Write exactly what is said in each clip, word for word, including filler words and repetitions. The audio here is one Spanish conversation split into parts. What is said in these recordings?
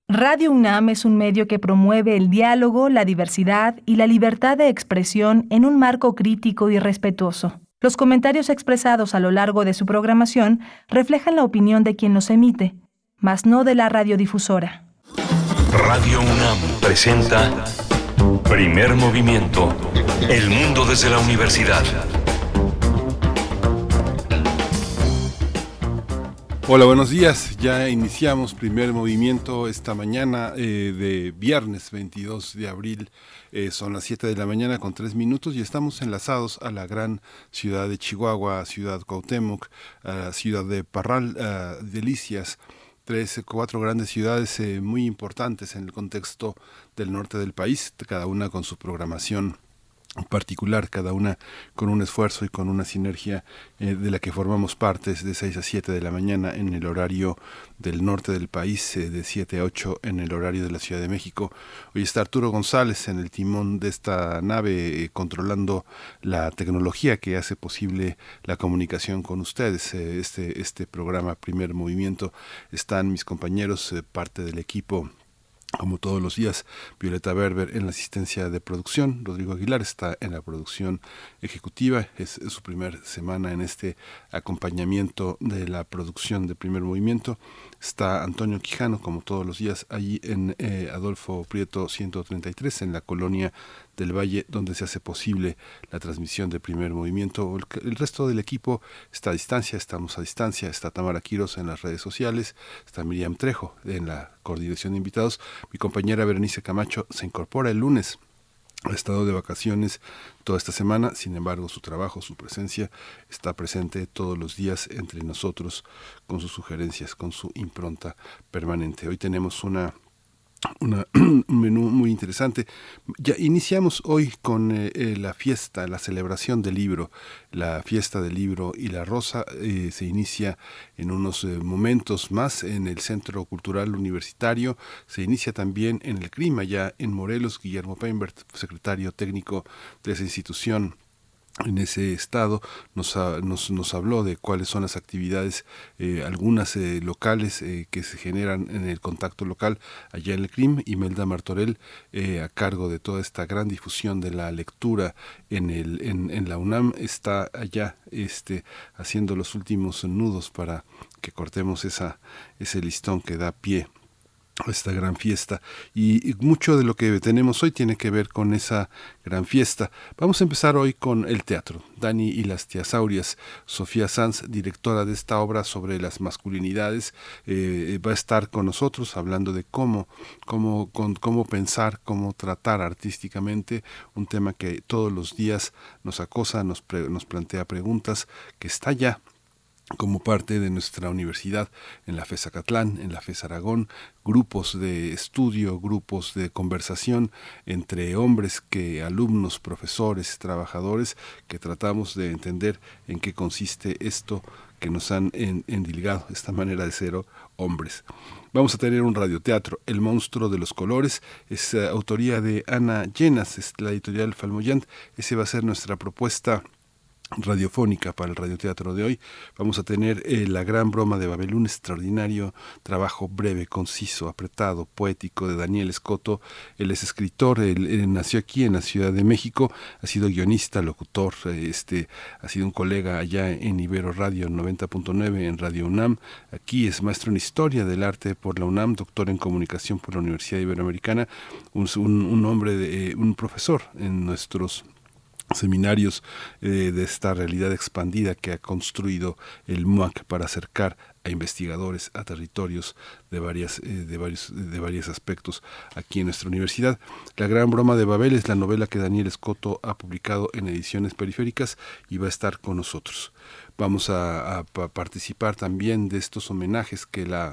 Radio UNAM es un medio que promueve el diálogo, la diversidad y la libertad de expresión en un marco crítico y respetuoso. Los comentarios expresados a lo largo de su programación reflejan la opinión de quien los emite, mas no de la radiodifusora. Radio UNAM presenta Primer Movimiento. El mundo desde la universidad. Hola, buenos días. Ya iniciamos Primer Movimiento esta mañana eh, de viernes veintidós de abril. Eh, son las siete de la mañana con tres minutos y estamos enlazados a la gran ciudad de Chihuahua, Ciudad Cuauhtémoc, a la ciudad de Parral, a Delicias. Tres, cuatro grandes ciudades eh, muy importantes en el contexto del norte del país, cada una con su programación particular, cada una con un esfuerzo y con una sinergia eh, de la que formamos parte, de seis a siete de la mañana en el horario del norte del país, eh, de siete a ocho en el horario de la Ciudad de México. Hoy está Arturo González en el timón de esta nave, eh, controlando la tecnología que hace posible la comunicación con ustedes. Eh, este, este programa Primer Movimiento, están mis compañeros, eh, parte del equipo. Como todos los días, Violeta Berber en la asistencia de producción, Rodrigo Aguilar está en la producción ejecutiva, es, es su primera semana en este acompañamiento de la producción de Primer Movimiento. Está Antonio Quijano, como todos los días, allí en eh, Adolfo Prieto ciento treinta y tres, en la colonia del Valle, donde se hace posible la transmisión de Primer Movimiento. El, el resto del equipo está a distancia, estamos a distancia. Está Tamara Quiroz en las redes sociales, está Miriam Trejo en la coordinación de invitados. Mi compañera Berenice Camacho se incorpora el lunes. Ha estado de vacaciones toda esta semana, sin embargo su trabajo, su presencia está presente todos los días entre nosotros, con sus sugerencias, con su impronta permanente. Hoy tenemos una Una, un menú muy interesante. Ya iniciamos hoy con eh, eh, la fiesta, la celebración del libro, la fiesta del libro y la rosa. Eh, se inicia en unos eh, momentos más en el Centro Cultural Universitario. Se inicia también en el CRIM, allá en Morelos. Guillermo Peinbert, secretario técnico de esa institución en ese estado, nos, ha, nos, nos habló de cuáles son las actividades, eh, algunas eh, locales eh, que se generan en el contacto local allá en el CRIM. Imelda Martorell, eh, a cargo de toda esta gran difusión de la lectura en, el, en, en la UNAM, está allá este, haciendo los últimos nudos para que cortemos esa, ese listón que da pie esta gran fiesta, y mucho de lo que tenemos hoy tiene que ver con esa gran fiesta. Vamos a empezar hoy con el teatro. Dani y las Tiasaurias. Sofía Sanz, directora de esta obra sobre las masculinidades, eh, va a estar con nosotros hablando de cómo, cómo, con, cómo pensar, cómo tratar artísticamente un tema que todos los días nos acosa, nos, pre, nos plantea preguntas, que está ya como parte de nuestra universidad, en la FES Acatlán, en la FES Aragón, grupos de estudio, grupos de conversación entre hombres, que alumnos, profesores, trabajadores, que tratamos de entender en qué consiste esto que nos han en, endilgado, esta manera de ser hombres. Vamos a tener un radioteatro, El monstruo de los colores, es uh, autoría de Ana Llenas, es la editorial Falmoyant. Ese va a ser nuestra propuesta radiofónica para el radioteatro de hoy. Vamos a tener eh, La gran broma de Babel, un extraordinario trabajo breve, conciso, apretado, poético de Daniel Escoto. Él es escritor, él, él nació aquí en la Ciudad de México, ha sido guionista, locutor, eh, este, ha sido un colega allá en Ibero Radio noventa punto nueve, en Radio UNAM. Aquí es maestro en Historia del Arte por la UNAM, doctor en Comunicación por la Universidad Iberoamericana, un, un, un hombre, de, eh, un profesor en nuestros seminarios eh, de esta realidad expandida que ha construido el M U A C para acercar a investigadores a territorios de varias eh, de varios de varios aspectos aquí en nuestra universidad. La gran broma de Babel es la novela que Daniel Escoto ha publicado en Ediciones Periféricas y va a estar con nosotros. Vamos a, a, a participar también de estos homenajes que la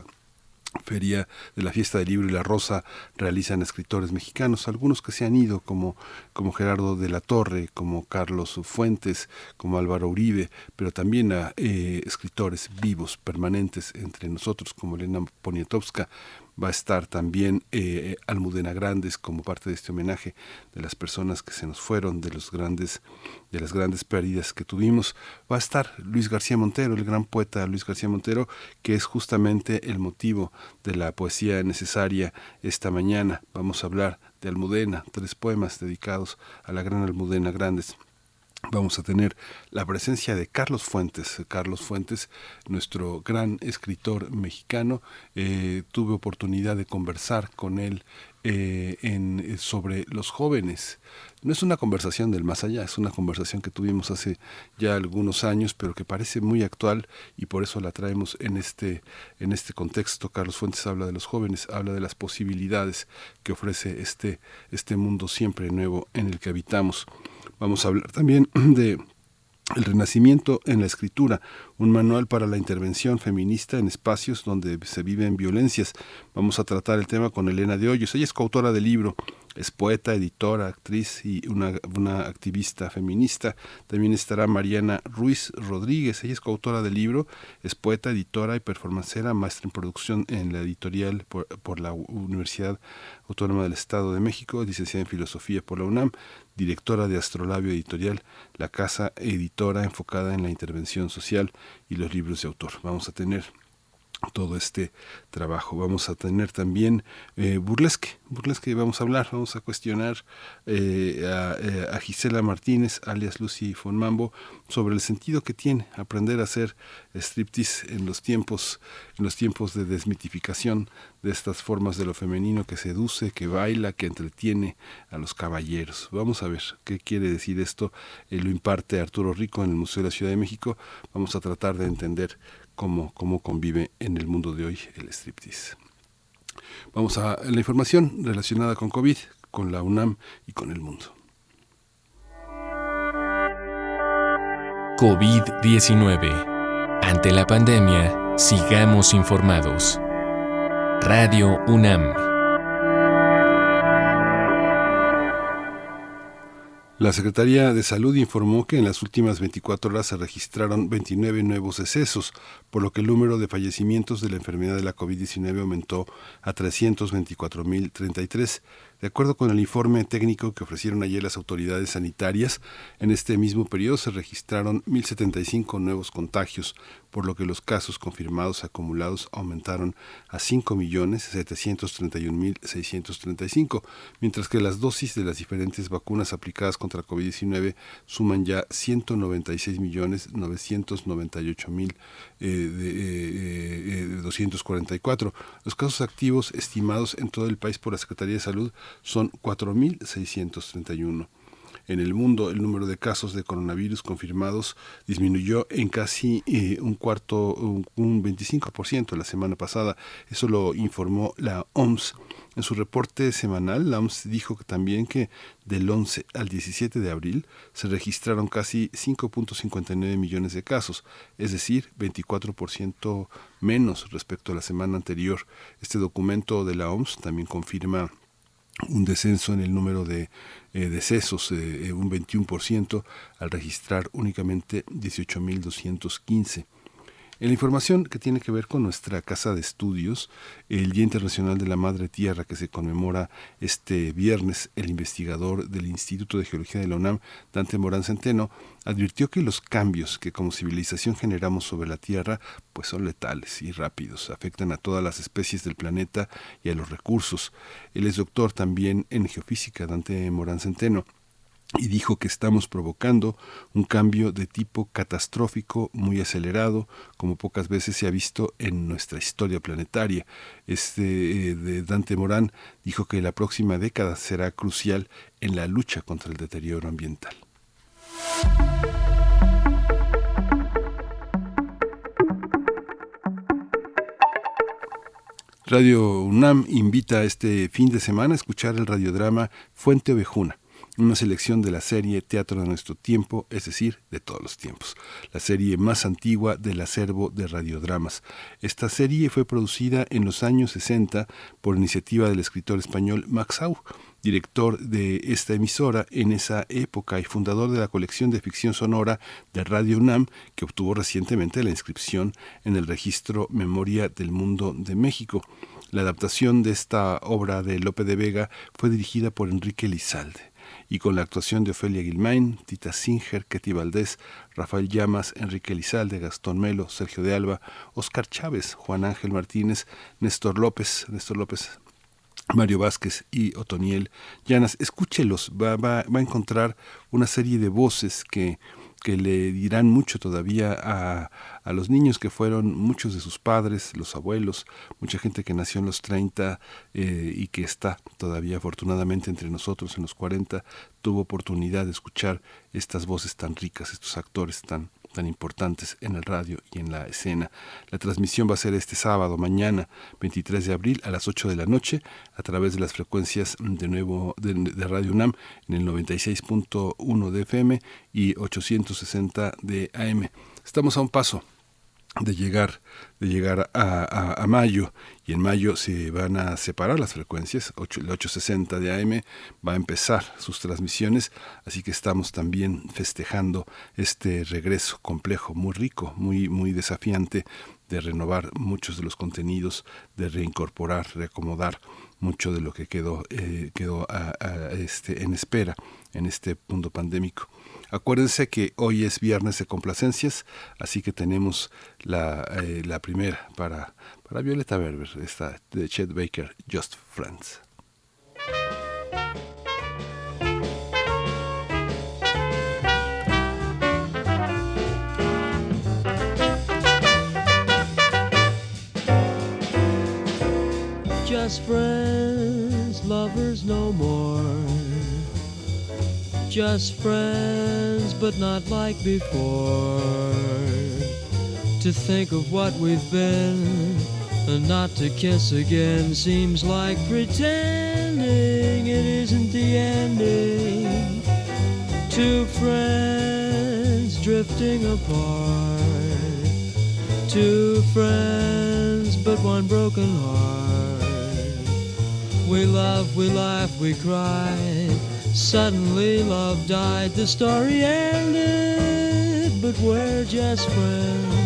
Feria de la Fiesta del Libro y la Rosa realizan escritores mexicanos, algunos que se han ido, como, como Gerardo de la Torre, como Carlos Fuentes, como Álvaro Uribe, pero también a eh, escritores vivos, permanentes entre nosotros, como Elena Poniatowska. Va a estar también eh, Almudena Grandes como parte de este homenaje de las personas que se nos fueron, de los grandes, de las grandes pérdidas que tuvimos. Va a estar Luis García Montero, el gran poeta Luis García Montero, que es justamente el motivo de la poesía necesaria esta mañana. Vamos a hablar de Almudena, tres poemas dedicados a la gran Almudena Grandes. Vamos a tener la presencia de Carlos Fuentes. Carlos Fuentes, nuestro gran escritor mexicano. Eh, tuve oportunidad de conversar con él eh, en, sobre los jóvenes. No es una conversación del más allá, es una conversación que tuvimos hace ya algunos años, pero que parece muy actual y por eso la traemos en este, en este contexto. Carlos Fuentes habla de los jóvenes, habla de las posibilidades que ofrece este, este mundo siempre nuevo en el que habitamos. Vamos a hablar también de El Renacimiento en la Escritura, un manual para la intervención feminista en espacios donde se viven violencias. Vamos a tratar el tema con Elena de Hoyos. Ella es coautora del libro, es poeta, editora, actriz y una, una activista feminista. También estará Mariana Ruiz Rodríguez. Ella es coautora del libro, es poeta, editora y performancera, maestra en producción en la editorial por, por la Universidad Autónoma del Estado de México, licenciada en Filosofía por la UNAM, directora de Astrolabio Editorial, la casa editora enfocada en la intervención social y los libros de autor. Vamos a tener todo este trabajo. Vamos a tener también eh, burlesque, burlesque vamos a hablar, vamos a cuestionar eh, a, a Gisela Martínez, alias Lucy von Mambo, sobre el sentido que tiene aprender a hacer striptease en los tiempos, en los tiempos de desmitificación de estas formas de lo femenino que seduce, que baila, que entretiene a los caballeros. Vamos a ver qué quiere decir esto. Eh, lo imparte Arturo Rico en el Museo de la Ciudad de México. Vamos a tratar de entender Cómo, cómo convive en el mundo de hoy el striptease. Vamos a la información relacionada con COVID, con la UNAM y con el mundo. COVID diecinueve. Ante la pandemia, sigamos informados. Radio UNAM. La Secretaría de Salud informó que en las últimas veinticuatro horas se registraron veintinueve nuevos decesos, por lo que el número de fallecimientos de la enfermedad de la COVID diecinueve aumentó a trescientos veinticuatro mil treinta y tres. De acuerdo con el informe técnico que ofrecieron ayer las autoridades sanitarias, en este mismo periodo se registraron mil setenta y cinco nuevos contagios, por lo que los casos confirmados acumulados aumentaron a cinco millones setecientos treinta y un mil seiscientos treinta y cinco, mientras que las dosis de las diferentes vacunas aplicadas contra COVID diecinueve suman ya ciento noventa y seis millones novecientos noventa y ocho mil doscientos cuarenta y cuatro. Los casos activos estimados en todo el país por la Secretaría de Salud son cuatro mil seiscientos treinta y uno. En el mundo, el número de casos de coronavirus confirmados disminuyó en casi eh, un cuarto, un, un veinticinco por ciento la semana pasada. Eso lo informó la O M S. En su reporte semanal, la O M S dijo que también que del once al diecisiete de abril se registraron casi cinco punto cincuenta y nueve millones de casos, es decir, veinticuatro por ciento menos respecto a la semana anterior. Este documento de la O M S también confirma un descenso en el número de eh, decesos, eh, un veintiuno por ciento, al registrar únicamente dieciocho mil doscientos quince. En la información que tiene que ver con nuestra casa de estudios, el Día Internacional de la Madre Tierra, que se conmemora este viernes, el investigador del Instituto de Geología de la UNAM, Dante Morán Centeno, advirtió que los cambios que como civilización generamos sobre la Tierra pues son letales y rápidos, afectan a todas las especies del planeta y a los recursos. Él es doctor también en geofísica, Dante Morán Centeno, y dijo que estamos provocando un cambio de tipo catastrófico muy acelerado, como pocas veces se ha visto en nuestra historia planetaria. Este eh, de Dante Morán dijo que la próxima década será crucial en la lucha contra el deterioro ambiental. Radio UNAM invita este fin de semana a escuchar el radiodrama Fuente Ovejuna, una selección de la serie Teatro de Nuestro Tiempo, es decir, de todos los tiempos, la serie más antigua del acervo de radiodramas. Esta serie fue producida en los años sesenta por iniciativa del escritor español Max Au, director de esta emisora en esa época y fundador de la colección de ficción sonora de Radio UNAM, que obtuvo recientemente la inscripción en el registro Memoria del Mundo de México. La adaptación de esta obra de Lope de Vega fue dirigida por Enrique Lizalde y con la actuación de Ofelia Guilmain, Tita Singer, Ketty Valdés, Rafael Llamas, Enrique Lizalde, Gastón Melo, Sergio de Alba, Óscar Chávez, Juan Ángel Martínez, Néstor López, Néstor López, Mario Vázquez y Otoniel Llanas. Escúchelos, va, va, va a encontrar una serie de voces que, que le dirán mucho todavía a, a los niños que fueron muchos de sus padres, los abuelos, mucha gente que nació en los treinta eh, y que está todavía afortunadamente entre nosotros en los cuarenta, tuvo oportunidad de escuchar estas voces tan ricas, estos actores tan tan importantes en el radio y en la escena. La transmisión va a ser este sábado, mañana, veintitrés de abril, a las ocho de la noche, a través de las frecuencias de nuevo de, de Radio UNAM, en el noventa y seis punto uno de F M y ochocientos sesenta de A M. Estamos a un paso de llegar de llegar a, a, a mayo, y en mayo se van a separar las frecuencias. ocho, el ochocientos sesenta de A M va a empezar sus transmisiones, así que estamos también festejando este regreso complejo, muy rico, muy, muy desafiante, de renovar muchos de los contenidos, de reincorporar, reacomodar mucho de lo que quedó, eh, quedó a, a este, en espera en este mundo pandémico. Acuérdense que hoy es viernes de complacencias, así que tenemos la, eh, la primera para, para Violeta Berber, esta de Chet Baker, Just Friends. Just friends, lovers no more. Just friends, but not like before. To think of what we've been and not to kiss again seems like pretending it isn't the ending. Two friends drifting apart. Two friends, but one broken heart. We love, we laugh, we cry. Suddenly love died, the story ended, but we're just friends.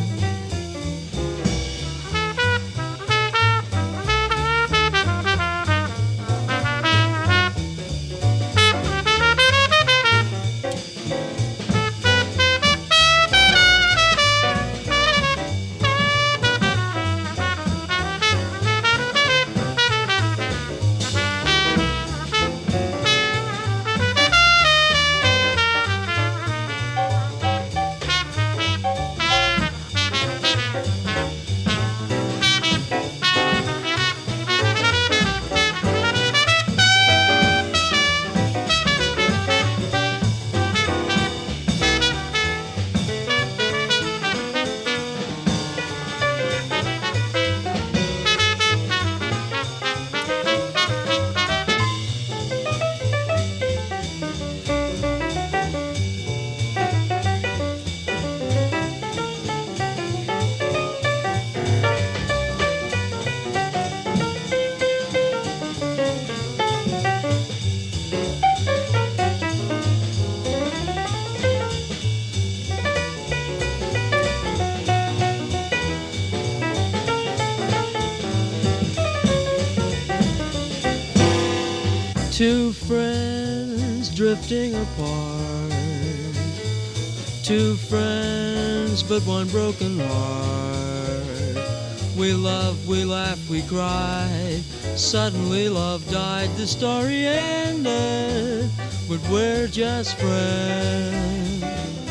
Two friends drifting apart. Two friends, but one broken heart. We love, we laugh, we cried. Suddenly love died, the story ended, but we're just friends.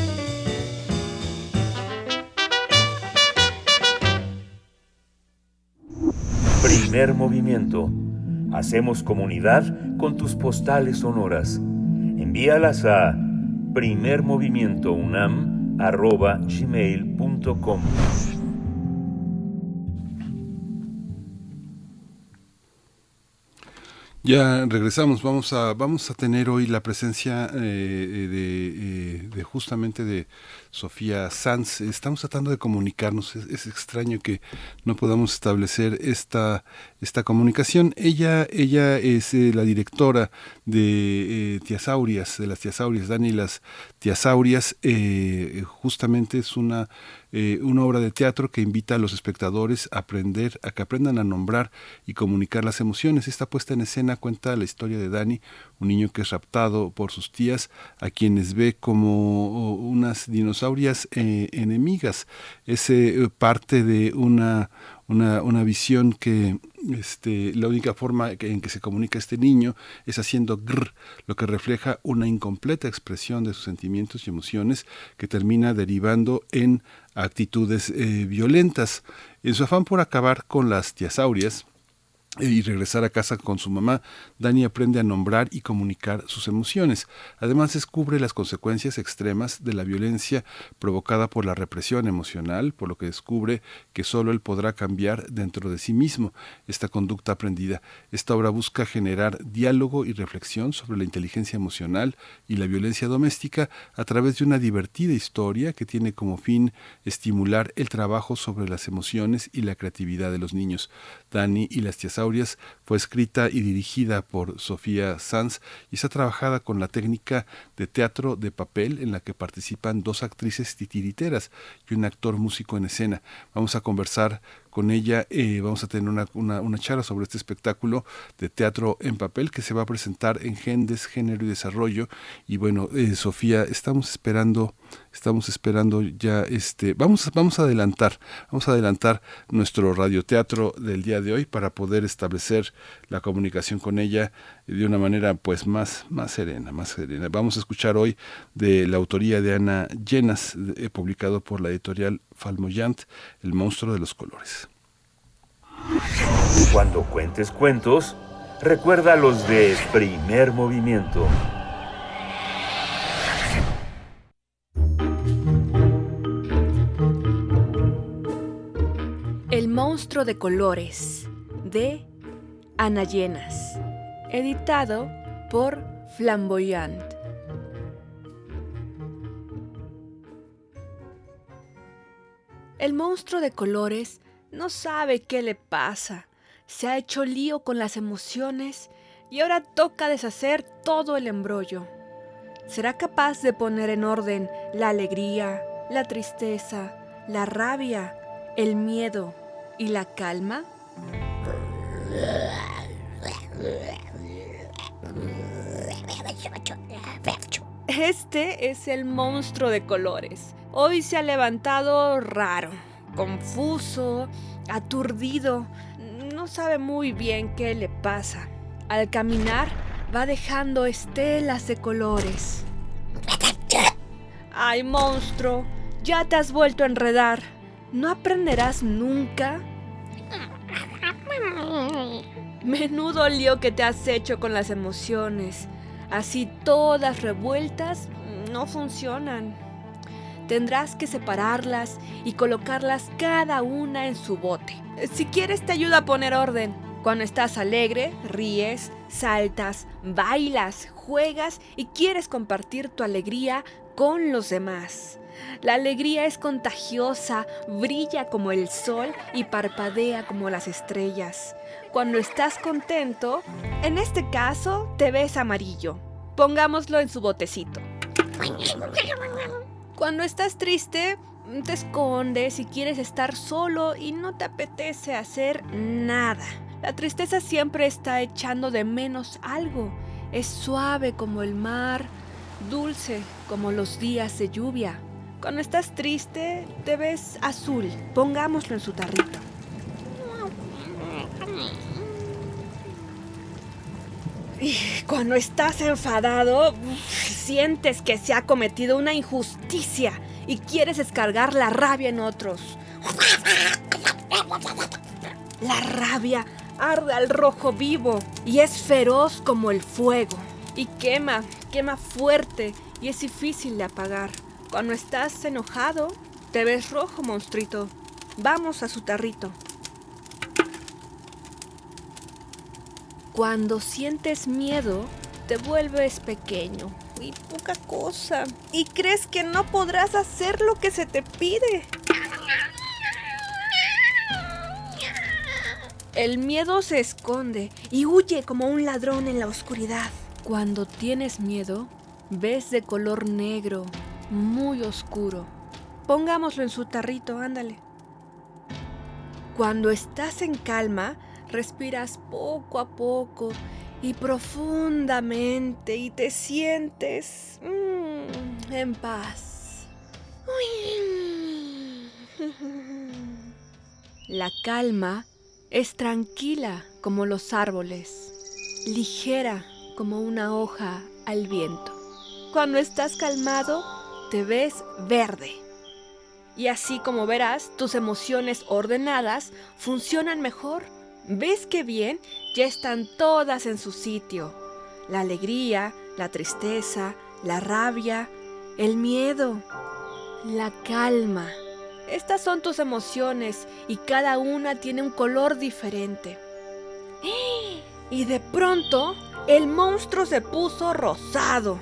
Primer movimiento. Hacemos comunidad con tus postales sonoras. Envíalas a primermovimientounam arroba gmail punto com. Ya regresamos, vamos a vamos a tener hoy la presencia eh, de, eh, de justamente de Sofía Sanz. Estamos tratando de comunicarnos, es, es extraño que no podamos establecer esta esta comunicación. Ella, ella es eh, la directora de eh, Tiasaurias, de las Tiasaurias, Dani y las Tiasaurias. Eh, justamente es una Eh, una obra de teatro que invita a los espectadores a aprender, a que aprendan a nombrar y comunicar las emociones. Esta puesta en escena cuenta la historia de Dani, un niño que es raptado por sus tías, a quienes ve como unas dinosaurias eh, enemigas. Es eh, parte de una Una, una visión que este, la única forma en que se comunica este niño es haciendo grr, lo que refleja una incompleta expresión de sus sentimientos y emociones que termina derivando en actitudes eh, violentas. En su afán por acabar con las tiasaurias y regresar a casa con su mamá, Dani aprende a nombrar y comunicar sus emociones. Además, descubre las consecuencias extremas de la violencia provocada por la represión emocional, por lo que descubre que solo él podrá cambiar dentro de sí mismo esta conducta aprendida. Esta obra busca generar diálogo y reflexión sobre la inteligencia emocional y la violencia doméstica a través de una divertida historia que tiene como fin estimular el trabajo sobre las emociones y la creatividad de los niños. Dani y las Tiasaurias fue escrita y dirigida por Sofía Sanz y está trabajada con la técnica de teatro de papel en la que participan dos actrices titiriteras y un actor músico en escena. Vamos a conversar con ella, eh, vamos a tener una, una, una charla sobre este espectáculo de teatro en papel que se va a presentar en Gendes, Género y Desarrollo. Y bueno, eh, Sofía, estamos esperando, estamos esperando ya, este, vamos, vamos a adelantar, vamos a adelantar nuestro radioteatro del día de hoy para poder establecer la comunicación con ella de una manera pues más, más serena, más serena. Vamos a escuchar hoy de la autoría de Ana Llenas, eh, publicado por la editorial Falmoyant, El monstruo de los colores. Cuando cuentes cuentos, recuerda los de Primer Movimiento. El monstruo de colores, de Ana Llenas, editado por Flamboyant. El monstruo de colores no sabe qué le pasa. Se ha hecho lío con las emociones y ahora toca deshacer todo el embrollo. ¿Será capaz de poner en orden la alegría, la tristeza, la rabia, el miedo y la calma? Este es el monstruo de colores. Hoy se ha levantado raro, confuso, aturdido. No sabe muy bien qué le pasa. Al caminar va dejando estelas de colores. ¡Ay, monstruo! Ya te has vuelto a enredar. ¿No aprenderás nunca? Menudo lío que te has hecho con las emociones. Así todas revueltas no funcionan. Tendrás que separarlas y colocarlas cada una en su bote. Si quieres te ayuda a poner orden. Cuando estás alegre, ríes, saltas, bailas, juegas y quieres compartir tu alegría con los demás. La alegría es contagiosa, brilla como el sol y parpadea como las estrellas. Cuando estás contento, en este caso te ves amarillo. Pongámoslo en su botecito. Cuando estás triste, te escondes y quieres estar solo y no te apetece hacer nada. La tristeza siempre está echando de menos algo. Es suave como el mar, dulce como los días de lluvia. Cuando estás triste, te ves azul. Pongámoslo en su tarrito. Y cuando estás enfadado, sientes que se ha cometido una injusticia y quieres descargar la rabia en otros. La rabia arde al rojo vivo y es feroz como el fuego. Y quema, quema fuerte y es difícil de apagar. Cuando estás enojado, te ves rojo, monstruito. Vamos a su tarrito. Cuando sientes miedo, te vuelves pequeño y poca cosa. Y crees que no podrás hacer lo que se te pide. El miedo se esconde y huye como un ladrón en la oscuridad. Cuando tienes miedo, ves de color negro, muy oscuro. Pongámoslo en su tarrito, ándale. Cuando estás en calma, respiras poco a poco y profundamente y te sientes mmm, en paz. La calma es tranquila como los árboles, ligera como una hoja al viento. Cuando estás calmado, te ves verde. Y así como verás, tus emociones ordenadas funcionan mejor. ¿Ves qué bien? Ya están todas en su sitio. La alegría, la tristeza, la rabia, el miedo, la calma. Estas son tus emociones y cada una tiene un color diferente. Y de pronto, el monstruo se puso rosado.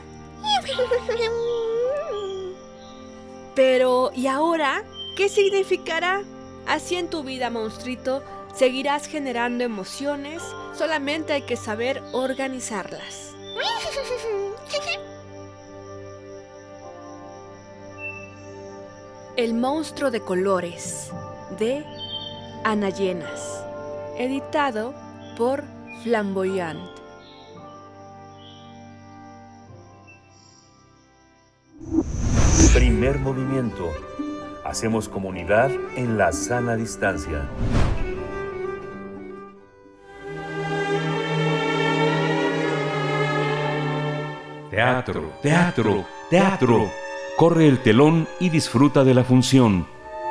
Pero, ¿y ahora? ¿Qué significará? Así en tu vida, monstruito, seguirás generando emociones, solamente hay que saber organizarlas. El monstruo de colores, de Ana Llenas, editado por Flamboyant. Primer movimiento. Hacemos comunidad en la sana distancia. Teatro, teatro, teatro. Corre el telón y disfruta de la función.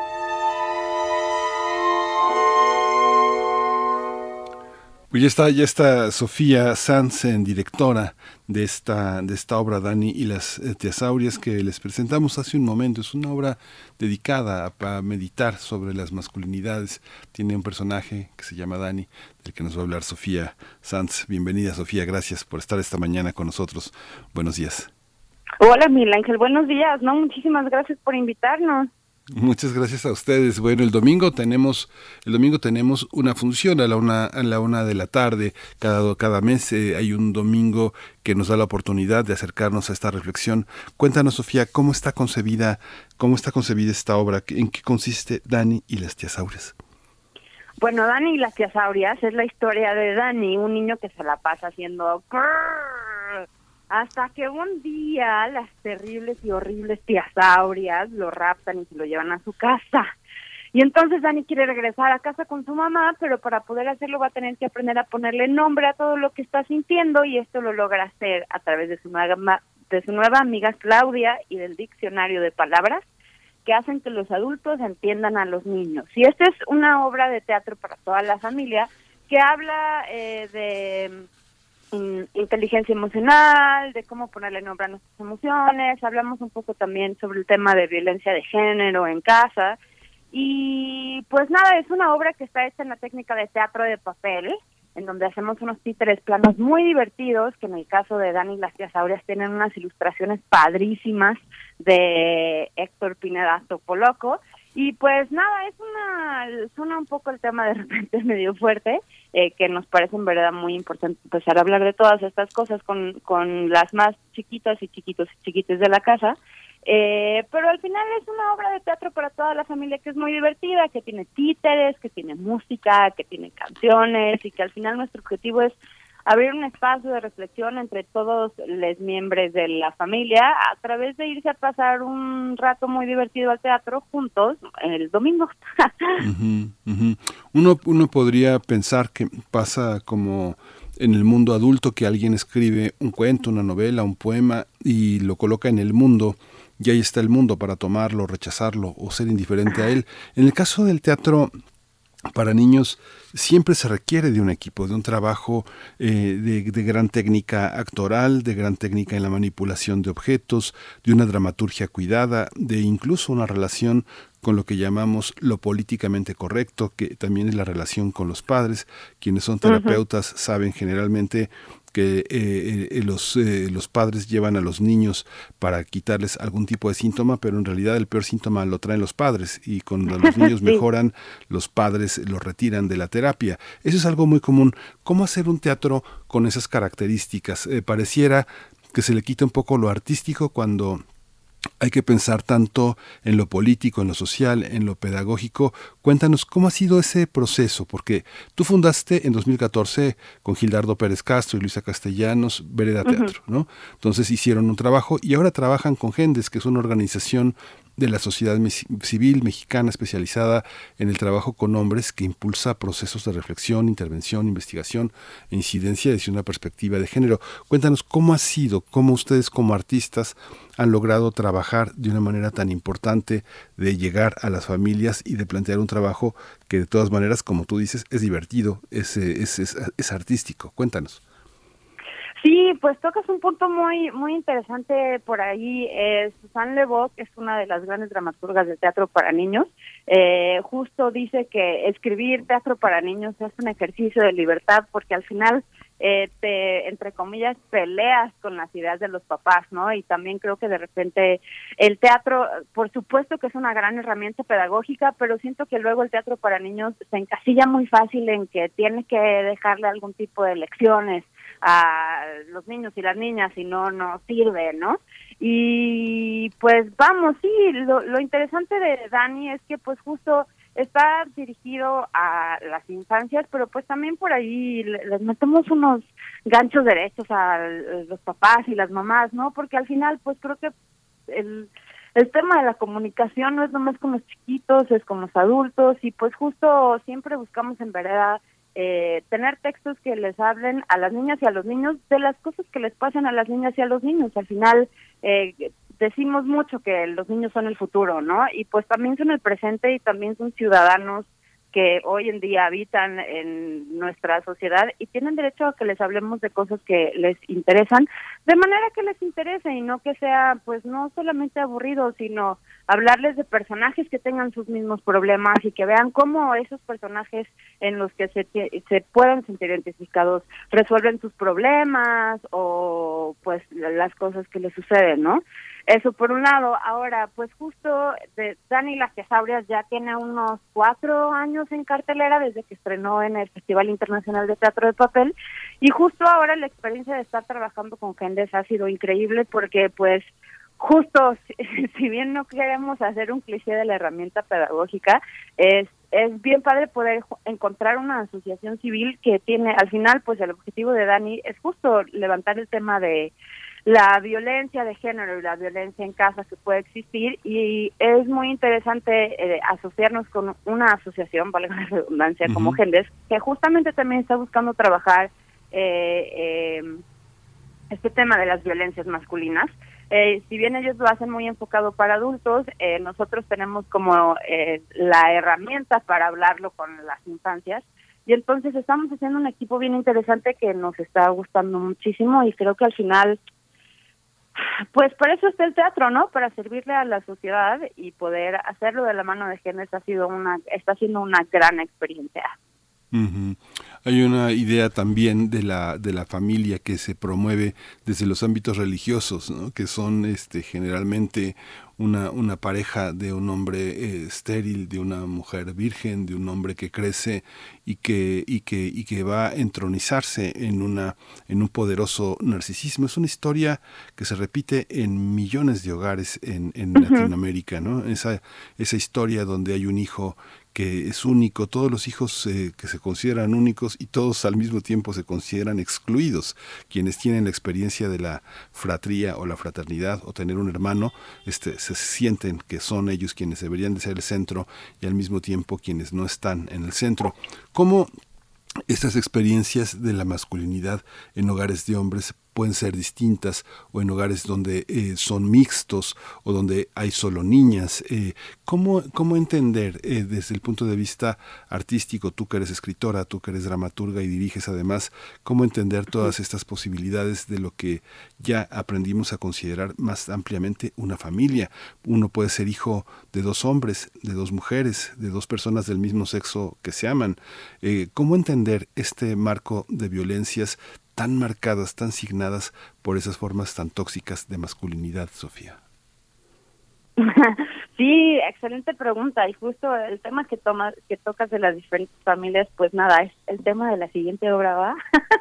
Pues ya está, ya está Sofía Sanzen, directora de esta, de esta obra Dani y las Tesaurias que les presentamos hace un momento. Es una obra dedicada a, a meditar sobre las masculinidades. Tiene un personaje que se llama Dani, del que nos va a hablar Sofía Sanz. Bienvenida, Sofía, gracias por estar esta mañana con nosotros. Buenos días. Hola, Miguel Ángel, buenos días. No, muchísimas gracias por invitarnos. Muchas gracias a ustedes. Bueno, el domingo tenemos, el domingo tenemos una función a la una, a la una de la tarde. Cada, cada mes eh, hay un domingo que nos da la oportunidad de acercarnos a esta reflexión. Cuéntanos, Sofía, cómo está concebida, cómo está concebida esta obra, en qué consiste Dani y las Tesaurias. Bueno, Dani y las Tesaurias es la historia de Dani, un niño que se la pasa haciendo grrr, hasta que un día las terribles y horribles Tesaurias lo raptan y se lo llevan a su casa. Y entonces Dani quiere regresar a casa con su mamá, pero para poder hacerlo va a tener que aprender a ponerle nombre a todo lo que está sintiendo, y esto lo logra hacer a través de su nueva, de su nueva amiga Claudia y del diccionario de palabras que hacen que los adultos entiendan a los niños. Y esta es una obra de teatro para toda la familia que habla eh, de inteligencia emocional, de cómo ponerle nombre a nuestras emociones. Hablamos un poco también sobre el tema de violencia de género en casa. Y pues nada, es una obra que está hecha en la técnica de teatro de papel, en donde hacemos unos títeres planos muy divertidos, que en el caso de Dani y las Tesaurias tienen unas ilustraciones padrísimas de Héctor Pineda Topoloco. Y pues nada, es una, suena un poco el tema de repente medio fuerte, eh, que nos parece en verdad muy importante empezar a hablar de todas estas cosas con, con las más chiquitas y chiquitos y chiquites de la casa. Eh, pero al final es una obra de teatro para toda la familia que es muy divertida, que tiene títeres, que tiene música, que tiene canciones, y que al final nuestro objetivo es abrir un espacio de reflexión entre todos los miembros de la familia a través de irse a pasar un rato muy divertido al teatro juntos el domingo. uh-huh, uh-huh. Uno, uno podría pensar que pasa como en el mundo adulto, que alguien escribe un cuento, una novela, un poema y lo coloca en el mundo, y ahí está el mundo para tomarlo, rechazarlo o ser indiferente a él. En el caso del teatro para niños siempre se requiere de un equipo, de un trabajo eh, de, de gran técnica actoral, de gran técnica en la manipulación de objetos, de una dramaturgia cuidada, de incluso una relación con lo que llamamos lo políticamente correcto, que también es la relación con los padres. Quienes son terapeutas uh-huh. saben generalmente que eh, eh, los, eh, los padres llevan a los niños para quitarles algún tipo de síntoma, pero en realidad el peor síntoma lo traen los padres y cuando los niños Sí. mejoran, los padres los retiran de la terapia. Eso es algo muy común. ¿Cómo hacer un teatro con esas características? Eh, pareciera que se le quita un poco lo artístico cuando hay que pensar tanto en lo político, en lo social, en lo pedagógico. Cuéntanos cómo ha sido ese proceso, porque tú fundaste en dos mil catorce con Gildardo Pérez Castro y Luisa Castellanos Vereda Ujú. Teatro, ¿no? Entonces hicieron un trabajo y ahora trabajan con Gendes, que es una organización de la sociedad mes- civil mexicana especializada en el trabajo con hombres que impulsa procesos de reflexión, intervención, investigación e incidencia desde una perspectiva de género. Cuéntanos cómo ha sido, cómo ustedes como artistas han logrado trabajar de una manera tan importante de llegar a las familias y de plantear un trabajo que de todas maneras, como tú dices, es divertido, es, eh, es, es, es artístico. Cuéntanos. Sí, pues tocas un punto muy muy interesante por ahí. Eh, Susan Lebeau, que es una de las grandes dramaturgas de teatro para niños, eh, justo dice que escribir teatro para niños es un ejercicio de libertad porque al final eh, te, entre comillas, peleas con las ideas de los papás, ¿no? Y también creo que de repente el teatro, por supuesto que es una gran herramienta pedagógica, pero siento que luego el teatro para niños se encasilla muy fácil en que tiene que dejarle algún tipo de lecciones a los niños y las niñas y no no sirve, ¿no? Y pues vamos, sí, lo, lo interesante de Dani es que pues justo está dirigido a las infancias, pero pues también por ahí le- les metemos unos ganchos derechos a los papás y las mamás, ¿no? Porque al final pues creo que el el tema de la comunicación no es nomás con los chiquitos, es con los adultos y pues justo siempre buscamos en Vereda eh, tener textos que les hablen a las niñas y a los niños de las cosas que les pasan a las niñas y a los niños. Al final eh, decimos mucho que los niños son el futuro, ¿no? Y pues también son el presente y también son ciudadanos que hoy en día habitan en nuestra sociedad y tienen derecho a que les hablemos de cosas que les interesan, de manera que les interese y no que sea, pues, no solamente aburrido, sino hablarles de personajes que tengan sus mismos problemas y que vean cómo esos personajes en los que se, se pueden sentir identificados resuelven sus problemas o, pues, las cosas que les suceden, ¿no? Eso por un lado. Ahora, pues justo de Dani Las Tesaurias ya tiene unos cuatro años en cartelera desde que estrenó en el Festival Internacional de Teatro de Papel y justo ahora la experiencia de estar trabajando con Gendes ha sido increíble porque pues justo si, si bien no queremos hacer un cliché de la herramienta pedagógica, es es bien padre poder ju- encontrar una asociación civil que tiene al final pues el objetivo de Dani es justo levantar el tema de la violencia de género y la violencia en casa que puede existir y es muy interesante eh, asociarnos con una asociación, valga la redundancia, como Ujú. Gendes, que justamente también está buscando trabajar eh, eh, este tema de las violencias masculinas. Eh, si bien ellos lo hacen muy enfocado para adultos, eh, nosotros tenemos como eh, la herramienta para hablarlo con las infancias y entonces estamos haciendo un equipo bien interesante que nos está gustando muchísimo y creo que al final pues para eso está el teatro, ¿no? Para servirle a la sociedad y poder hacerlo de la mano de Gendes ha sido una, está siendo una gran experiencia. Ujú. Hay una idea también de la de la familia que se promueve desde los ámbitos religiosos, ¿no? Que son este generalmente una una pareja de un hombre eh, estéril, de una mujer virgen, de un hombre que crece y que y que y que va a entronizarse en una en un poderoso narcisismo. Es una historia que se repite en millones de hogares en en Ujú. Latinoamérica, ¿no? Esa esa historia donde hay un hijo que es único, todos los hijos eh, que se consideran únicos y todos al mismo tiempo se consideran excluidos. Quienes tienen la experiencia de la fratría o la fraternidad o tener un hermano, este, se sienten que son ellos quienes deberían de ser el centro y al mismo tiempo quienes no están en el centro. ¿Cómo estas experiencias de la masculinidad en hogares de hombres pueden ser distintas o en hogares donde eh, son mixtos o donde hay solo niñas? Eh, ¿cómo, ¿Cómo entender eh, desde el punto de vista artístico, tú que eres escritora, tú que eres dramaturga y diriges además, cómo entender todas estas posibilidades de lo que ya aprendimos a considerar más ampliamente una familia? Uno puede ser hijo de dos hombres, de dos mujeres, de dos personas del mismo sexo que se aman. Eh, ¿Cómo entender este marco de violencias tan marcadas, tan signadas por esas formas tan tóxicas de masculinidad, Sofía? Sí, excelente pregunta, y justo el tema que tomas, que tocas de las diferentes familias, pues nada, es el tema de la siguiente obra, ¿va?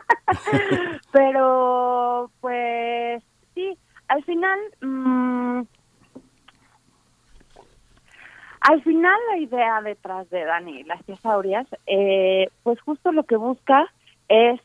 Pero, pues, sí, al final, mmm, al final la idea detrás de Dani y las Tiasaurias, eh, pues justo lo que busca es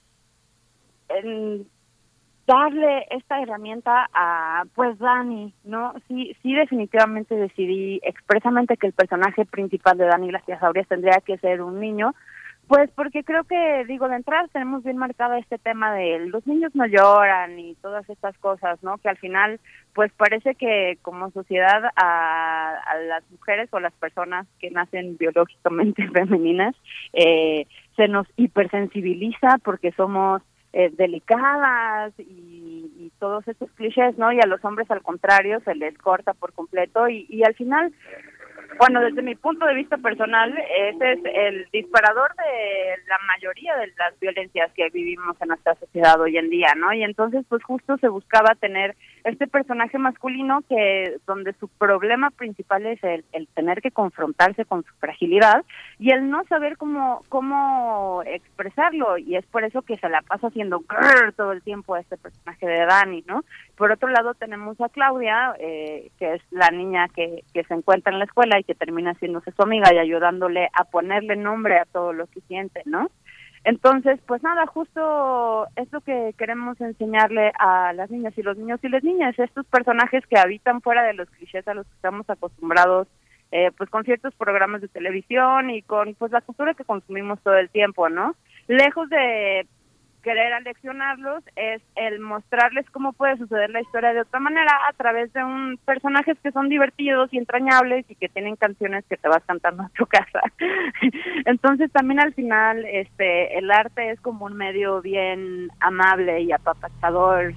en darle esta herramienta a, pues, Dani, ¿no? Sí, sí, definitivamente decidí expresamente que el personaje principal de Dani y las Tiasaurias tendría que ser un niño, pues porque creo que, digo, de entrada tenemos bien marcado este tema de los niños no lloran y todas estas cosas, ¿no? Que al final, pues parece que como sociedad a, a las mujeres o las personas que nacen biológicamente femeninas, eh, se nos hipersensibiliza porque somos eh, delicadas y, y todos estos clichés, ¿no? Y a los hombres al contrario se les corta por completo y, y al final, bueno, desde mi punto de vista personal, ese es el disparador de la mayoría de las violencias que vivimos en nuestra sociedad hoy en día, ¿no? Y entonces, pues justo se buscaba tener este personaje masculino que donde su problema principal es el, el tener que confrontarse con su fragilidad y el no saber cómo cómo expresarlo, y es por eso que se la pasa haciendo grrr todo el tiempo a este personaje de Dani, ¿no? Por otro lado tenemos a Claudia, eh, que es la niña que, que se encuentra en la escuela y que termina haciéndose su amiga y ayudándole a ponerle nombre a todo lo que siente, ¿no? Entonces, pues nada, justo es lo que queremos enseñarle a las niñas y los niños y las niñas, estos personajes que habitan fuera de los clichés a los que estamos acostumbrados, eh, pues con ciertos programas de televisión y con pues la cultura que consumimos todo el tiempo, ¿no? Lejos de querer aleccionarlos, es el mostrarles cómo puede suceder la historia de otra manera a través de un personajes que son divertidos y entrañables y que tienen canciones que te vas cantando a tu casa. Entonces también al final este el arte es como un medio bien amable y apapachador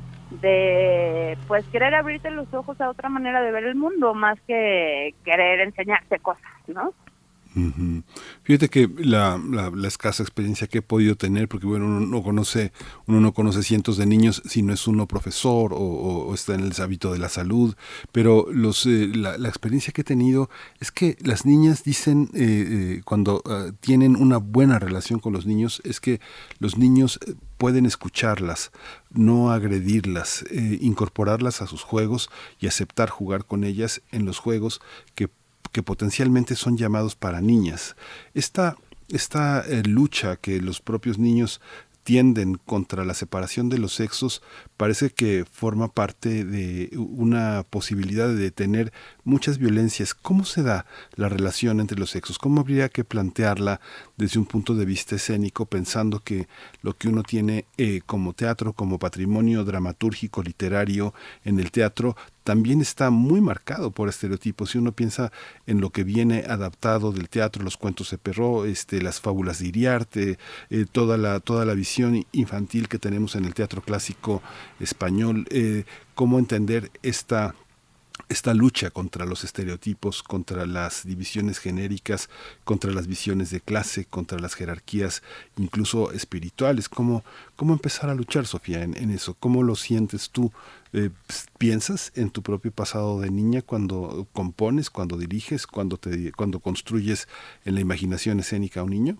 de pues querer abrirte los ojos a otra manera de ver el mundo más que querer enseñarte cosas, ¿no? Uh-huh. Fíjate que la, la, la escasa experiencia que he podido tener, porque bueno, uno no conoce, uno no conoce cientos de niños si no es uno profesor o, o, o está en el hábito de la salud, pero los eh, la, la experiencia que he tenido es que las niñas dicen eh, eh, cuando uh, tienen una buena relación con los niños, es que los niños pueden escucharlas, no agredirlas, eh, incorporarlas a sus juegos y aceptar jugar con ellas en los juegos que que potencialmente son llamados para niñas. Esta, esta eh, lucha que los propios niños tienden contra la separación de los sexos parece que forma parte de una posibilidad de detener muchas violencias. ¿Cómo se da la relación entre los sexos? ¿Cómo habría que plantearla desde un punto de vista escénico, pensando que lo que uno tiene eh, como teatro, como patrimonio dramatúrgico, literario en el teatro, también está muy marcado por estereotipos? Si uno piensa en lo que viene adaptado del teatro, los cuentos de Perrault, este, las fábulas de Iriarte, eh, toda la toda la visión infantil que tenemos en el teatro clásico español, eh, cómo entender esta esta lucha contra los estereotipos, contra las divisiones genéricas, contra las visiones de clase, contra las jerarquías, incluso espirituales. ¿Cómo, cómo empezar a luchar, Sofía, en, en eso? ¿Cómo lo sientes tú? Eh, ¿Piensas en tu propio pasado de niña cuando compones, cuando diriges, cuando, te, cuando construyes en la imaginación escénica a un niño?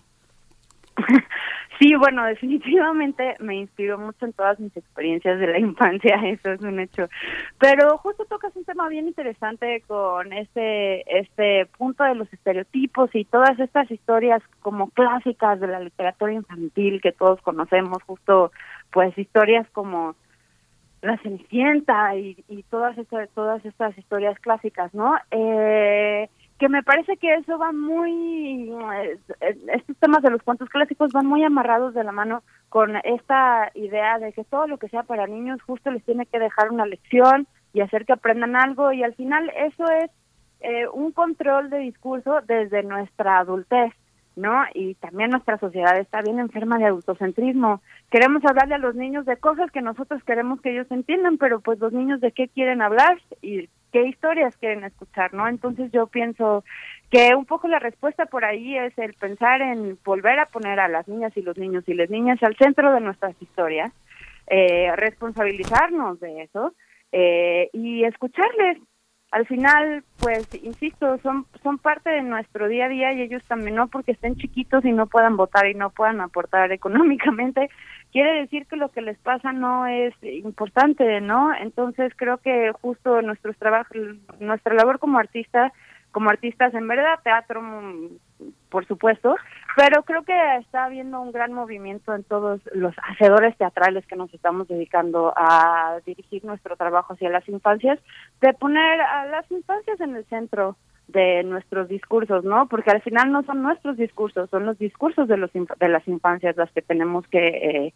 Sí, bueno, definitivamente me inspiró mucho en todas mis experiencias de la infancia, eso es un hecho. Pero justo tocas un tema bien interesante con este este punto de los estereotipos y todas estas historias como clásicas de la literatura infantil que todos conocemos, justo pues historias como La Cenicienta y, y todas estas todas estas historias clásicas, ¿no? Eh, que me parece que eso va muy, estos temas de los cuentos clásicos van muy amarrados de la mano con esta idea de que todo lo que sea para niños justo les tiene que dejar una lección y hacer que aprendan algo, y al final eso es eh, un control de discurso desde nuestra adultez, ¿no? Y también nuestra sociedad está bien enferma de autocentrismo. Queremos hablarle a los niños de cosas que nosotros queremos que ellos entiendan, pero pues los niños de qué quieren hablar y qué qué historias quieren escuchar, ¿no? Entonces yo pienso que un poco la respuesta por ahí es el pensar en volver a poner a las niñas y los niños y las niñas al centro de nuestras historias, eh, responsabilizarnos de eso eh, y escucharles. Al final, pues, insisto, son son parte de nuestro día a día y ellos también, no porque estén chiquitos y no puedan votar y no puedan aportar económicamente, quiere decir que lo que les pasa no es importante, ¿no? Entonces creo que justo nuestros trabajos, nuestra labor como artista, como artistas, en verdad, teatro, por supuesto, pero creo que está habiendo un gran movimiento en todos los hacedores teatrales que nos estamos dedicando a dirigir nuestro trabajo hacia las infancias, de poner a las infancias en el centro de nuestros discursos, ¿no? Porque al final no son nuestros discursos, son los discursos de los de las infancias las que tenemos que eh,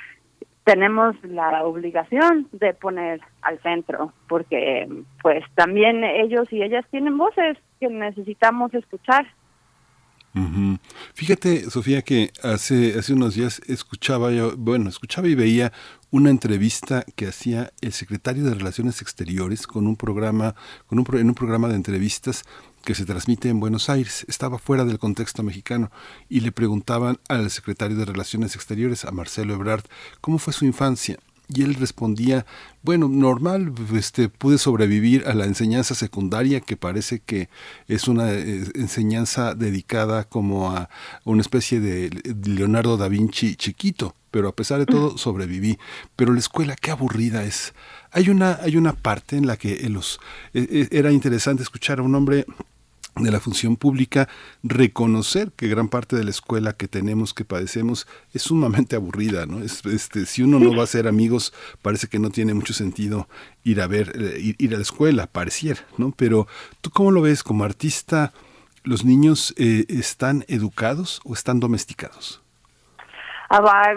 tenemos la obligación de poner al centro, porque pues también ellos y ellas tienen voces que necesitamos escuchar. Uh-huh. Fíjate, Sofía, que hace hace unos días escuchaba yo, bueno, escuchaba y veía una entrevista que hacía el secretario de Relaciones Exteriores con un programa, con un en un programa de entrevistas que se transmite en Buenos Aires. Estaba fuera del contexto mexicano y le preguntaban al secretario de Relaciones Exteriores, a Marcelo Ebrard, cómo fue su infancia. Y él respondía, bueno, normal, este, pude sobrevivir a la enseñanza secundaria, que parece que es una eh, enseñanza dedicada como a una especie de Leonardo da Vinci chiquito, pero a pesar de todo sobreviví. Pero la escuela, qué aburrida es. Hay una, hay una parte en la que los eh, era interesante escuchar a un hombre de la función pública reconocer que gran parte de la escuela que tenemos, que padecemos, es sumamente aburrida, ¿no? Es, este, si uno no va a ser amigos, parece que no tiene mucho sentido ir a ver, eh, ir, ir a la escuela, pareciera, ¿no? Pero ¿tú cómo lo ves como artista? ¿Los niños eh, están educados o están domesticados? Ah, va.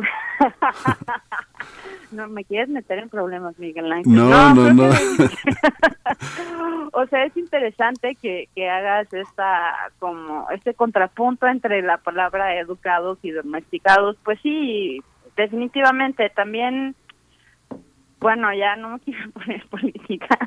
No, me quieres meter en problemas, Miguel Ángel. No, no, no. no. O sea, es interesante que, que hagas esta como este contrapunto entre la palabra educados y domesticados. Pues sí, definitivamente. También, bueno, ya no me quiero poner política,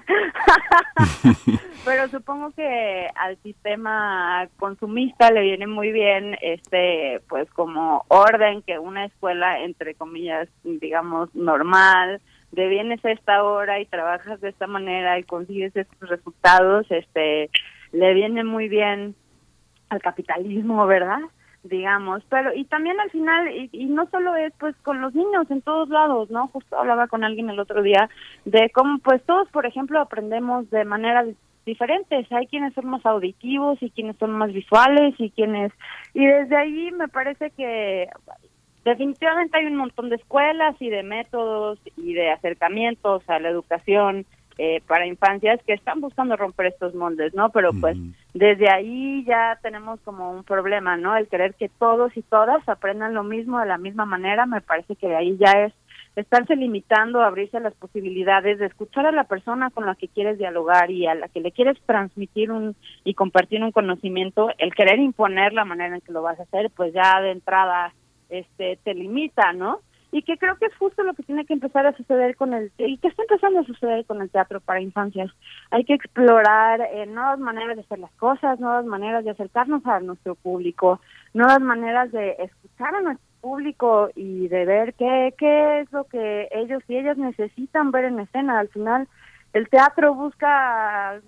pero supongo que al sistema consumista le viene muy bien este, pues como orden que una escuela, entre comillas, digamos, normal, de vienes a esta hora y trabajas de esta manera y consigues estos resultados, este, le viene muy bien al capitalismo, ¿verdad? Digamos, pero y también al final, y, y no solo es pues con los niños, en todos lados, ¿no? Justo hablaba con alguien el otro día de cómo pues todos, por ejemplo, aprendemos de maneras diferentes. Hay quienes son más auditivos y quienes son más visuales y quienes, y desde ahí me parece que definitivamente hay un montón de escuelas y de métodos y de acercamientos a la educación eh, para infancias que están buscando romper estos moldes, ¿no? Pero pues uh-huh. desde ahí ya tenemos como un problema, ¿no? El querer que todos y todas aprendan lo mismo de la misma manera, me parece que de ahí ya es estarse limitando, abrirse a las posibilidades de escuchar a la persona con la que quieres dialogar y a la que le quieres transmitir un y compartir un conocimiento. El querer imponer la manera en que lo vas a hacer, pues ya de entrada este te limita, ¿no? Y que creo que es justo lo que tiene que empezar a suceder con el y que está empezando a suceder con el teatro para infancias. Hay que explorar eh, nuevas maneras de hacer las cosas, nuevas maneras de acercarnos a nuestro público, nuevas maneras de escuchar a nuestro público y de ver qué qué es lo que ellos y ellas necesitan ver en escena. Al final el teatro busca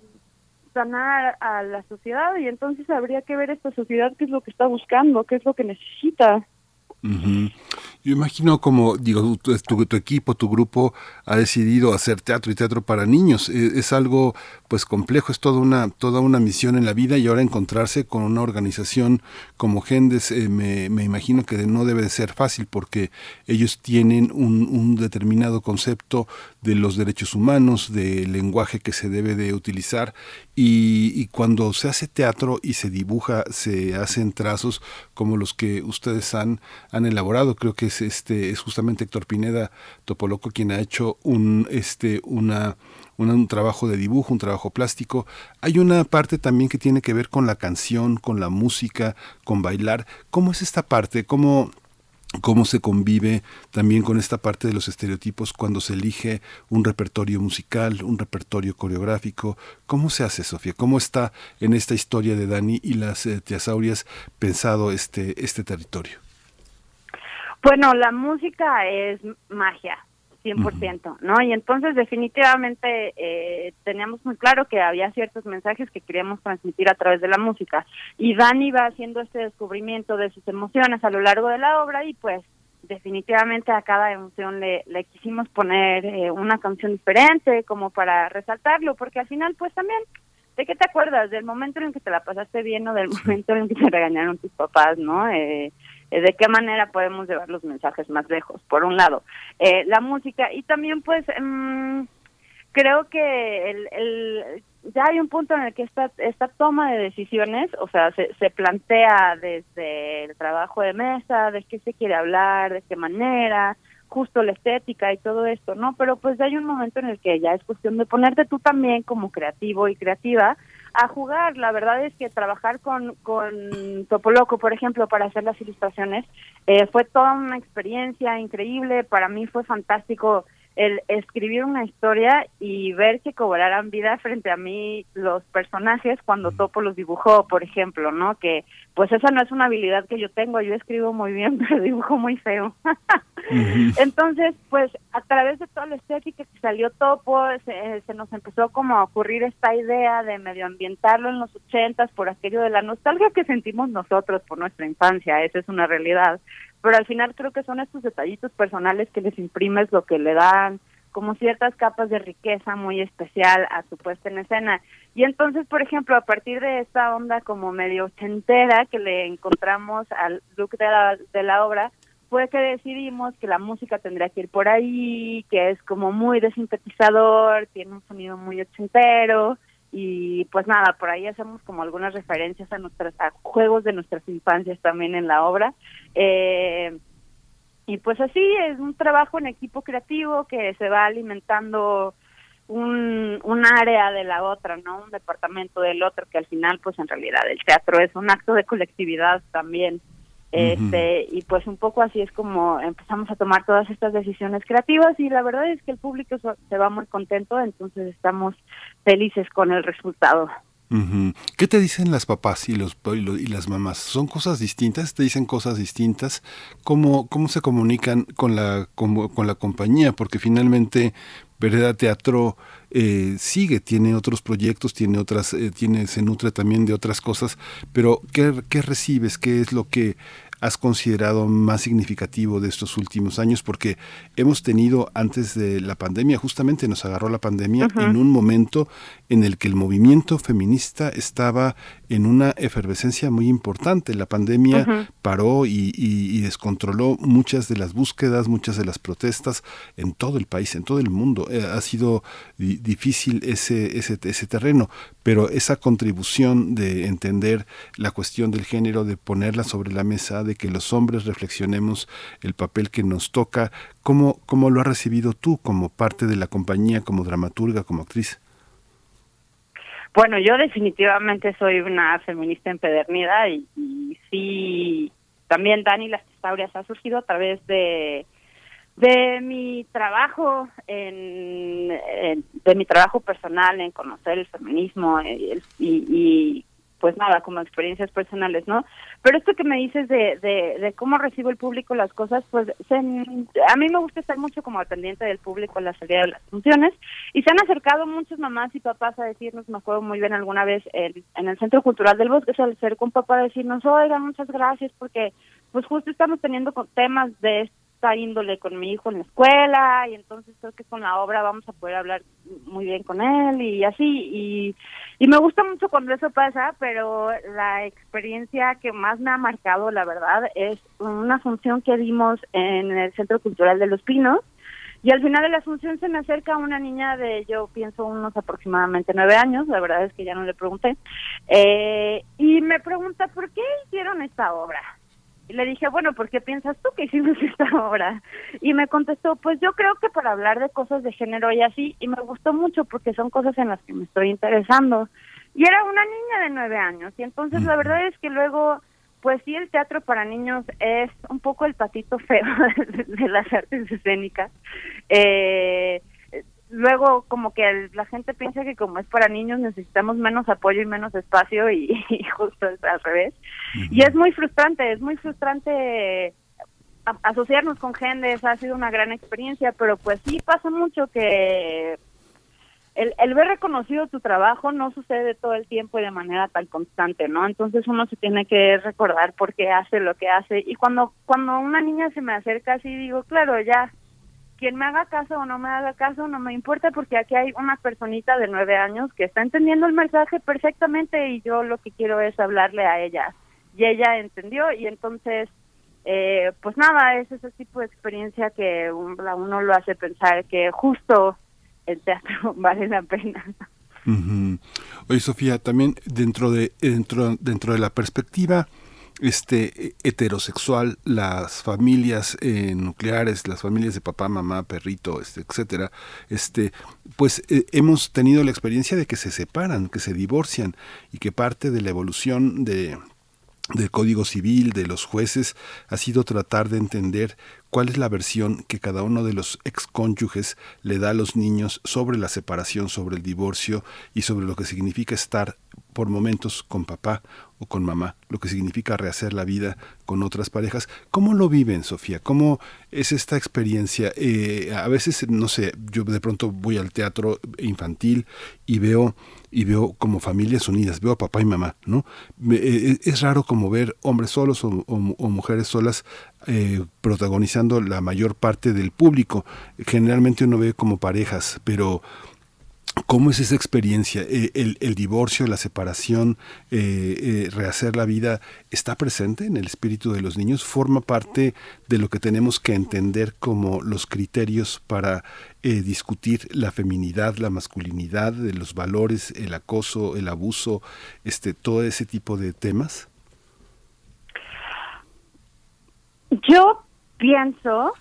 sanar a la sociedad y entonces habría que ver esta sociedad qué es lo que está buscando, qué es lo que necesita. Uh-huh. Yo imagino como, digo, tu, tu, tu equipo, tu grupo ha decidido hacer teatro y teatro para niños. Es, es algo pues complejo, es toda una toda una misión en la vida y ahora encontrarse con una organización como Gendes, eh, me, me imagino que no debe de ser fácil porque ellos tienen un, un determinado concepto de los derechos humanos, del lenguaje que se debe de utilizar y, y cuando se hace teatro y se dibuja, se hacen trazos como los que ustedes han han elaborado. Creo que es este es justamente Héctor Pineda Topoloco quien ha hecho un este una, una un trabajo de dibujo, un trabajo plástico. Hay una parte también que tiene que ver con la canción, con la música, con bailar. ¿Cómo es esta parte? ¿Cómo cómo se convive también con esta parte de los estereotipos cuando se elige un repertorio musical, un repertorio coreográfico. ¿Cómo se hace, Sofía? ¿Cómo está en esta historia de Dani y las eh, Teasaurias pensado este, este territorio? Bueno, la música es magia, cien por ciento, ¿no? Y entonces definitivamente eh, teníamos muy claro que había ciertos mensajes que queríamos transmitir a través de la música. Y Dani va haciendo este descubrimiento de sus emociones a lo largo de la obra y pues definitivamente a cada emoción le, le quisimos poner eh, una canción diferente como para resaltarlo, porque al final pues también, ¿de qué te acuerdas? ¿Del momento en el que te la pasaste bien o del momento en el que te regañaron tus papás, no? Eh, de qué manera podemos llevar los mensajes más lejos, por un lado, eh, la música, y también pues mmm, creo que el, el ya hay un punto en el que esta esta toma de decisiones, o sea, se, se plantea desde el trabajo de mesa, de qué se quiere hablar, de qué manera, justo la estética y todo esto, ¿no? Pero pues hay un momento en el que ya es cuestión de ponerte tú también como creativo y creativa a jugar. La verdad es que trabajar con, con Topoloco, por ejemplo, para hacer las ilustraciones, eh, fue toda una experiencia increíble. Para mí fue fantástico el escribir una historia y ver que cobraran vida frente a mí los personajes cuando Topo los dibujó, por ejemplo, ¿no? Que pues esa no es una habilidad que yo tengo, yo escribo muy bien, pero dibujo muy feo. Uh-huh. Entonces, pues a través de toda la estética que salió Topo, se, se nos empezó como a ocurrir esta idea de medioambientarlo en los ochentas por aquello de la nostalgia que sentimos nosotros por nuestra infancia, esa es una realidad. Pero al final creo que son estos detallitos personales que les imprimes lo que le dan como ciertas capas de riqueza muy especial a su puesta en escena. Y entonces, por ejemplo, a partir de esta onda como medio ochentera que le encontramos al look de la, de la obra, fue que decidimos que la música tendría que ir por ahí, que es como muy de sintetizador, tiene un sonido muy ochentero, y pues nada, por ahí hacemos como algunas referencias a nuestras a juegos de nuestras infancias también en la obra, eh, y pues así es un trabajo en equipo creativo que se va alimentando un, un área de la otra, ¿no? Un departamento del otro, que al final pues en realidad el teatro es un acto de colectividad también. Este, uh-huh. Y pues un poco así es como empezamos a tomar todas estas decisiones creativas y la verdad es que el público se va muy contento, entonces estamos felices con el resultado. Uh-huh. ¿Qué te dicen las papás y los y las mamás? ¿Son cosas distintas? ¿Te dicen cosas distintas? ¿Cómo, cómo se comunican con la, con, con la compañía? Porque finalmente Vereda Teatro eh, sigue, tiene otros proyectos, tiene otras, eh, tiene, se nutre también de otras cosas, pero ¿qué, qué recibes? ¿Qué es lo que has considerado más significativo de estos últimos años? Porque hemos tenido antes de la pandemia, justamente nos agarró la pandemia uh-huh. en un momento en el que el movimiento feminista estaba en una efervescencia muy importante. La pandemia uh-huh. paró y, y, y descontroló muchas de las búsquedas, muchas de las protestas en todo el país, en todo el mundo. Eh, ha sido di- difícil ese, ese, ese terreno, pero esa contribución de entender la cuestión del género, de ponerla sobre la mesa, de que los hombres reflexionemos el papel que nos toca, ¿cómo, cómo lo has recibido tú como parte de la compañía, como dramaturga, como actriz? Bueno, yo definitivamente soy una feminista empedernida y, y sí, también Dani Las Tesaurias ha surgido a través de de mi trabajo en, en de mi trabajo personal en conocer el feminismo y, y, y pues nada, como experiencias personales, ¿no? Pero esto que me dices de, de, de cómo recibe el público las cosas, pues se, a mí me gusta estar mucho como al pendiente del público en la salida de las funciones, y se han acercado muchos mamás y papás a decirnos, me acuerdo muy bien alguna vez en, en el Centro Cultural del Bosque, se acercó un papá a decirnos, oigan, muchas gracias, porque pues justo estamos teniendo temas de esta índole con mi hijo en la escuela, y entonces creo que con la obra vamos a poder hablar muy bien con él, y así, y, y me gusta mucho cuando eso pasa, pero la experiencia que más me ha marcado, la verdad, es una función que dimos en el Centro Cultural de Los Pinos, y al final de la función se me acerca una niña de, yo pienso, unos aproximadamente nueve años, la verdad es que ya no le pregunté, eh, y me pregunta, ¿por qué hicieron esta obra? Y le dije, bueno, ¿por qué piensas tú que hicimos esta obra? Y me contestó, pues yo creo que para hablar de cosas de género y así, y me gustó mucho porque son cosas en las que me estoy interesando. Y era una niña de nueve años, y entonces la verdad es que luego pues sí, el teatro para niños es un poco el patito feo de, de las artes escénicas. Eh, luego como que el, la gente piensa que como es para niños necesitamos menos apoyo y menos espacio y, y justo es al revés. Uh-huh. Y es muy frustrante, es muy frustrante a, asociarnos con gente, ha sido una gran experiencia, pero pues sí pasa mucho que el, el ver reconocido tu trabajo no sucede todo el tiempo y de manera tan constante, ¿no? Entonces uno se tiene que recordar por qué hace lo que hace, y cuando, cuando una niña se me acerca así digo, claro, ya, quien me haga caso o no me haga caso, no me importa, porque aquí hay una personita de nueve años que está entendiendo el mensaje perfectamente y yo lo que quiero es hablarle a ella. Y ella entendió y entonces, eh, pues nada, es ese tipo de experiencia que un, a uno lo hace pensar que justo el teatro vale la pena. Uh-huh. Oye, Sofía, también dentro de dentro dentro de la perspectiva este heterosexual, las familias eh, nucleares, las familias de papá, mamá, perrito, este, etcétera, este, pues eh, hemos tenido la experiencia de que se separan, que se divorcian, y que parte de la evolución de del Código Civil, de los jueces, ha sido tratar de entender cuál es la versión que cada uno de los excónyuges le da a los niños sobre la separación, sobre el divorcio y sobre lo que significa estar por momentos con papá o con mamá, lo que significa rehacer la vida con otras parejas. ¿Cómo lo viven, Sofía? ¿Cómo es esta experiencia? Eh, a veces, no sé, yo de pronto voy al teatro infantil y veo y veo como familias unidas, veo a papá y mamá, ¿no? Eh, es raro como ver hombres solos o, o, o mujeres solas eh, protagonizando la mayor parte del público. Generalmente uno ve como parejas, pero ¿cómo es esa experiencia? Eh, el, el divorcio, la separación, eh, eh, rehacer la vida, ¿está presente en el espíritu de los niños? ¿Forma parte de lo que tenemos que entender como los criterios para eh, discutir la feminidad, la masculinidad, de los valores, el acoso, el abuso, este, todo ese tipo de temas? Yo pienso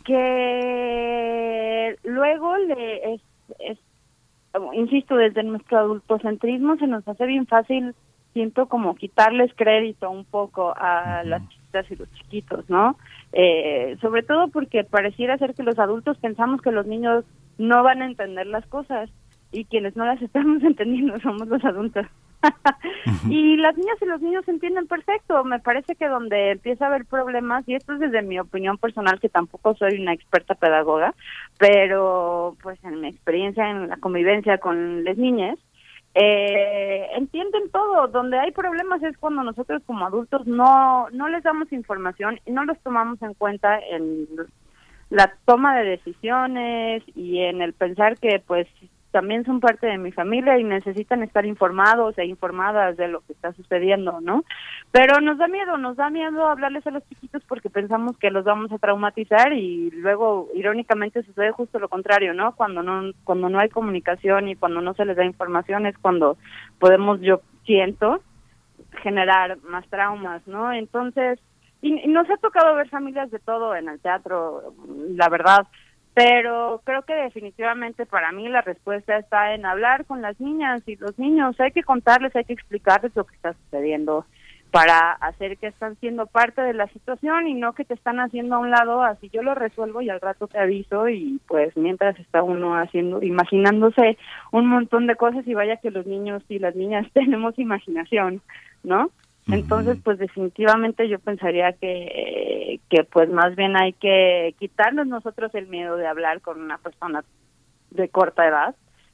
que luego le es, es insisto, desde nuestro adultocentrismo se nos hace bien fácil, siento, como quitarles crédito un poco a uh-huh. las chiquitas y los chiquitos, ¿no? Eh, sobre todo porque pareciera ser que los adultos pensamos que los niños no van a entender las cosas y quienes no las estamos entendiendo somos los adultos. Uh-huh. Y las niñas y los niños se entienden perfecto. Me parece que donde empieza a haber problemas, y esto es desde mi opinión personal, que tampoco soy una experta pedagoga, pero pues en mi experiencia en la convivencia con las niñas, eh, entienden todo. Donde hay problemas es cuando nosotros como adultos no, no les damos información y no los tomamos en cuenta en la toma de decisiones y en el pensar que pues también son parte de mi familia y necesitan estar informados e informadas de lo que está sucediendo, ¿no? Pero nos da miedo, nos da miedo hablarles a los chiquitos porque pensamos que los vamos a traumatizar y luego, irónicamente, sucede justo lo contrario, ¿no? Cuando no cuando no hay comunicación y cuando no se les da información es cuando podemos, yo siento, generar más traumas, ¿no? Entonces, y, y nos ha tocado ver familias de todo en el teatro, la verdad. Pero creo que definitivamente para mí la respuesta está en hablar con las niñas y los niños. Hay que contarles, hay que explicarles lo que está sucediendo para hacer que están siendo parte de la situación y no que te están haciendo a un lado, así yo lo resuelvo y al rato te aviso, y pues mientras está uno haciendo, imaginándose un montón de cosas, y vaya que los niños y las niñas tenemos imaginación, ¿no? Entonces, pues definitivamente yo pensaría que, que pues más bien hay que quitarnos nosotros el miedo de hablar con una persona de corta edad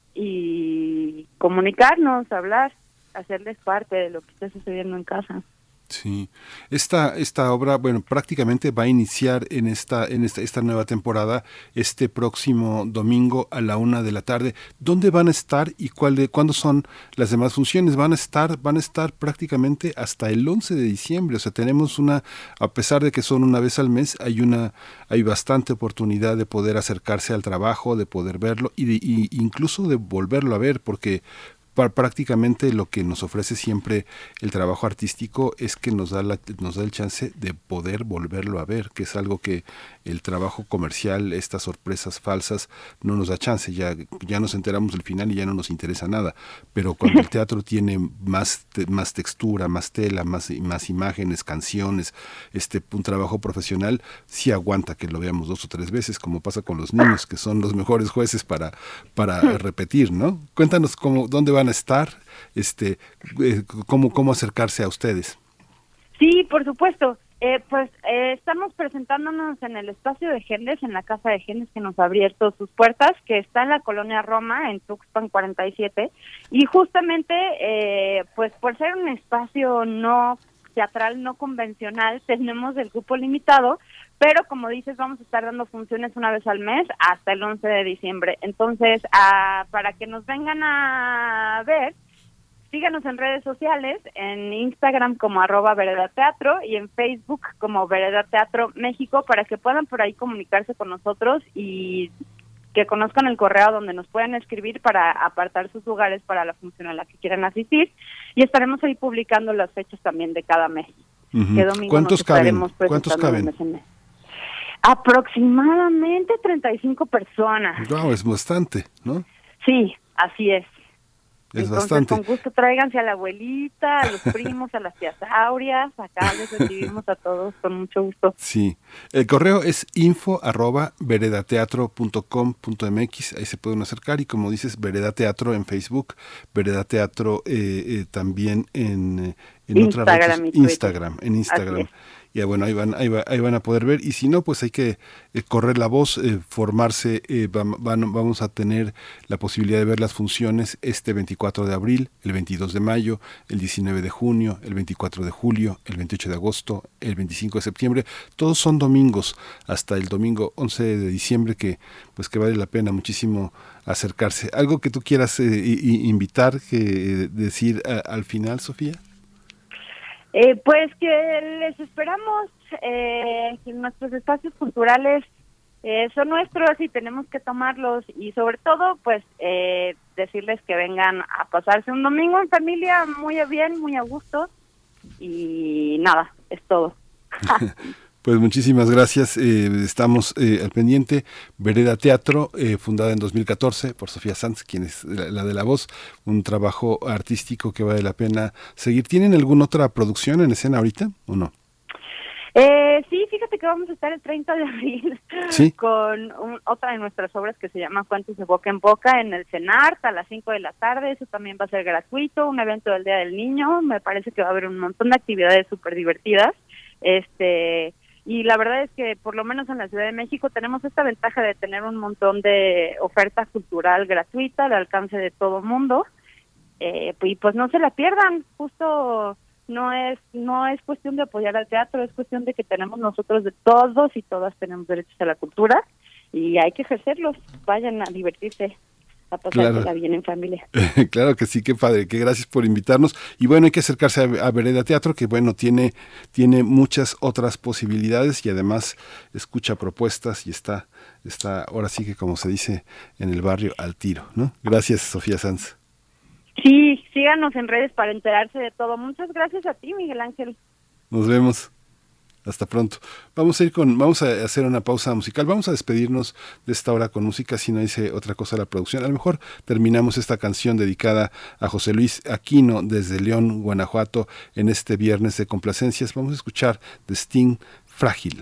y comunicarnos, hablar, hacerles parte de lo que está sucediendo en casa. Sí, esta esta obra, bueno, prácticamente va a iniciar en esta en esta esta nueva temporada este próximo domingo a la una de la tarde. ¿Dónde van a estar y cuál de cuándo son las demás funciones? Van a estar van a estar prácticamente hasta el once de diciembre. O sea, tenemos una, a pesar de que son una vez al mes, hay una hay bastante oportunidad de poder acercarse al trabajo, de poder verlo y, de, y incluso de volverlo a ver, porque pa- prácticamente lo que nos ofrece siempre el trabajo artístico es que nos da, la, nos da el chance de poder volverlo a ver, que es algo que el trabajo comercial, estas sorpresas falsas, no nos da chance. Ya, ya nos enteramos del final y ya no nos interesa nada. Pero cuando el teatro tiene más, te- más textura, más tela, más, más imágenes, canciones, este, un trabajo profesional, sí aguanta que lo veamos dos o tres veces, como pasa con los niños, que son los mejores jueces para, para repetir, ¿no? Cuéntanos cómo, dónde van a estar, este, eh, cómo, cómo acercarse a ustedes. Sí, por supuesto. Eh, pues eh, estamos presentándonos en el espacio de Gendes, en la Casa de Gendes que nos ha abierto sus puertas, que está en la colonia Roma, en Tuxpan cuarenta y siete, y justamente, eh, pues por ser un espacio no teatral, no convencional, tenemos el cupo limitado, pero como dices, vamos a estar dando funciones una vez al mes hasta el once de diciembre. Entonces, ah, para que nos vengan a ver, síganos en redes sociales, en Instagram como arroba Vereda Teatro y en Facebook como Vereda Teatro México, para que puedan por ahí comunicarse con nosotros y que conozcan el correo donde nos puedan escribir para apartar sus lugares para la función a la que quieran asistir, y estaremos ahí publicando las fechas también de cada mes. Uh-huh. Que domingo ¿Cuántos nos caben? estaremos ¿Cuántos presentando caben? mes en mes. Aproximadamente treinta y cinco personas. Wow, es bastante, ¿no? Sí, así es. Es Entonces, bastante. con gusto tráiganse a la abuelita, a los primos, a las tías Aurias, acá les recibimos a todos con mucho gusto. Sí, el correo es info arroba veredateatro punto com punto mx, ahí se pueden acercar, y como dices, Vereda Teatro en Facebook, Vereda Teatro eh, eh, también en, eh, en Instagram otra red, y Twitter. Instagram, en Instagram. Así es. Y bueno, ahí van, ahí, va- ahí van a poder ver, y si no, pues hay que eh, correr la voz, eh, formarse, eh, vam- van- vamos a tener la posibilidad de ver las funciones este veinticuatro de abril, el veintidós de mayo, el diecinueve de junio, el veinticuatro de julio, el veintiocho de agosto, el veinticinco de septiembre, todos son domingos, hasta el domingo once de diciembre, que pues que vale la pena muchísimo acercarse. ¿Algo que tú quieras eh, i- i- invitar, que eh, decir a- al final, Sofía? Eh, pues que les esperamos, eh, que nuestros espacios culturales eh, son nuestros y tenemos que tomarlos, y sobre todo pues eh, decirles que vengan a pasarse un domingo en familia muy a bien, muy a gusto, y nada, es todo. Pues muchísimas gracias, eh, estamos eh, al pendiente. Vereda Teatro, eh, fundada en dos mil catorce por Sofía Sanz, quien es la, la de la voz, un trabajo artístico que vale la pena seguir. ¿Tienen alguna otra producción en escena ahorita o no? Eh, sí, fíjate que vamos a estar el treinta de abril ¿Sí? con un- otra de nuestras obras que se llama Cuentos de Boca en Boca en el CENART a las cinco de la tarde. Eso también va a ser gratuito, un evento del Día del Niño. Me parece que va a haber un montón de actividades súper divertidas. Este, y la verdad es que por lo menos en la Ciudad de México tenemos esta ventaja de tener un montón de oferta cultural gratuita al alcance de todo mundo. Eh, y pues no se la pierdan, justo no es no es cuestión de apoyar al teatro, es cuestión de que tenemos nosotros, de todos y todas tenemos derechos a la cultura, y hay que ejercerlos. Vayan a divertirse, a pasársela Claro. bien en familia. Claro que sí, qué padre, que gracias por invitarnos. Y bueno, hay que acercarse a, a Vereda Teatro, que bueno, tiene, tiene muchas otras posibilidades, y además escucha propuestas y está, está ahora sí que, como se dice en el barrio, al tiro, ¿no? Gracias, Sofía Sanz. Sí, síganos en redes para enterarse de todo. Muchas gracias a ti, Miguel Ángel. Nos vemos. Hasta pronto. Vamos a ir con, vamos a hacer una pausa musical. Vamos a despedirnos de esta hora con música, si no dice otra cosa la producción. A lo mejor terminamos esta canción dedicada a José Luis Aquino desde León, Guanajuato, en este viernes de complacencias. Vamos a escuchar de Sting, Frágil.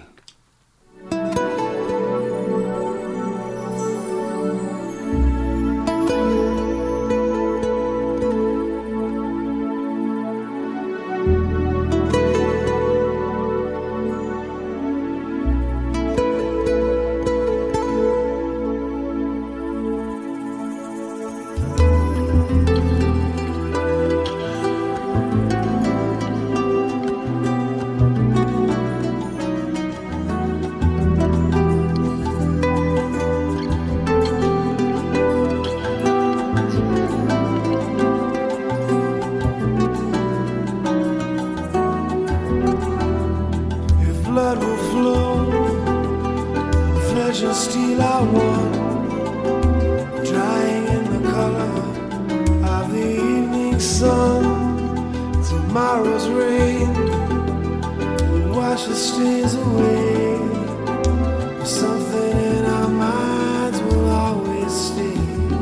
tomorrow's rain wash the stains away. Something in our minds will always stay.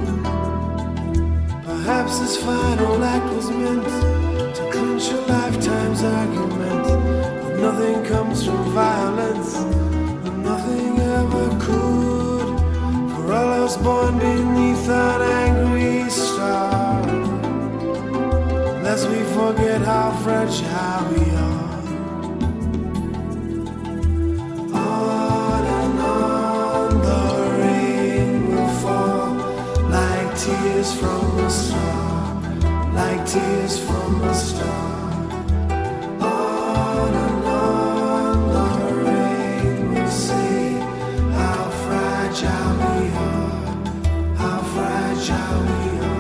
Perhaps this final act was meant to clinch a lifetime's argument. But nothing comes from violence, and nothing ever could. For all I was born beneath an angry star. Lest we forget how fragile we are. On and on the rain will fall like tears from a star, like tears from a star. On and on the rain will say how fragile we are, how fragile we are.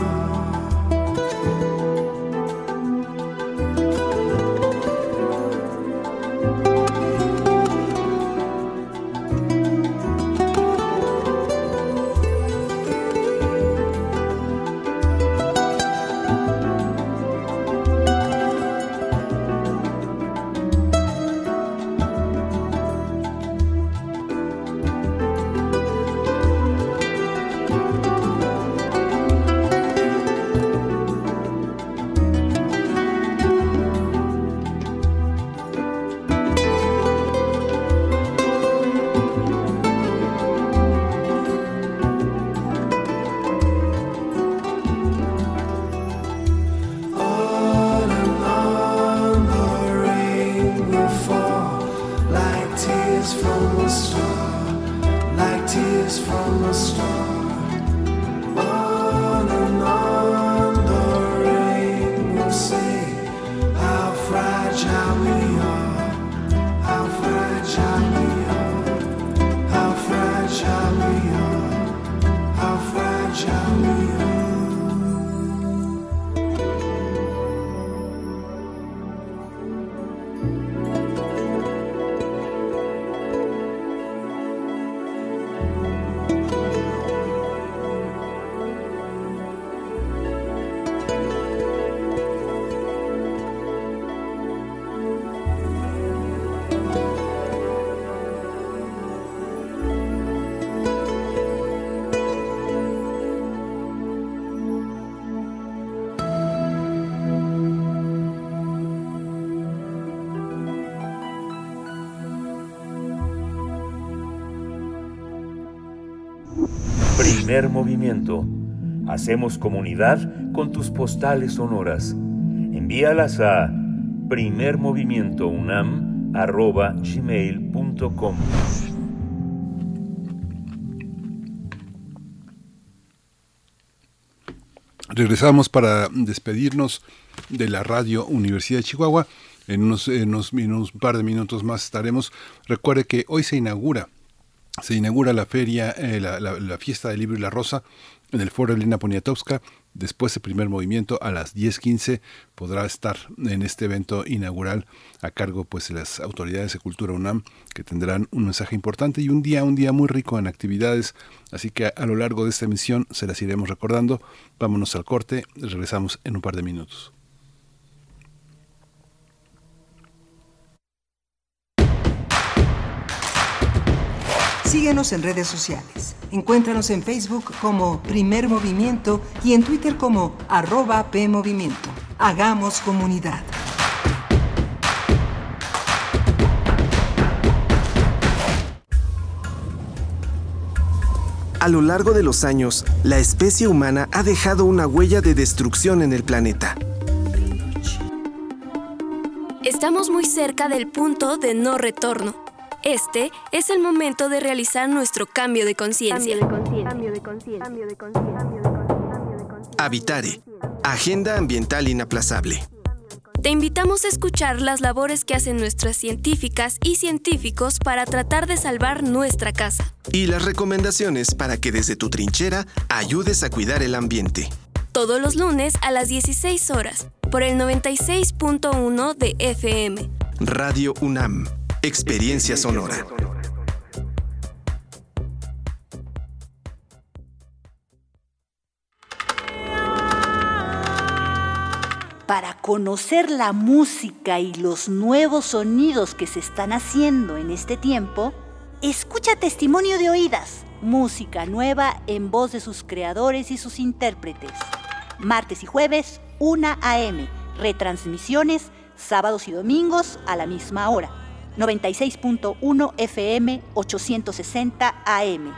Primer movimiento. Hacemos comunidad con tus postales sonoras. Envíalas a primermovimientounam arroba gmail punto com. Regresamos para despedirnos de la Radio Universidad de Chihuahua. En unos, en unos, en unos par de minutos más estaremos. Recuerde que hoy se inaugura Se inaugura la feria, eh, la, la, la fiesta del libro y la rosa en el Foro Elena Poniatowska. Después del primer movimiento a las diez quince podrá estar en este evento inaugural a cargo pues de las autoridades de Cultura UNAM, que tendrán un mensaje importante y un día, un día muy rico en actividades. Así que a, a lo largo de esta emisión se las iremos recordando. Vámonos al corte, regresamos en un par de minutos. Síguenos en redes sociales. Encuéntranos en Facebook como Primer Movimiento y en Twitter como arroba PMovimiento. Hagamos comunidad. A lo largo de los años, la especie humana ha dejado una huella de destrucción en el planeta. Estamos muy cerca del punto de no retorno. Este es el momento de realizar nuestro cambio de conciencia. Habitare, Agenda Ambiental Inaplazable. Te invitamos a escuchar las labores que hacen nuestras científicas y científicos para tratar de salvar nuestra casa. Y las recomendaciones para que desde tu trinchera ayudes a cuidar el ambiente. Todos los lunes a las dieciséis horas, por el noventa y seis punto uno de F M. Radio UNAM. Experiencia sonora. Para conocer la música y los nuevos sonidos que se están haciendo en este tiempo, escucha Testimonio de Oídas, música nueva en voz de sus creadores y sus intérpretes. Martes y jueves, una a eme. Retransmisiones, sábados y domingos a la misma hora. noventa y seis punto uno efe eme, ochocientos sesenta a eme.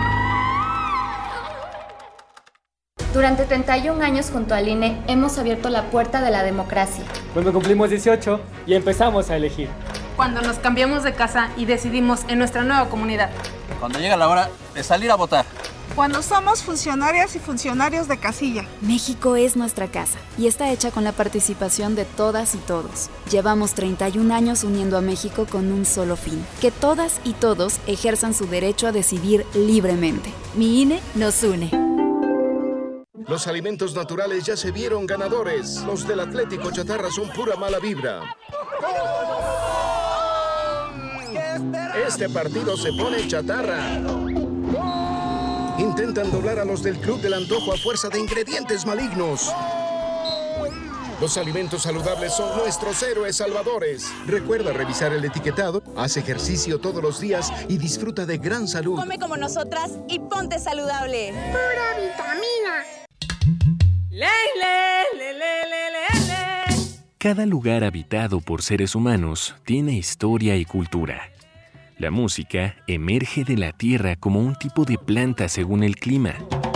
Durante treinta y un años junto al I N E hemos abierto la puerta de la democracia. Cuando cumplimos dieciocho y empezamos a elegir. Cuando nos cambiamos de casa y decidimos en nuestra nueva comunidad. Cuando llega la hora de salir a votar. Cuando somos funcionarias y funcionarios de casilla. México es nuestra casa y está hecha con la participación de todas y todos. Llevamos treinta y un años uniendo a México con un solo fin: que todas y todos ejerzan su derecho a decidir libremente. Mi I N E nos une. Los alimentos naturales ya se vieron ganadores. Los del Atlético Chatarra son pura mala vibra. Este partido se pone chatarra. Intentan doblar a los del Club del Antojo a fuerza de ingredientes malignos. Los alimentos saludables son nuestros héroes salvadores. Recuerda revisar el etiquetado, haz ejercicio todos los días y disfruta de gran salud. Come como nosotras y ponte saludable. Pura vitamina. Le, le, le, le, le, le. Cada lugar habitado por seres humanos tiene historia y cultura. La música emerge de la tierra como un tipo de planta según el clima.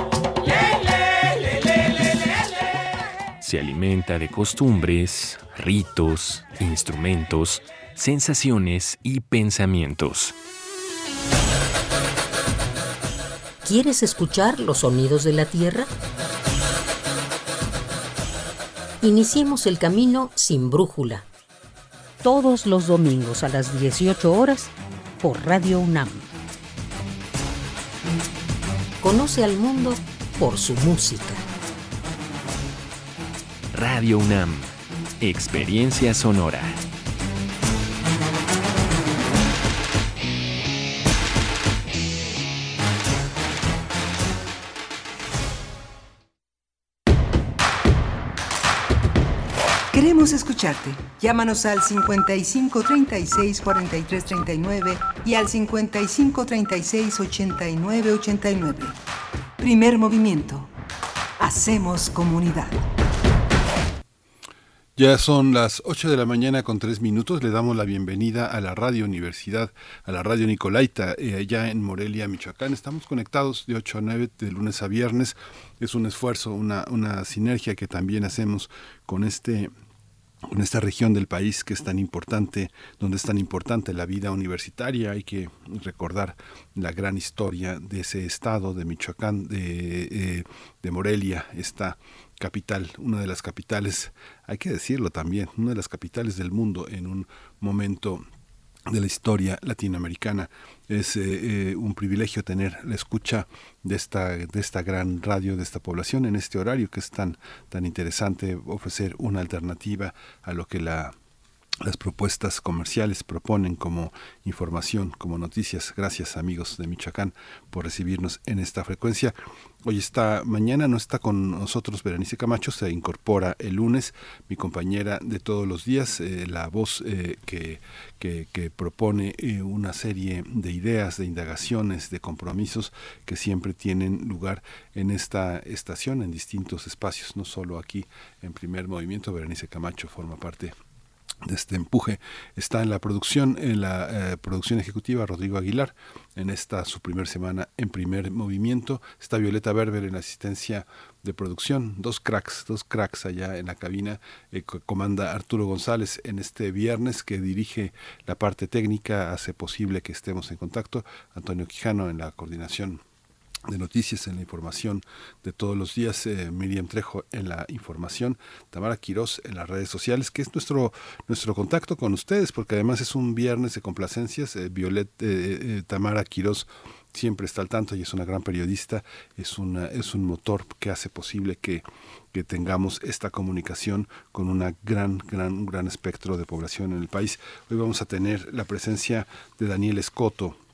Se alimenta de costumbres, ritos, instrumentos, sensaciones y pensamientos. ¿Quieres escuchar los sonidos de la tierra? Iniciemos el camino sin brújula. Todos los domingos a las dieciocho horas por Radio UNAM. Conoce al mundo por su música. Radio UNAM. Experiencia sonora. Queremos escucharte. Llámanos al cincuenta y cinco treinta y seis cuarenta y tres treinta y nueve y al cincuenta y cinco treinta y seis ochenta y nueve ochenta y nueve. Primer movimiento. Hacemos comunidad. Ya son las ocho de la mañana con tres minutos. Le damos la bienvenida a la Radio Universidad, a la Radio Nicolaita, eh, allá en Morelia, Michoacán. Estamos conectados de ocho a nueve, de lunes a viernes. Es un esfuerzo, una, una sinergia que también hacemos con este... en esta región del país que es tan importante, donde es tan importante la vida universitaria. Hay que recordar la gran historia de ese estado de Michoacán, de, eh, de Morelia, esta capital, una de las capitales, hay que decirlo también, una de las capitales del mundo en un momento de la historia latinoamericana. Es eh, eh, un privilegio tener la escucha de esta de esta gran radio, de esta población en este horario que es tan tan interesante, ofrecer una alternativa a lo que la las propuestas comerciales proponen como información, como noticias. Gracias, amigos de Michoacán, por recibirnos en esta frecuencia. Hoy esta mañana no está con nosotros Berenice Camacho, se incorpora el lunes, mi compañera de todos los días, eh, la voz eh, que, que, que propone eh, una serie de ideas, de indagaciones, de compromisos que siempre tienen lugar en esta estación, en distintos espacios, no solo aquí en Primer Movimiento. Berenice Camacho forma parte de este empuje. Está en la producción, en la eh, producción ejecutiva Rodrigo Aguilar, en esta su primer semana en Primer Movimiento. Está Violeta Berber en la asistencia de producción, dos cracks, dos cracks allá en la cabina. Eh, comanda Arturo González en este viernes, que dirige la parte técnica, hace posible que estemos en contacto. Antonio Quijano en la coordinación de noticias, en la información de todos los días, eh, Miriam Trejo en la información, Tamara Quirós en las redes sociales, que es nuestro nuestro contacto con ustedes, porque además es un viernes de complacencias. eh, Violet, eh, eh, Tamara Quirós siempre está al tanto y es una gran periodista, es una es un motor que hace posible que que tengamos esta comunicación con una gran gran un gran espectro de población en el país. Hoy vamos a tener la presencia de Daniel Escoto,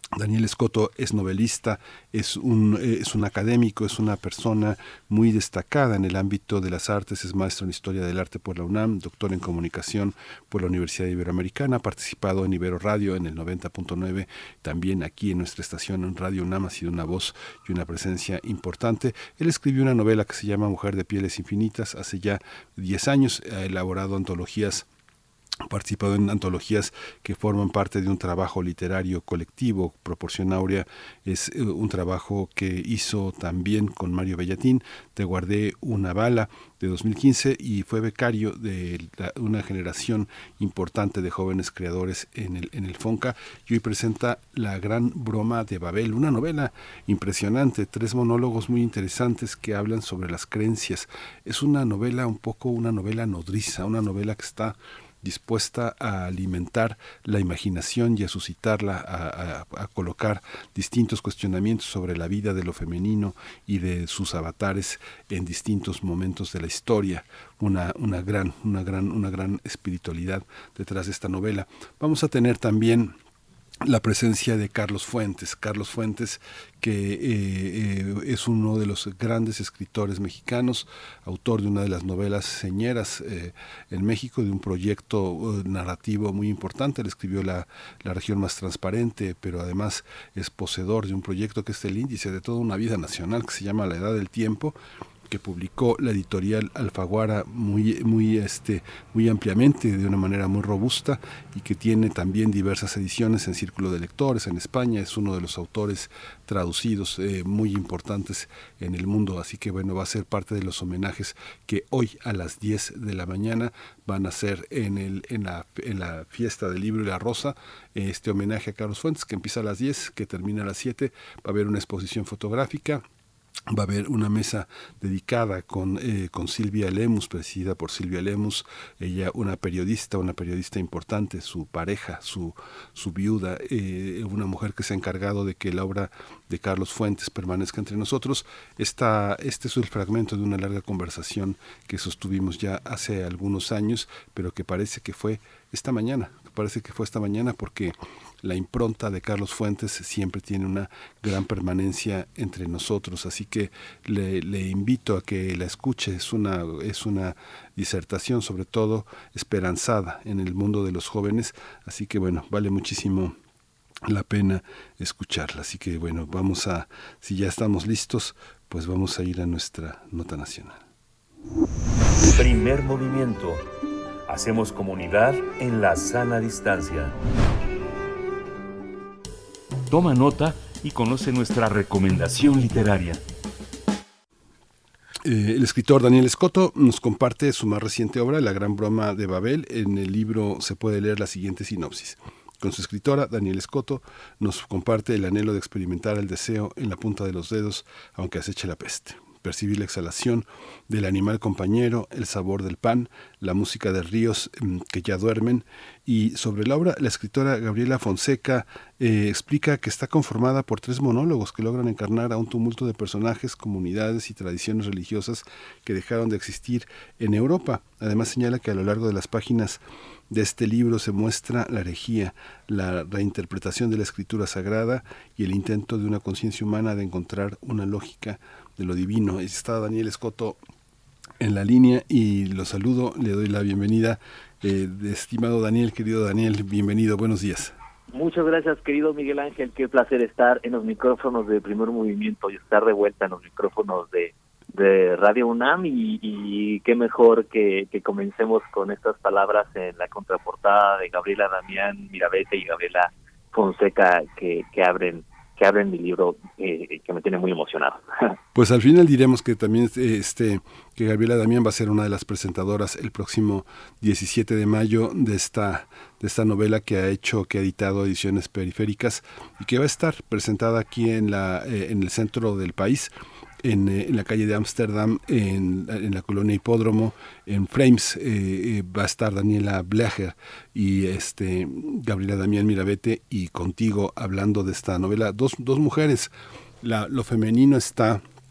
Daniel Escoto es novelista, es un, es un académico, es una persona muy destacada en el ámbito de las artes, es maestro en Historia del Arte por la UNAM, doctor en Comunicación por la Universidad Iberoamericana, ha participado en Ibero Radio en el noventa punto nueve, también aquí en nuestra estación en Radio UNAM ha sido una voz y una presencia importante. Él escribió una novela que se llama Mujer de Pieles Infinitas hace ya diez años, ha elaborado antologías, participado en antologías que forman parte de un trabajo literario colectivo. Proporción Áurea es eh, un trabajo que hizo también con Mario Bellatín. Te guardé una bala, de dos mil quince, y fue becario de la, una generación importante de jóvenes creadores en el, en el FONCA, y hoy presenta La Gran Broma de Babel, una novela impresionante, tres monólogos muy interesantes que hablan sobre las creencias. Es una novela un poco una novela nodriza, una novela que está dispuesta a alimentar la imaginación y a suscitarla, a, a, a colocar distintos cuestionamientos sobre la vida de lo femenino y de sus avatares en distintos momentos de la historia. Una, una gran, una gran, una gran espiritualidad detrás de esta novela. Vamos a tener también la presencia de Carlos Fuentes. Carlos Fuentes, que eh, eh, es uno de los grandes escritores mexicanos, autor de una de las novelas señeras eh, en México, de un proyecto uh, narrativo muy importante. Él escribió la, la región más transparente, pero además es poseedor de un proyecto que es el índice de toda una vida nacional, que se llama La Edad del Tiempo, que publicó la editorial Alfaguara muy, muy, este, muy ampliamente, de una manera muy robusta, y que tiene también diversas ediciones en Círculo de Lectores en España. Es uno de los autores traducidos eh, muy importantes en el mundo, así que bueno, va a ser parte de los homenajes que hoy a las diez de la mañana van a ser en, el, en, la, en la fiesta del libro y la rosa, este homenaje a Carlos Fuentes, que empieza a las diez, que termina a las siete. Va a haber una exposición fotográfica. Va a haber una mesa dedicada con, eh, con Silvia Lemus, presidida por Silvia Lemus, ella una periodista, una periodista importante, su pareja, su, su viuda, eh, una mujer que se ha encargado de que la obra de Carlos Fuentes permanezca entre nosotros. Esta, este es el fragmento de una larga conversación que sostuvimos ya hace algunos años, pero que parece que fue esta mañana, parece que fue esta mañana porque la impronta de Carlos Fuentes siempre tiene una gran permanencia entre nosotros, así que le, le invito a que la escuche. Es una, es una disertación sobre todo esperanzada en el mundo de los jóvenes, así que bueno, vale muchísimo la pena escucharla. Así que bueno, vamos a, si ya estamos listos, pues vamos a ir a nuestra nota nacional. Primer movimiento. Hacemos comunidad en la sana distancia. Toma nota y conoce nuestra recomendación literaria. Eh, el escritor Daniel Escoto nos comparte su más reciente obra, La Gran Broma de Babel. En el libro se puede leer la siguiente sinopsis. Con su escritora, Daniel Escoto, nos comparte el anhelo de experimentar el deseo en la punta de los dedos, aunque aceche la peste. Percibir la exhalación del animal compañero, el sabor del pan, la música de ríos mmm, que ya duermen. Y sobre la obra, la escritora Gabriela Fonseca eh, explica que está conformada por tres monólogos que logran encarnar a un tumulto de personajes, comunidades y tradiciones religiosas que dejaron de existir en Europa. Además señala que a lo largo de las páginas de este libro se muestra la herejía, la reinterpretación de la escritura sagrada y el intento de una conciencia humana de encontrar una lógica de lo divino. Está Daniel Escoto en la línea y lo saludo, le doy la bienvenida. Eh, de estimado Daniel, querido Daniel, bienvenido, buenos días. Muchas gracias, querido Miguel Ángel, qué placer estar en los micrófonos de Primer Movimiento y estar de vuelta en los micrófonos de, de Radio UNAM y, y qué mejor que, que comencemos con estas palabras en la contraportada de Gabriela Damián Mirabete y Gabriela Fonseca que, que abren que abren mi libro, eh, que me tiene muy emocionado. Pues al final diremos que también este que Gabriela Damián va a ser una de las presentadoras el próximo diecisiete de mayo de esta de esta novela que ha hecho, que ha editado Ediciones Periféricas y que va a estar presentada aquí en la eh, en el centro del país. En, en la calle de Ámsterdam, en, en la colonia Hipódromo, en Frames, eh, eh, va a estar Daniela Blecher y este Gabriela Damián Mirabete y contigo hablando de esta novela. Dos, dos mujeres, la, lo femenino está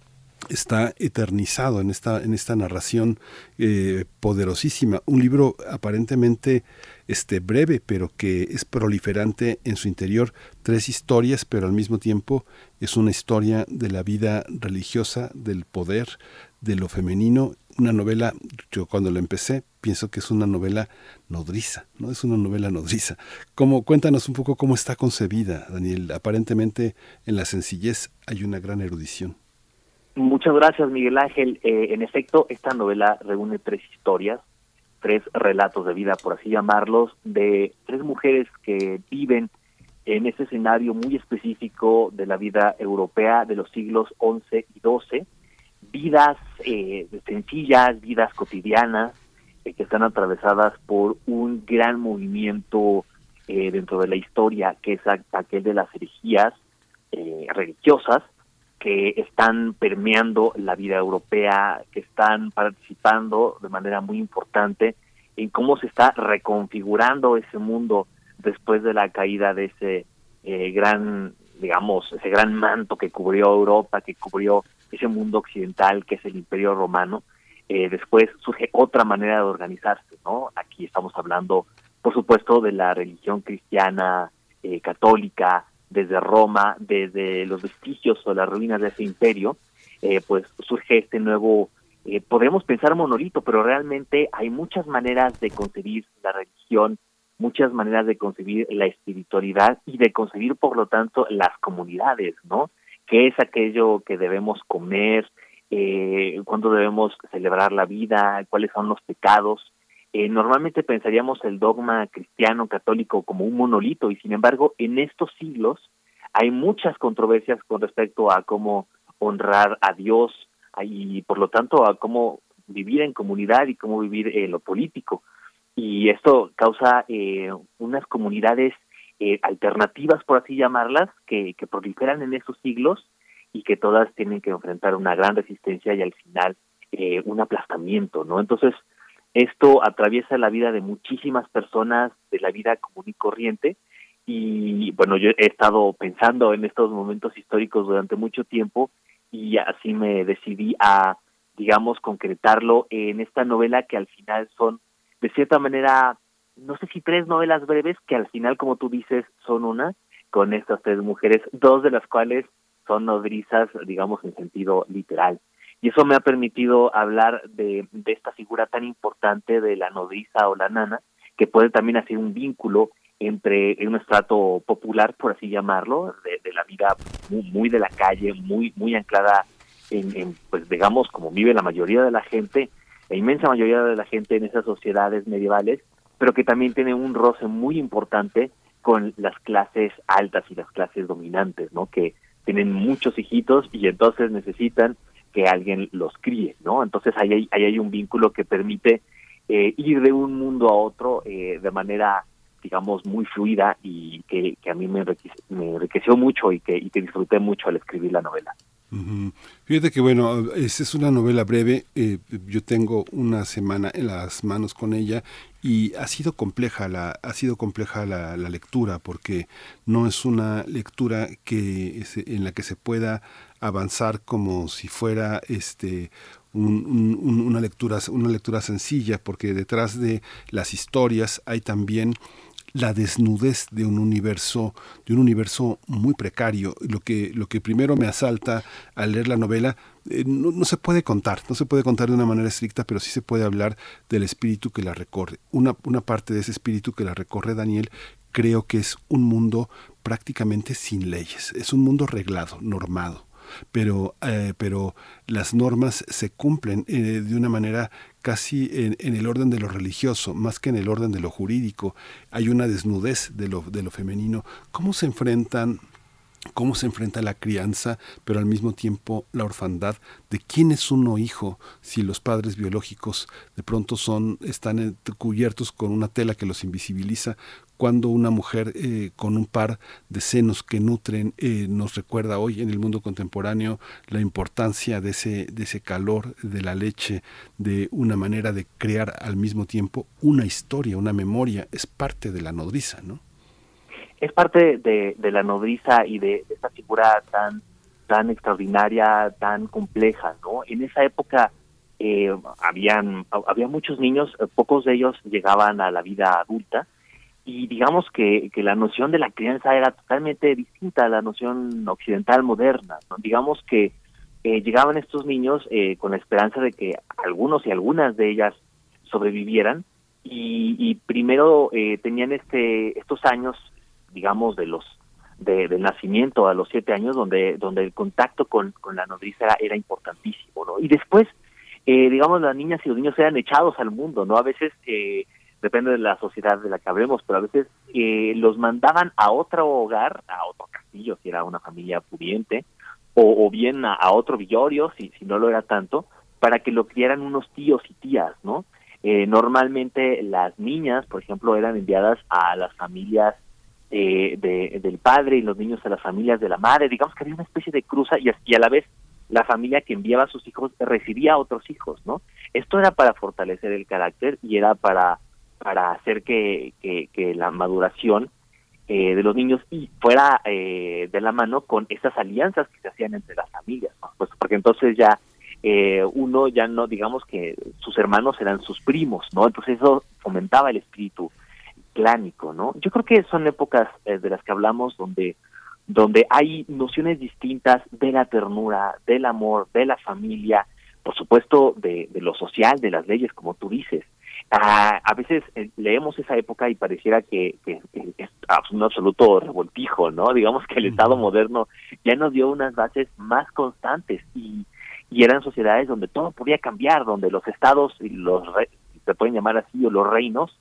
está eternizado en esta, en esta narración eh, poderosísima. Un libro aparentemente este, breve, pero que es proliferante en su interior. Tres historias, pero al mismo tiempo es una historia de la vida religiosa, del poder, de lo femenino. Una novela, yo cuando la empecé, pienso que es una novela nodriza, ¿no? Es una novela nodriza. ¿Cómo, cuéntanos un poco cómo está concebida, Daniel. Aparentemente en la sencillez hay una gran erudición. Muchas gracias, Miguel Ángel. Eh, en efecto, esta novela reúne tres historias, tres relatos de vida, por así llamarlos, de tres mujeres que viven en ese escenario muy específico de la vida europea de los siglos once y doce, vidas eh, sencillas, vidas cotidianas, eh, que están atravesadas por un gran movimiento eh, dentro de la historia, que es aquel de las herejías eh, religiosas, que están permeando la vida europea, que están participando de manera muy importante en cómo se está reconfigurando ese mundo después de la caída de ese eh, gran, digamos, ese gran manto que cubrió Europa, que cubrió ese mundo occidental que es el Imperio Romano. Eh, después surge otra manera de organizarse, ¿no? Aquí estamos hablando, por supuesto, de la religión cristiana eh, católica, desde Roma, desde los vestigios o las ruinas de ese imperio, eh, pues surge este nuevo, eh, podemos pensar monolito, pero realmente hay muchas maneras de concebir la religión, muchas maneras de concebir la espiritualidad y de concebir, por lo tanto, las comunidades, ¿no? ¿Qué es aquello que debemos comer? Eh, ¿Cuándo debemos celebrar la vida? ¿Cuáles son los pecados? Eh, normalmente pensaríamos el dogma cristiano católico como un monolito y sin embargo en estos siglos hay muchas controversias con respecto a cómo honrar a Dios y por lo tanto a cómo vivir en comunidad y cómo vivir en lo político. Y esto causa eh, unas comunidades eh, alternativas, por así llamarlas, que, que proliferan en esos siglos y que todas tienen que enfrentar una gran resistencia y al final eh, un aplastamiento, ¿no? Entonces, esto atraviesa la vida de muchísimas personas, de la vida común y corriente, y bueno, yo he estado pensando en estos momentos históricos durante mucho tiempo y así me decidí a, digamos, concretarlo en esta novela que al final son, de cierta manera, no sé si tres novelas breves, que al final, como tú dices, son una, con estas tres mujeres, dos de las cuales son nodrizas, digamos, en sentido literal. Y eso me ha permitido hablar de, de esta figura tan importante de la nodriza o la nana, que puede también hacer un vínculo entre un estrato popular, por así llamarlo, de, de la vida muy, muy de la calle, muy muy anclada en, en, pues digamos, como vive la mayoría de la gente, la inmensa mayoría de la gente en esas sociedades medievales, pero que también tiene un roce muy importante con las clases altas y las clases dominantes, ¿no? Que tienen muchos hijitos y entonces necesitan que alguien los críe, ¿no? Entonces ahí hay, ahí hay un vínculo que permite eh, ir de un mundo a otro eh, de manera, digamos, muy fluida y que, que a mí me enriqueció, me enriqueció mucho y que, y que disfruté mucho al escribir la novela. Uh-huh. Fíjate que bueno, es, es una novela breve, eh, yo tengo una semana en las manos con ella y ha sido compleja la ha sido compleja la, la lectura porque no es una lectura que es, en la que se pueda avanzar como si fuera este un, un, una lectura una lectura sencilla, porque detrás de las historias hay también la desnudez de un universo de un universo muy precario. Lo que lo que primero me asalta al leer la novela, eh, no, no se puede contar, no se puede contar de una manera estricta, pero sí se puede hablar del espíritu que la recorre. Una una parte de ese espíritu que la recorre, Daniel, creo que es un mundo prácticamente sin leyes, es un mundo reglado, normado. Pero, eh, pero las normas se cumplen eh, de una manera casi en, en el orden de lo religioso, más que en el orden de lo jurídico. Hay una desnudez de lo, de lo femenino. ¿Cómo se enfrentan, cómo se enfrenta la crianza, pero al mismo tiempo la orfandad? ¿De quién es uno hijo si los padres biológicos de pronto son están cubiertos con una tela que los invisibiliza? Cuando una mujer eh, con un par de senos que nutren eh, nos recuerda hoy en el mundo contemporáneo la importancia de ese de ese calor de la leche, de una manera de crear al mismo tiempo una historia, una memoria, es parte de la nodriza, ¿no? Es parte de, de la nodriza y de, de esta figura tan tan extraordinaria, tan compleja, ¿no? En esa época eh, habían había muchos niños, pocos de ellos llegaban a la vida adulta, y digamos que, que la noción de la crianza era totalmente distinta a la noción occidental moderna, ¿no? Digamos que eh, llegaban estos niños eh, con la esperanza de que algunos y algunas de ellas sobrevivieran, y, y primero eh, tenían este estos años, digamos, de los de, del nacimiento a los siete años, donde donde el contacto con, con la nodriza era, era importantísimo, ¿no? Y después, eh, digamos, las niñas y los niños eran echados al mundo, ¿no? A veces eh, depende de la sociedad de la que hablemos, pero a veces eh, los mandaban a otro hogar, a otro castillo, si era una familia pudiente, o, o bien a, a otro villorio, si, si no lo era tanto, para que lo criaran unos tíos y tías, ¿no? Eh, normalmente las niñas, por ejemplo, eran enviadas a las familias eh, de, del padre y los niños a las familias de la madre. Digamos que había una especie de cruza, y, y a la vez la familia que enviaba a sus hijos recibía a otros hijos, ¿no? Esto era para fortalecer el carácter y era para para hacer que, que, que la maduración eh, de los niños y fuera eh, de la mano con esas alianzas que se hacían entre las familias, ¿no? Pues porque entonces ya eh, uno ya no, digamos que sus hermanos eran sus primos, ¿no? Entonces eso fomentaba el espíritu clánico, ¿no? Yo creo que son épocas eh, de las que hablamos donde donde hay nociones distintas de la ternura, del amor, de la familia, por supuesto de, de lo social, de las leyes, como tú dices. Ah, a veces eh, leemos esa época y pareciera que, que, que es un absoluto revoltijo, ¿no? Digamos que el Estado moderno ya nos dio unas bases más constantes y, y eran sociedades donde todo podía cambiar, donde los estados y los re, se pueden llamar así, o los reinos,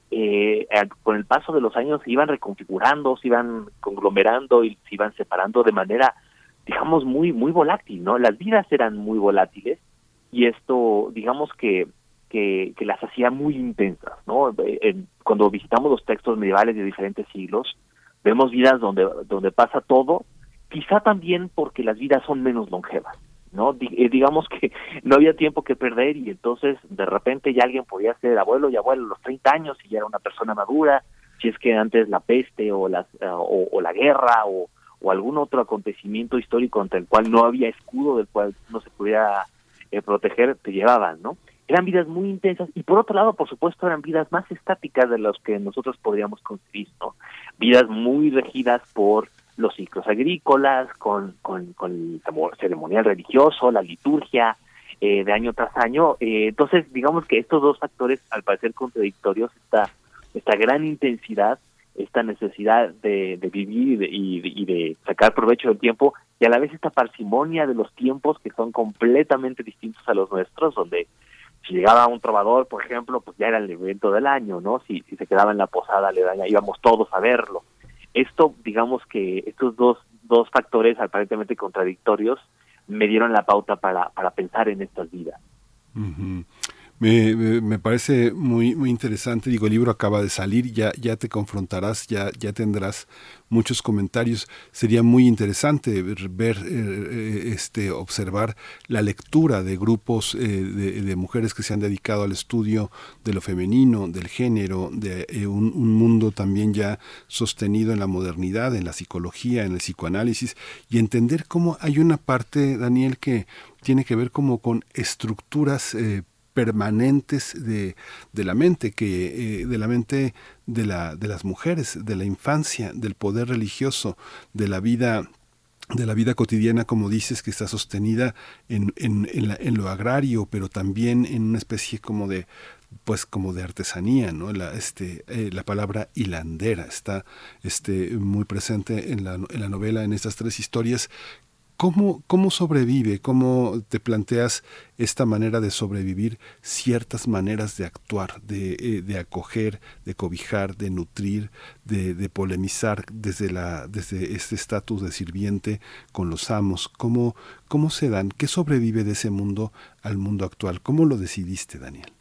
eh, con el paso de los años se iban reconfigurando, se iban conglomerando y se iban separando de manera, digamos, muy muy volátil, ¿no? Las vidas eran muy volátiles y esto, digamos que Que, que las hacía muy intensas, ¿no? Eh, cuando visitamos los textos medievales de diferentes siglos, vemos vidas donde donde pasa todo, quizá también porque las vidas son menos longevas, ¿no? D- eh, digamos que no había tiempo que perder y entonces de repente ya alguien podía ser abuelo y abuelo a los treinta años y ya era una persona madura, si es que antes la peste o, las, uh, o, o la guerra o, o algún otro acontecimiento histórico ante el cual no había escudo del cual no se pudiera eh, proteger, te llevaban, ¿no? Eran vidas muy intensas y por otro lado, por supuesto, eran vidas más estáticas de las que nosotros podríamos concebir, ¿no? Vidas muy regidas por los ciclos agrícolas, con, con, con el ceremonial religioso, la liturgia, eh, de año tras año. Eh, entonces, digamos que estos dos factores, al parecer contradictorios, esta, esta gran intensidad, esta necesidad de, de vivir y de, y, de, y de sacar provecho del tiempo, y a la vez esta parsimonia de los tiempos que son completamente distintos a los nuestros, donde si llegaba un trovador, por ejemplo, pues ya era el evento del año, ¿no? Si, si se quedaba en la posada, le daña, íbamos todos a verlo. Esto, digamos que estos dos dos factores aparentemente contradictorios me dieron la pauta para, para pensar en estas vidas. Uh-huh. Me, me, me parece muy muy interesante. Digo, el libro acaba de salir, ya ya te confrontarás, ya ya tendrás muchos comentarios. Sería muy interesante ver, ver eh, este observar la lectura de grupos eh, de, de mujeres que se han dedicado al estudio de lo femenino, del género, de eh, un, un mundo también ya sostenido en la modernidad, en la psicología, en el psicoanálisis, y entender cómo hay una parte, Daniel, que tiene que ver como con estructuras eh, permanentes de, de la mente, que eh, de la mente de la de las mujeres, de la infancia, del poder religioso, de la vida de la vida cotidiana, como dices, que está sostenida en en, en, la, en lo agrario, pero también en una especie como de pues como de artesanía, ¿no? La este eh, la palabra hilandera está este muy presente en la en la novela, en estas tres historias. ¿Cómo, ¿Cómo sobrevive? ¿Cómo te planteas esta manera de sobrevivir ciertas maneras de actuar, de, eh, de acoger, de cobijar, de nutrir, de, de polemizar desde, la, desde este estatus de sirviente con los amos? ¿Cómo, ¿Cómo se dan? ¿Qué sobrevive de ese mundo al mundo actual? ¿Cómo lo decidiste, Daniel?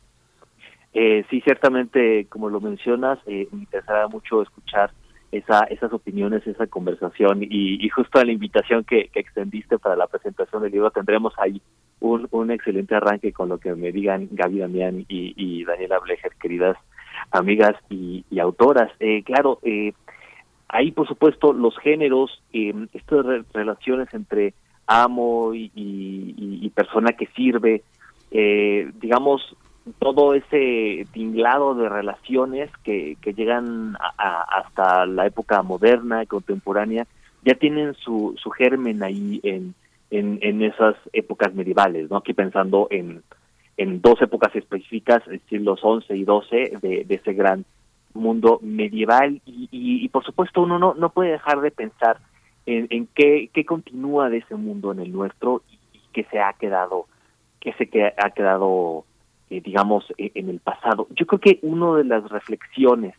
Eh, sí, ciertamente, como lo mencionas, eh, me interesará mucho escuchar esa esas opiniones, esa conversación y, y justo a la invitación que, que extendiste para la presentación del libro tendremos ahí un, un excelente arranque con lo que me digan Gaby Damián y, y Daniela Blecher, queridas amigas y, y autoras. Eh, claro, eh, ahí por supuesto los géneros, eh, estas re- relaciones entre amo y, y, y persona que sirve, eh, digamos, todo ese tinglado de relaciones que, que llegan a, a, hasta la época moderna, contemporánea, ya tienen su, su germen ahí en, en, en esas épocas medievales, ¿no? Aquí pensando en, en dos épocas específicas, siglos once y doce, de, de ese gran mundo medieval, y, y, y por supuesto uno no, no puede dejar de pensar en, en qué, qué continúa de ese mundo en el nuestro y, y qué se ha quedado, qué se que ha quedado Eh, digamos, eh, en el pasado. Yo creo que una de las reflexiones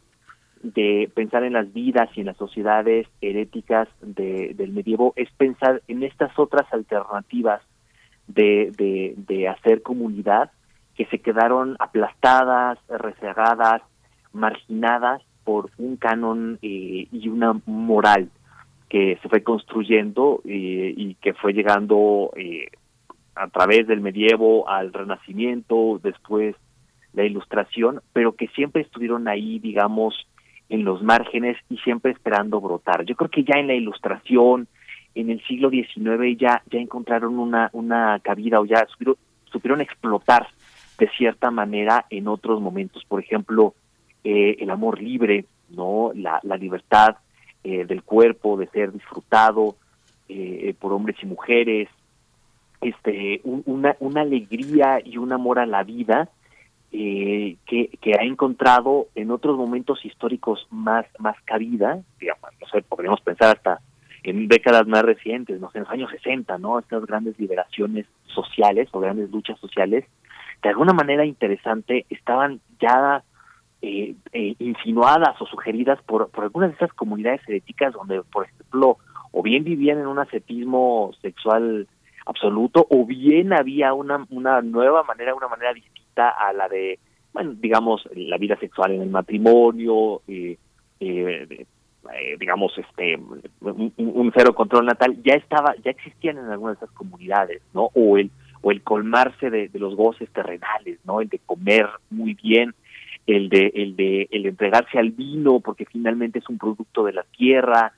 de pensar en las vidas y en las sociedades heréticas de, del medievo es pensar en estas otras alternativas de, de, de hacer comunidad que se quedaron aplastadas, rezagadas, marginadas por un canon eh, y una moral que se fue construyendo eh, y que fue llegando eh, a través del medievo al Renacimiento, después la Ilustración, pero que siempre estuvieron ahí, digamos, en los márgenes y siempre esperando brotar. Yo creo que ya en la Ilustración, en el siglo diecinueve, ya, ya encontraron una, una cabida o ya supieron, supieron explotar de cierta manera en otros momentos. Por ejemplo, eh, el amor libre, ¿no? La, la libertad eh, del cuerpo, de ser disfrutado eh, por hombres y mujeres, este un, una una alegría y un amor a la vida eh, que, que ha encontrado en otros momentos históricos más más cabida, digamos, no sé, podríamos pensar hasta en décadas más recientes, no sé, en los años sesenta, ¿no? Estas grandes liberaciones sociales o grandes luchas sociales, de alguna manera interesante, estaban ya eh, eh, insinuadas o sugeridas por, por algunas de esas comunidades heréticas donde, por ejemplo, o bien vivían en un ascetismo sexual absoluto, o bien había una una nueva manera, una manera distinta a la de, bueno, digamos, la vida sexual en el matrimonio, eh, eh, eh, digamos, este, un, un cero control natal, ya estaba, ya existían en algunas de esas comunidades, ¿no? O el o el colmarse de, de los goces terrenales, ¿no? El de comer muy bien, el de el de el de entregarse al vino, porque finalmente es un producto de la tierra,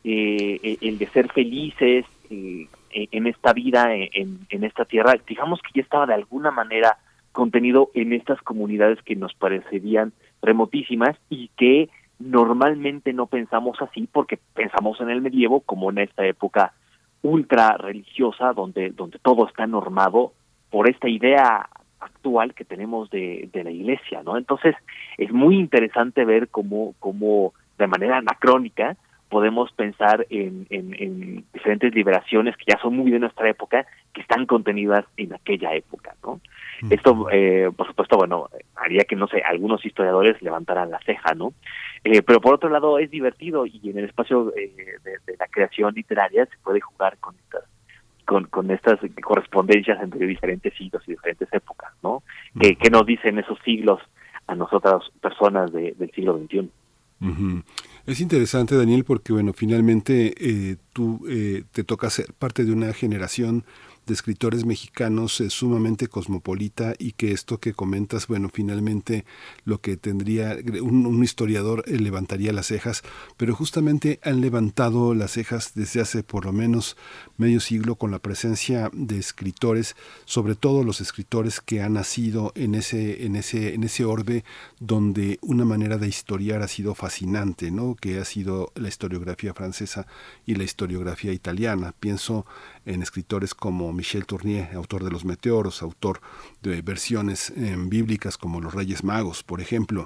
eh, el de ser felices, eh, en esta vida, en, en esta tierra, digamos que ya estaba de alguna manera contenido en estas comunidades que nos parecerían remotísimas y que normalmente no pensamos así porque pensamos en el medievo como en esta época ultra religiosa donde, donde todo está normado por esta idea actual que tenemos de, de la Iglesia, ¿no? Entonces es muy interesante ver cómo, cómo de manera anacrónica podemos pensar en, en, en diferentes liberaciones que ya son muy de nuestra época, que están contenidas en aquella época, ¿no? Uh-huh. Esto, eh, por supuesto, bueno, haría que, no sé, algunos historiadores levantaran la ceja, ¿no? Eh, pero por otro lado es divertido y en el espacio eh, de, de la creación literaria se puede jugar con estas con, con estas correspondencias entre diferentes siglos y diferentes épocas, ¿no? Uh-huh. Que, que nos dicen esos siglos a nosotras personas de, del siglo veintiuno. Uh-huh. Es interesante, Daniel, porque bueno, finalmente eh, tú eh, te toca ser parte de una generación de escritores mexicanos eh, sumamente cosmopolita y que esto que comentas, bueno, finalmente lo que tendría un, un historiador eh, levantaría las cejas, pero justamente han levantado las cejas desde hace por lo menos medio siglo con la presencia de escritores, sobre todo los escritores que han nacido en ese en ese en ese orbe donde una manera de historiar ha sido fascinante, ¿no? Que ha sido la historiografía francesa y la historiografía italiana. Pienso en escritores como Michel Tournier, autor de Los Meteoros, autor de versiones eh, bíblicas como Los Reyes Magos, por ejemplo.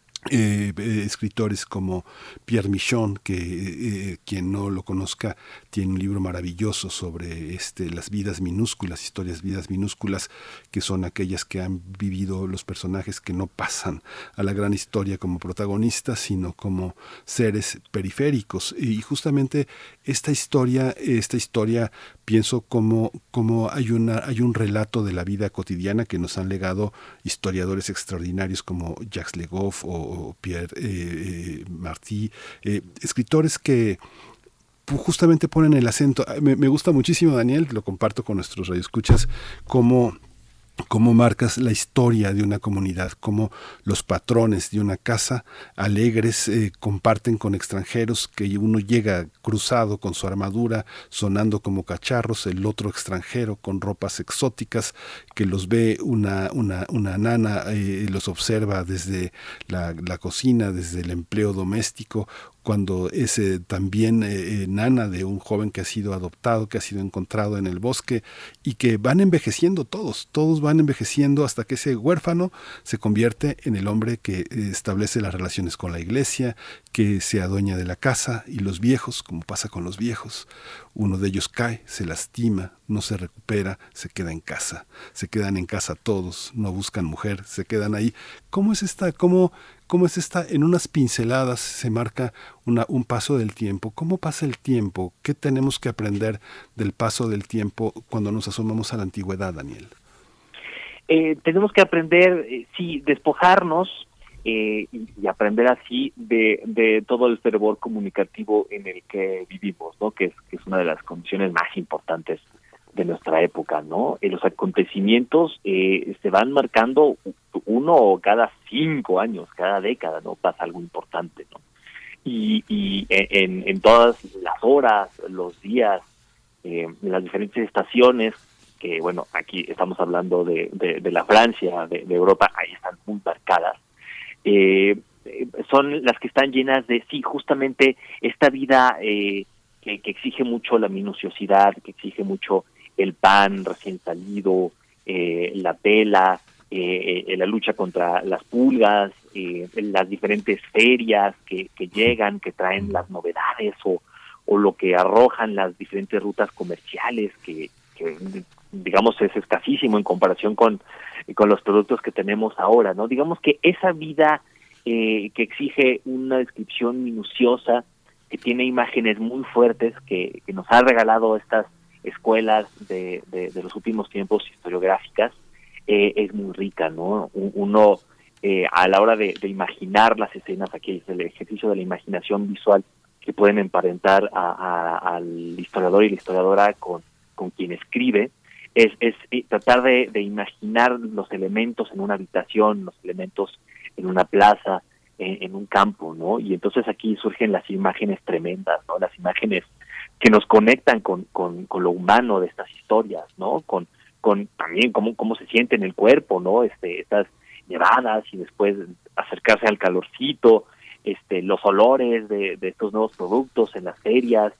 Eh, eh, escritores como Pierre Michon, que eh, quien no lo conozca tiene un libro maravilloso sobre este las vidas minúsculas, historias vidas minúsculas, que son aquellas que han vivido los personajes que no pasan a la gran historia como protagonistas, sino como seres periféricos. Y justamente esta historia, esta historia pienso como, como hay una hay un relato de la vida cotidiana que nos han legado historiadores extraordinarios como Jacques Le Goff o o Pierre eh, Martí, eh, escritores que justamente ponen el acento. Me, me gusta muchísimo, Daniel, lo comparto con nuestros radioescuchas, como cómo marcas la historia de una comunidad, cómo los patrones de una casa alegres eh, comparten con extranjeros, que uno llega cruzado con su armadura, sonando como cacharros, el otro extranjero con ropas exóticas, que los ve una, una, una nana, eh, los observa desde la, la cocina, desde el empleo doméstico, cuando es eh, también eh, nana de un joven que ha sido adoptado, que ha sido encontrado en el bosque, y que van envejeciendo todos, todos van envejeciendo hasta que ese huérfano se convierte en el hombre que eh, establece las relaciones con la iglesia, que se adueña de la casa, y los viejos, como pasa con los viejos, uno de ellos cae, se lastima, no se recupera, se queda en casa, se quedan en casa todos, no buscan mujer, se quedan ahí. ¿Cómo es esta, cómo, cómo es esta, en unas pinceladas se marca una, un paso del tiempo? ¿Cómo pasa el tiempo? ¿Qué tenemos que aprender del paso del tiempo cuando nos asomamos a la antigüedad, Daniel? Eh, tenemos que aprender, eh, sí, despojarnos eh, y, y aprender así de, de todo el fervor comunicativo en el que vivimos, ¿no? Que es, que es una de las condiciones más importantes de nuestra época, ¿no? Eh, los acontecimientos eh, se van marcando uno cada cinco años, cada década, ¿no? Pasa algo importante, ¿no? Y, y en, en todas las horas, los días, eh, en las diferentes estaciones, que bueno, aquí estamos hablando de, de, de la Francia, de, de Europa, ahí están muy marcadas, eh, son las que están llenas de, sí, justamente esta vida eh, que, que exige mucho la minuciosidad, que exige mucho el pan recién salido, eh, la tela, eh, eh, la lucha contra las pulgas, eh, las diferentes ferias que, que llegan, que traen las novedades o, o lo que arrojan las diferentes rutas comerciales que, que digamos es escasísimo en comparación con, con los productos que tenemos ahora, ¿no? Digamos que esa vida eh, que exige una descripción minuciosa, que tiene imágenes muy fuertes, que, que nos ha regalado estas escuelas de, de, de los últimos tiempos historiográficas, eh, es muy rica, ¿no? Uno, eh, a la hora de, de imaginar las escenas, aquí es el ejercicio de la imaginación visual, que pueden emparentar a, a, al historiador y la historiadora con, con quien escribe, es, es tratar de, de imaginar los elementos en una habitación, los elementos en una plaza, en, en un campo, ¿no? Y entonces aquí surgen las imágenes tremendas, ¿no? Las imágenes que nos conectan con, con, con lo humano de estas historias, ¿no? Con, con también cómo, cómo se siente en el cuerpo, ¿no? Este, estas nevadas y después acercarse al calorcito, este, los olores de, de estos nuevos productos en las ferias,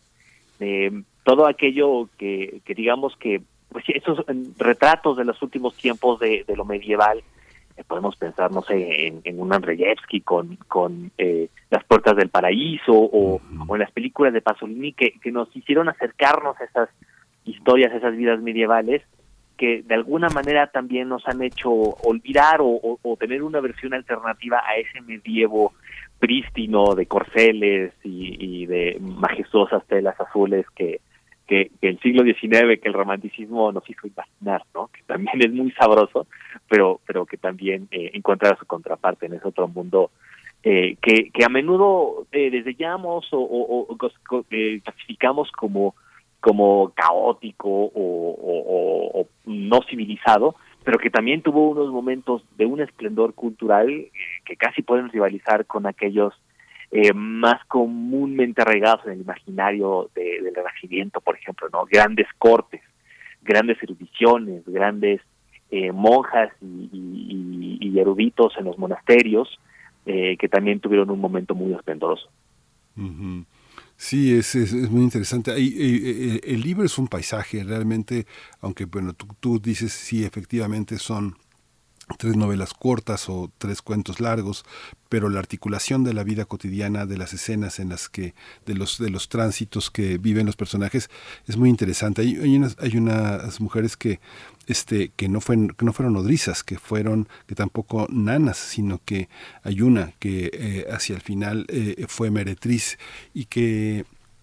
eh, todo aquello que, que digamos que, pues esos retratos de los últimos tiempos de, de lo medieval, eh, podemos pensar, no sé, en, en un Andrzejewski con, con eh, Las Puertas del Paraíso o, uh-huh. o en las películas de Pasolini que, que nos hicieron acercarnos a esas historias, a esas vidas medievales, que de alguna manera también nos han hecho olvidar o, o, o tener una versión alternativa a ese medievo prístino de corceles y, y de majestuosas telas azules que, que, que el siglo diecinueve, que el romanticismo nos hizo imaginar, ¿no? Que también es muy sabroso, pero pero que también eh, encuentra su contraparte en ese otro mundo eh, que, que a menudo eh, desdeñamos o, o, o, o eh, clasificamos como como caótico o, o, o, o no civilizado, pero que también tuvo unos momentos de un esplendor cultural eh, que casi pueden rivalizar con aquellos eh, más comúnmente arraigados en el imaginario de, del Renacimiento, por ejemplo, ¿no? Grandes cortes, grandes erudiciones, grandes eh, monjas y, y, y eruditos en los monasterios, eh, que también tuvieron un momento muy esplendoroso. Uh-huh. Sí, es, es, es muy interesante. Ahí, eh, el libro es un paisaje, realmente, aunque bueno, tú, tú dices, sí, efectivamente son tres novelas cortas o tres cuentos largos, pero la articulación de la vida cotidiana, de las escenas en las que, de los de los tránsitos que viven los personajes, es muy interesante. Hay, hay unas, hay unas mujeres que este que no fueron que no fueron nodrizas, que fueron que tampoco nanas, sino que hay una que eh, hacia el final eh, fue meretriz y que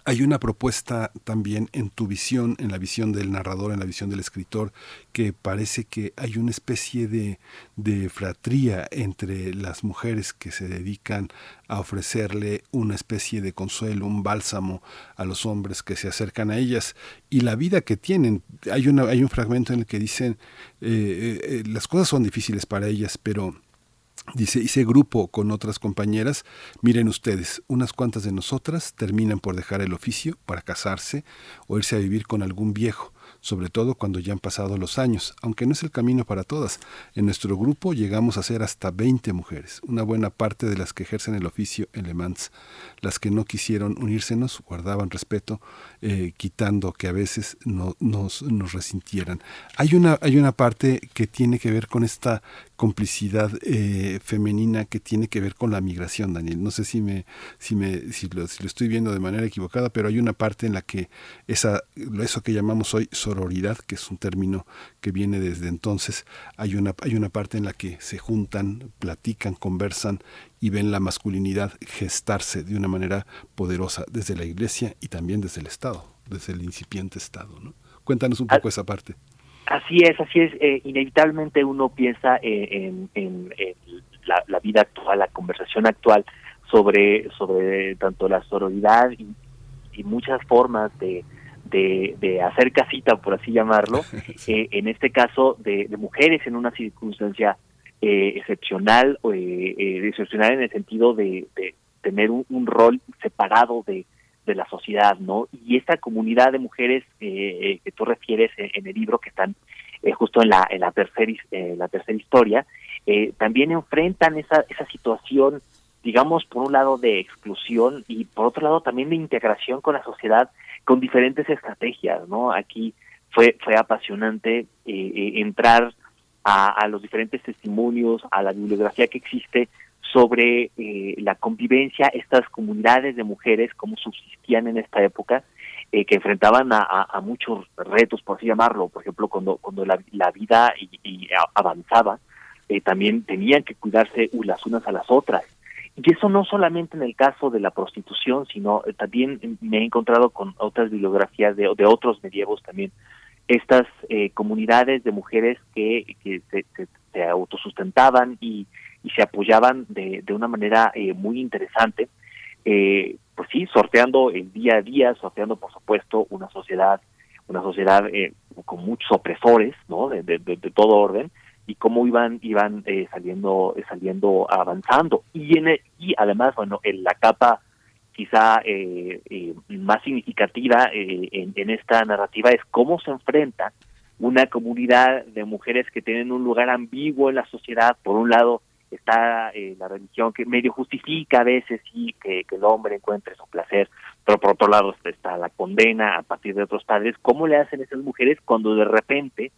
hay una propuesta también en tu visión, en la visión del narrador, en la visión del escritor, que parece que hay una especie de, de fratría entre las mujeres que se dedican a ofrecerle una especie de consuelo, un bálsamo a los hombres que se acercan a ellas y la vida que tienen. Hay, una, hay un fragmento en el que dicen, eh, eh, las cosas son difíciles para ellas, pero... Dice, hice grupo con otras compañeras, miren ustedes, unas cuantas de nosotras terminan por dejar el oficio para casarse o irse a vivir con algún viejo, sobre todo cuando ya han pasado los años, aunque no es el camino para todas. En nuestro grupo llegamos a ser hasta veinte mujeres, una buena parte de las que ejercen el oficio en Le Mans. Las que no quisieron unírsenos guardaban respeto, eh, quitando que a veces no, nos, nos resintieran. Hay una, hay una parte que tiene que ver con esta complicidad eh, femenina que tiene que ver con la migración, Daniel. No sé si me, si me, si lo, si lo estoy viendo de manera equivocada, pero hay una parte en la que esa, eso que llamamos hoy sororidad, que es un término que viene desde entonces, hay una, hay una parte en la que se juntan, platican, conversan y ven la masculinidad gestarse de una manera poderosa desde la Iglesia y también desde el Estado, desde el incipiente Estado, ¿no? Cuéntanos un poco esa parte. Así es, así es. Eh, inevitablemente uno piensa en, en, en la, la vida actual, la conversación actual sobre sobre tanto la sororidad y, y muchas formas de, de, de hacer casita, por así llamarlo, sí. eh, en este caso de, de mujeres en una circunstancia eh, excepcional, eh, eh, excepcional en el sentido de, de tener un, un rol separado de de la sociedad, ¿no? Y esta comunidad de mujeres eh, que tú refieres en, en el libro, que están eh, justo en la en la tercera eh, la tercera historia, eh, también enfrentan esa esa situación, digamos, por un lado de exclusión y por otro lado también de integración con la sociedad, con diferentes estrategias, ¿no? Aquí fue fue apasionante eh, eh, entrar a, a los diferentes testimonios, a la bibliografía que existe sobre eh, la convivencia, estas comunidades de mujeres, cómo subsistían en esta época, eh, que enfrentaban a, a, a muchos retos, por así llamarlo. Por ejemplo, cuando cuando la, la vida y, y avanzaba, eh, también tenían que cuidarse las unas a las otras. Y eso no solamente en el caso de la prostitución, sino eh, también me he encontrado con otras bibliografías de, de otros medievos también, estas eh, comunidades de mujeres que, que se, se, se autosustentaban y y se apoyaban de, de una manera eh, muy interesante, eh, pues sí, sorteando el día a día, sorteando por supuesto una sociedad, una sociedad eh, con muchos opresores, ¿no? De, de, de, de todo orden, y cómo iban iban eh, saliendo eh, saliendo avanzando y en el, y además bueno en la capa quizá eh, eh, más significativa eh, en, en esta narrativa es cómo se enfrenta una comunidad de mujeres que tienen un lugar ambiguo en la sociedad. Por un lado está eh, la religión que medio justifica a veces sí que, que el hombre encuentre su placer, pero por otro lado está la condena a partir de otros padres. ¿Cómo le hacen esas mujeres cuando de repente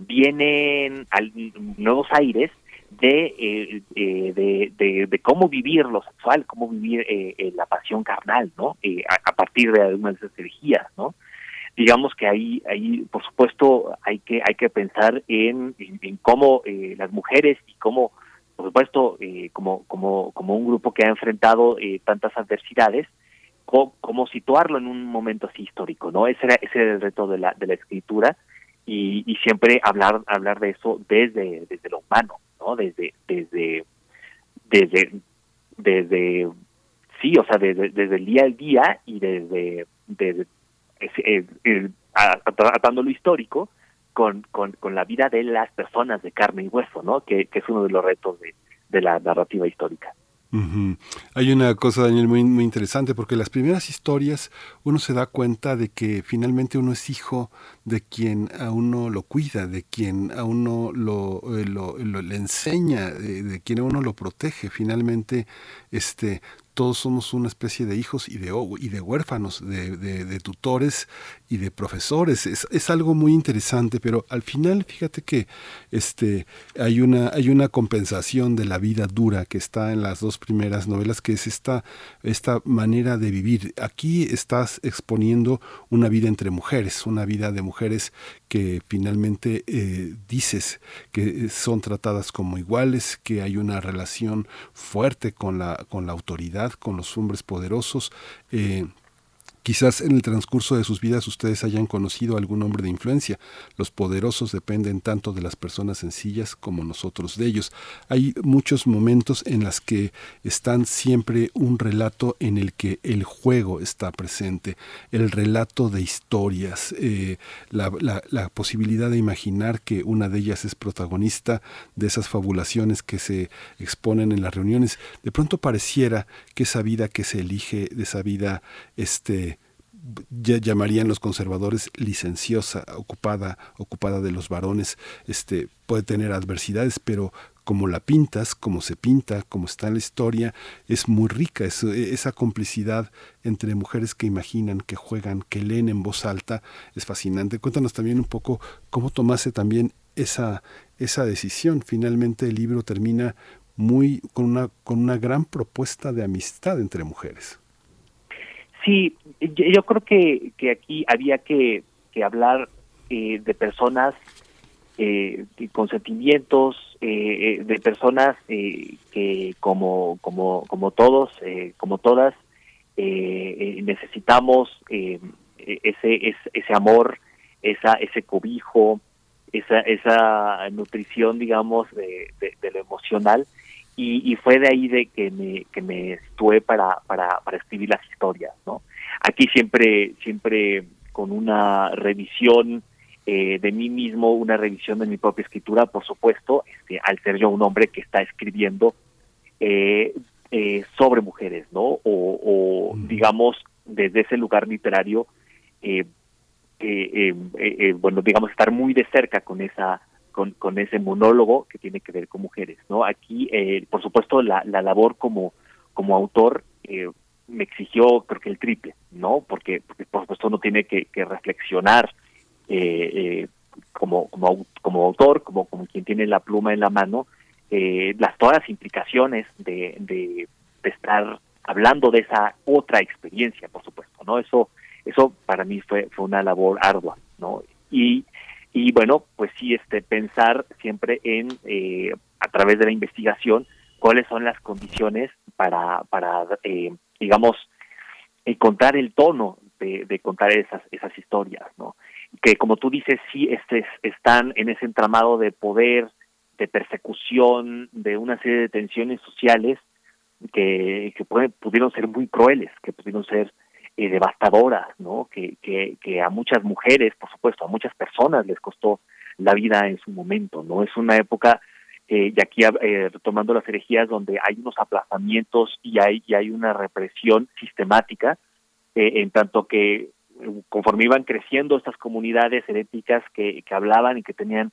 vienen al, nuevos aires de, eh, eh, de, de de cómo vivir lo sexual, cómo vivir eh, eh, la pasión carnal, ¿no? Eh, a, a partir de algunas de esas herejías, ¿no? Digamos que ahí, ahí por supuesto, hay que hay que pensar en, en, en cómo eh, las mujeres y cómo por supuesto, eh, como como como un grupo que ha enfrentado eh, tantas adversidades, cómo, cómo situarlo en un momento así histórico, ¿no? Ese era, ese era el reto de la de la escritura y, y siempre hablar hablar de eso desde desde lo humano, ¿no? Desde desde desde desde sí, o sea, desde desde el día al día y desde desde es, es, es, atando lo histórico con, con con la vida de las personas de carne y hueso, ¿no? Que, que es uno de los retos de, de la narrativa histórica. Uh-huh. Hay una cosa, Daniel, muy, muy interesante, porque las primeras historias uno se da cuenta de que finalmente uno es hijo de quien a uno lo cuida, de quien a uno lo, eh, lo, lo le enseña, de, de quien a uno lo protege. Finalmente, este todos somos una especie de hijos y de y de huérfanos, de, de, de tutores y de profesores. Es, es algo muy interesante, pero al final, fíjate que este hay una hay una compensación de la vida dura que está en las dos primeras novelas, que es esta esta manera de vivir. Aquí estás exponiendo una vida entre mujeres, una vida de mujeres que finalmente eh, dices que son tratadas como iguales, que hay una relación fuerte con la con la autoridad, con los hombres poderosos, eh, Quizás en el transcurso de sus vidas ustedes hayan conocido a algún hombre de influencia. Los poderosos dependen tanto de las personas sencillas como nosotros de ellos. Hay muchos momentos en los que están siempre un relato en el que el juego está presente, el relato de historias, eh, la, la, la posibilidad de imaginar que una de ellas es protagonista de esas fabulaciones que se exponen en las reuniones. De pronto pareciera que esa vida que se elige, de esa vida este ya llamarían los conservadores licenciosa, ocupada, ocupada de los varones, este, puede tener adversidades, pero como la pintas, como se pinta, como está en la historia, es muy rica, es, esa complicidad entre mujeres que imaginan, que juegan, que leen en voz alta, es fascinante. Cuéntanos también un poco cómo tomaste también esa, esa decisión. Finalmente el libro termina muy con una, con una gran propuesta de amistad entre mujeres. Sí, yo creo que, que aquí había que, que hablar eh, de personas eh, con sentimientos, eh, de personas eh, que como como como todos, eh, como todas, eh, eh, necesitamos eh, ese, ese ese amor, esa ese cobijo, esa esa nutrición, digamos, de, de, de lo emocional. Y, y fue de ahí de que me que me situé para para para escribir las historias, ¿no? Aquí siempre siempre con una revisión eh, de mí mismo, una revisión de mi propia escritura, por supuesto, este, al ser yo un hombre que está escribiendo eh, eh, sobre mujeres, ¿no? O, o digamos desde ese lugar literario, eh, eh, eh, eh, bueno, digamos estar muy de cerca con esa Con, con ese monólogo que tiene que ver con mujeres, ¿no? Aquí, eh, por supuesto, la, la labor como como autor eh, me exigió, creo que el triple, ¿no? Porque, porque por supuesto, uno tiene que, que reflexionar eh, eh, como como como autor, como como quien tiene la pluma en la mano, eh, las todas las implicaciones de, de de estar hablando de esa otra experiencia, por supuesto, ¿no? Eso eso para mí fue fue una labor ardua, ¿no? Y Y bueno, pues sí, este pensar siempre en, eh, a través de la investigación, cuáles son las condiciones para, para eh, digamos, encontrar el tono de, de contar esas esas historias, ¿no? Que como tú dices, sí este, están en ese entramado de poder, de persecución, de una serie de tensiones sociales que, que pueden, pudieron ser muy crueles, que pudieron ser Eh, devastadoras, ¿no? Que, que que a muchas mujeres, por supuesto, a muchas personas les costó la vida en su momento, ¿no? Es una época, eh, y aquí eh, retomando las herejías, donde hay unos aplazamientos y hay y hay una represión sistemática, eh, en tanto que conforme iban creciendo estas comunidades heréticas que, que hablaban y que tenían,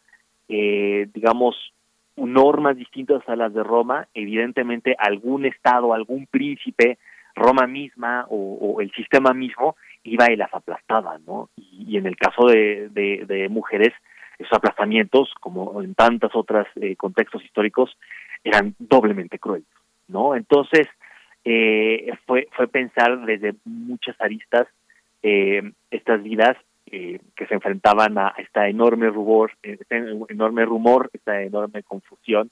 eh, digamos, normas distintas a las de Roma, evidentemente algún estado, algún príncipe, Roma misma o, o el sistema mismo iba y las aplastaba, ¿no? Y, y en el caso de, de, de mujeres, esos aplastamientos, como en tantos otros eh, contextos históricos, eran doblemente crueles, ¿no? Entonces, eh, fue fue pensar desde muchas aristas eh, estas vidas eh, que se enfrentaban a esta enorme rubor, este enorme rumor, esta enorme confusión,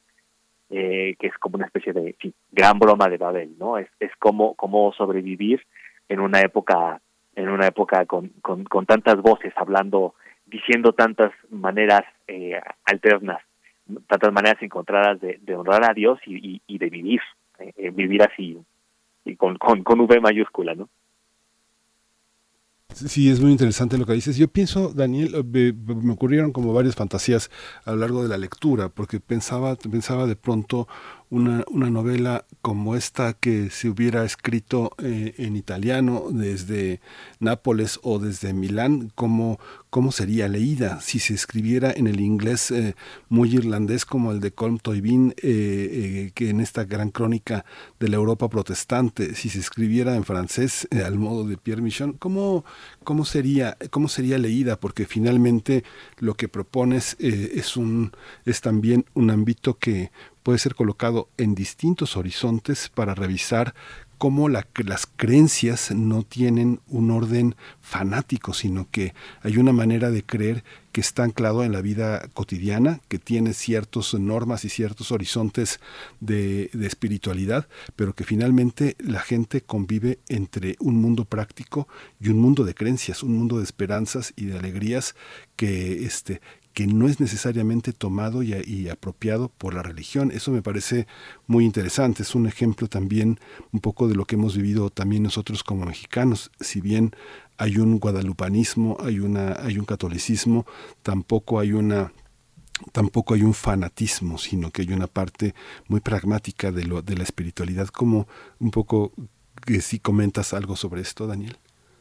Eh, que es como una especie de sí, gran broma de Babel, ¿no? Es es como como sobrevivir en una época en una época con con, con tantas voces hablando, diciendo tantas maneras eh, alternas, tantas maneras encontradas de, de honrar a Dios y, y, y de vivir, eh, vivir así y con con con V mayúscula, ¿no? Sí, es muy interesante lo que dices. Yo pienso, Daniel, me, me ocurrieron como varias fantasías a lo largo de la lectura, porque pensaba, pensaba de pronto una, una novela como esta que se hubiera escrito eh, en italiano desde Nápoles o desde Milán, ¿cómo, cómo sería leída? Si se escribiera en el inglés eh, muy irlandés como el de Colm Tóibín, eh, eh, que en esta gran crónica de la Europa protestante, si se escribiera en francés eh, al modo de Pierre Michon, ¿cómo, cómo, sería, cómo sería leída? Porque finalmente lo que propones eh, es, un, es también un ámbito que puede ser colocado en distintos horizontes para revisar cómo la, las creencias no tienen un orden fanático, sino que hay una manera de creer que está anclado en la vida cotidiana, que tiene ciertas normas y ciertos horizontes de, de espiritualidad, pero que finalmente la gente convive entre un mundo práctico y un mundo de creencias, un mundo de esperanzas y de alegrías que este que no es necesariamente tomado y, y apropiado por la religión. Eso me parece muy interesante. Es un ejemplo también un poco de lo que hemos vivido también nosotros como mexicanos. Si bien hay un guadalupanismo, hay una, hay un catolicismo, tampoco hay una tampoco hay un fanatismo, sino que hay una parte muy pragmática de lo de la espiritualidad. Como un poco que si comentas algo sobre esto, Daniel.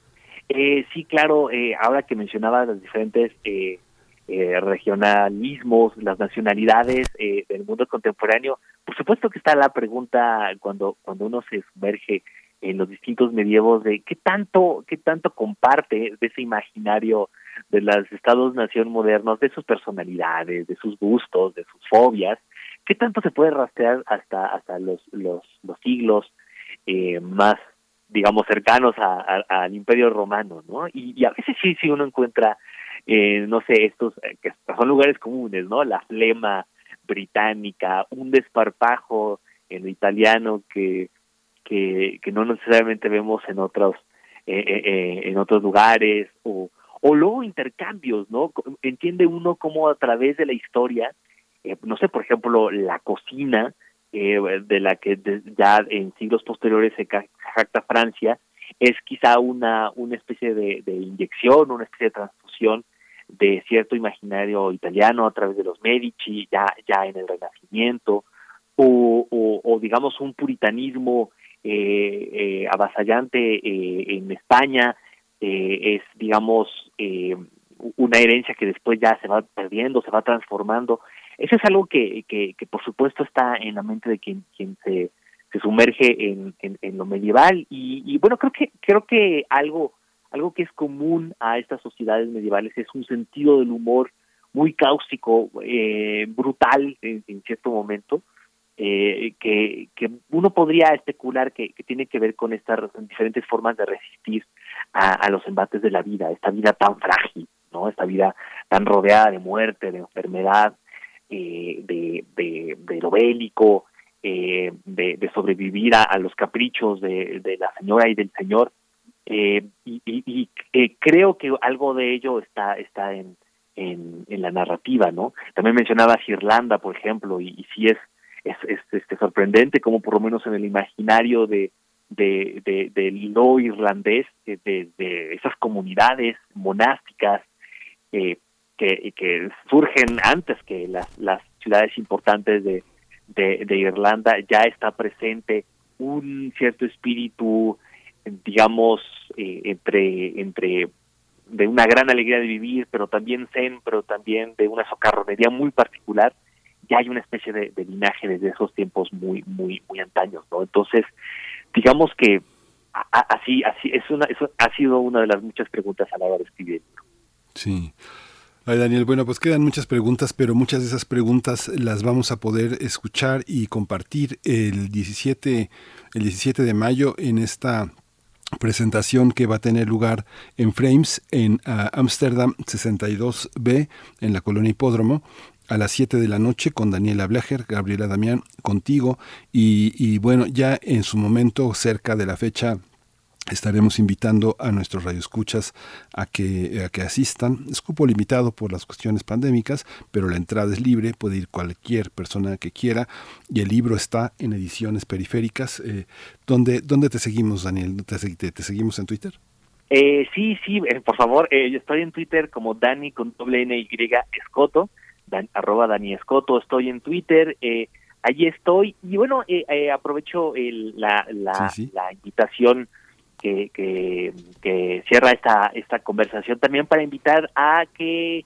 Eh, sí, claro. Eh, ahora que mencionabas las diferentes eh, eh, regionalismos, las nacionalidades eh, del mundo contemporáneo, por supuesto que está la pregunta cuando cuando uno se sumerge en los distintos medievos de qué tanto qué tanto comparte de ese imaginario de los estados-nación modernos, de sus personalidades, de sus gustos, de sus fobias, qué tanto se puede rastrear hasta hasta los los, los siglos eh, más, digamos, cercanos a, a, al Imperio Romano, ¿no? Y, y a veces sí sí uno encuentra eh, no sé, estos eh, que son lugares comunes, ¿no? La flema británica, un desparpajo en lo italiano que que, que no necesariamente vemos en otros eh, eh, en otros lugares, o o luego intercambios, ¿no? Entiende uno cómo a través de la historia, eh, no sé, por ejemplo, la cocina, eh, de la que de, ya en siglos posteriores se jacta Francia, es quizá una una especie de, de inyección, una especie de transfusión de cierto imaginario italiano a través de los Medici, ya ya en el Renacimiento, o, o, o digamos un puritanismo eh, eh, avasallante eh, en España. Eh, es, digamos, eh, una herencia que después ya se va perdiendo, se va transformando. Eso es algo que, que, que por supuesto está en la mente de quien quien se, se sumerge en, en, en lo medieval. Y, y bueno, creo que creo que algo algo que es común a estas sociedades medievales es un sentido del humor muy cáustico, eh, brutal en, en cierto momento, eh, que, que uno podría especular que, que tiene que ver con estas diferentes formas de resistir a, a los embates de la vida, esta vida tan frágil, ¿no? Esta vida tan rodeada de muerte, de enfermedad, eh, de, de, de lo bélico, eh, de, de sobrevivir a, a los caprichos de, de la señora y del señor, eh, y, y, y eh, creo que algo de ello está está en, en, en la narrativa, ¿no? También mencionabas Irlanda, por ejemplo, y, y sí es es, es este sorprendente como por lo menos en el imaginario de de de, de lo irlandés, de, de, de esas comunidades monásticas eh, que que surgen antes que las las ciudades importantes de de, de Irlanda, ya está presente un cierto espíritu, digamos, eh, entre entre de una gran alegría de vivir, pero también zen, pero también de una socarronería muy particular. Ya hay una especie de, de linaje desde esos tiempos muy muy muy antaños, ¿no? Entonces, digamos que a, a, así así es una eso ha sido una de las muchas preguntas a la hora de escribir. Sí. Ay, Daniel, bueno, pues quedan muchas preguntas, pero muchas de esas preguntas las vamos a poder escuchar y compartir el diecisiete el diecisiete de mayo en esta presentación que va a tener lugar en Frames en Ámsterdam uh, sesenta y dos B en la Colonia Hipódromo, a las siete de la noche, con Daniela Blacher, Gabriela Damián, contigo, y, y bueno, ya en su momento, cerca de la fecha, estaremos invitando a nuestros radioescuchas a que, a que asistan. Es cupo limitado por las cuestiones pandémicas, pero la entrada es libre, puede ir cualquier persona que quiera, y el libro está en Ediciones Periféricas. Eh, ¿dónde, ¿Dónde te seguimos, Daniel? ¿Te, te, te seguimos en Twitter? Eh, sí, sí, eh, por favor, eh, yo estoy en Twitter como Dani con doble N Y Escoto, Dan, arroba Dani Escoto, estoy en Twitter, eh, allí estoy, y bueno, eh, eh, aprovecho el, la, la, sí, sí. la invitación que, que, que cierra esta esta conversación también para invitar a que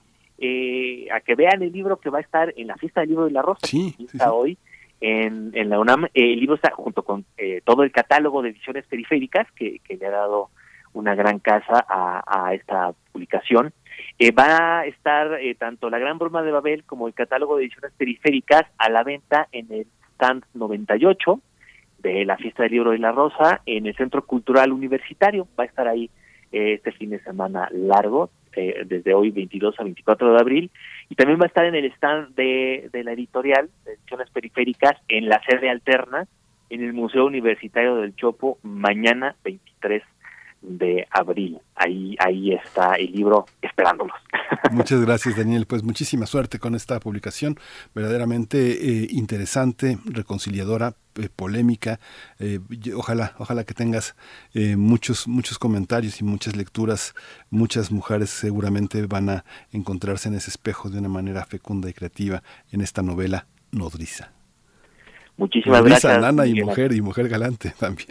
eh, a que vean el libro que va a estar en la Fiesta del Libro de la Rosa, sí, que está sí, sí. hoy en, en la UNAM. El libro está junto con eh, todo el catálogo de ediciones periféricas que, que le ha dado una gran casa a, a esta publicación. Eh, va a estar eh, tanto La Gran Broma de Babel como el catálogo de ediciones periféricas a la venta en el stand noventa y ocho, de la Fiesta del Libro y la Rosa en el Centro Cultural Universitario. Va a estar ahí eh, este fin de semana largo, eh, desde hoy veintidós a veinticuatro de abril, y también va a estar en el stand de, de la editorial de Ediciones Periféricas en la sede alterna en el Museo Universitario del Chopo mañana veintitrés de abril. Ahí ahí está el libro esperándolos. Muchas gracias, Daniel. Pues muchísima suerte con esta publicación, verdaderamente eh, interesante, reconciliadora, eh, polémica. Eh, ojalá, ojalá que tengas eh, muchos muchos comentarios y muchas lecturas. Muchas mujeres seguramente van a encontrarse en ese espejo de una manera fecunda y creativa en esta novela nodriza. Muchísimas nodriza, gracias. Nana y mujer y mujer galante también.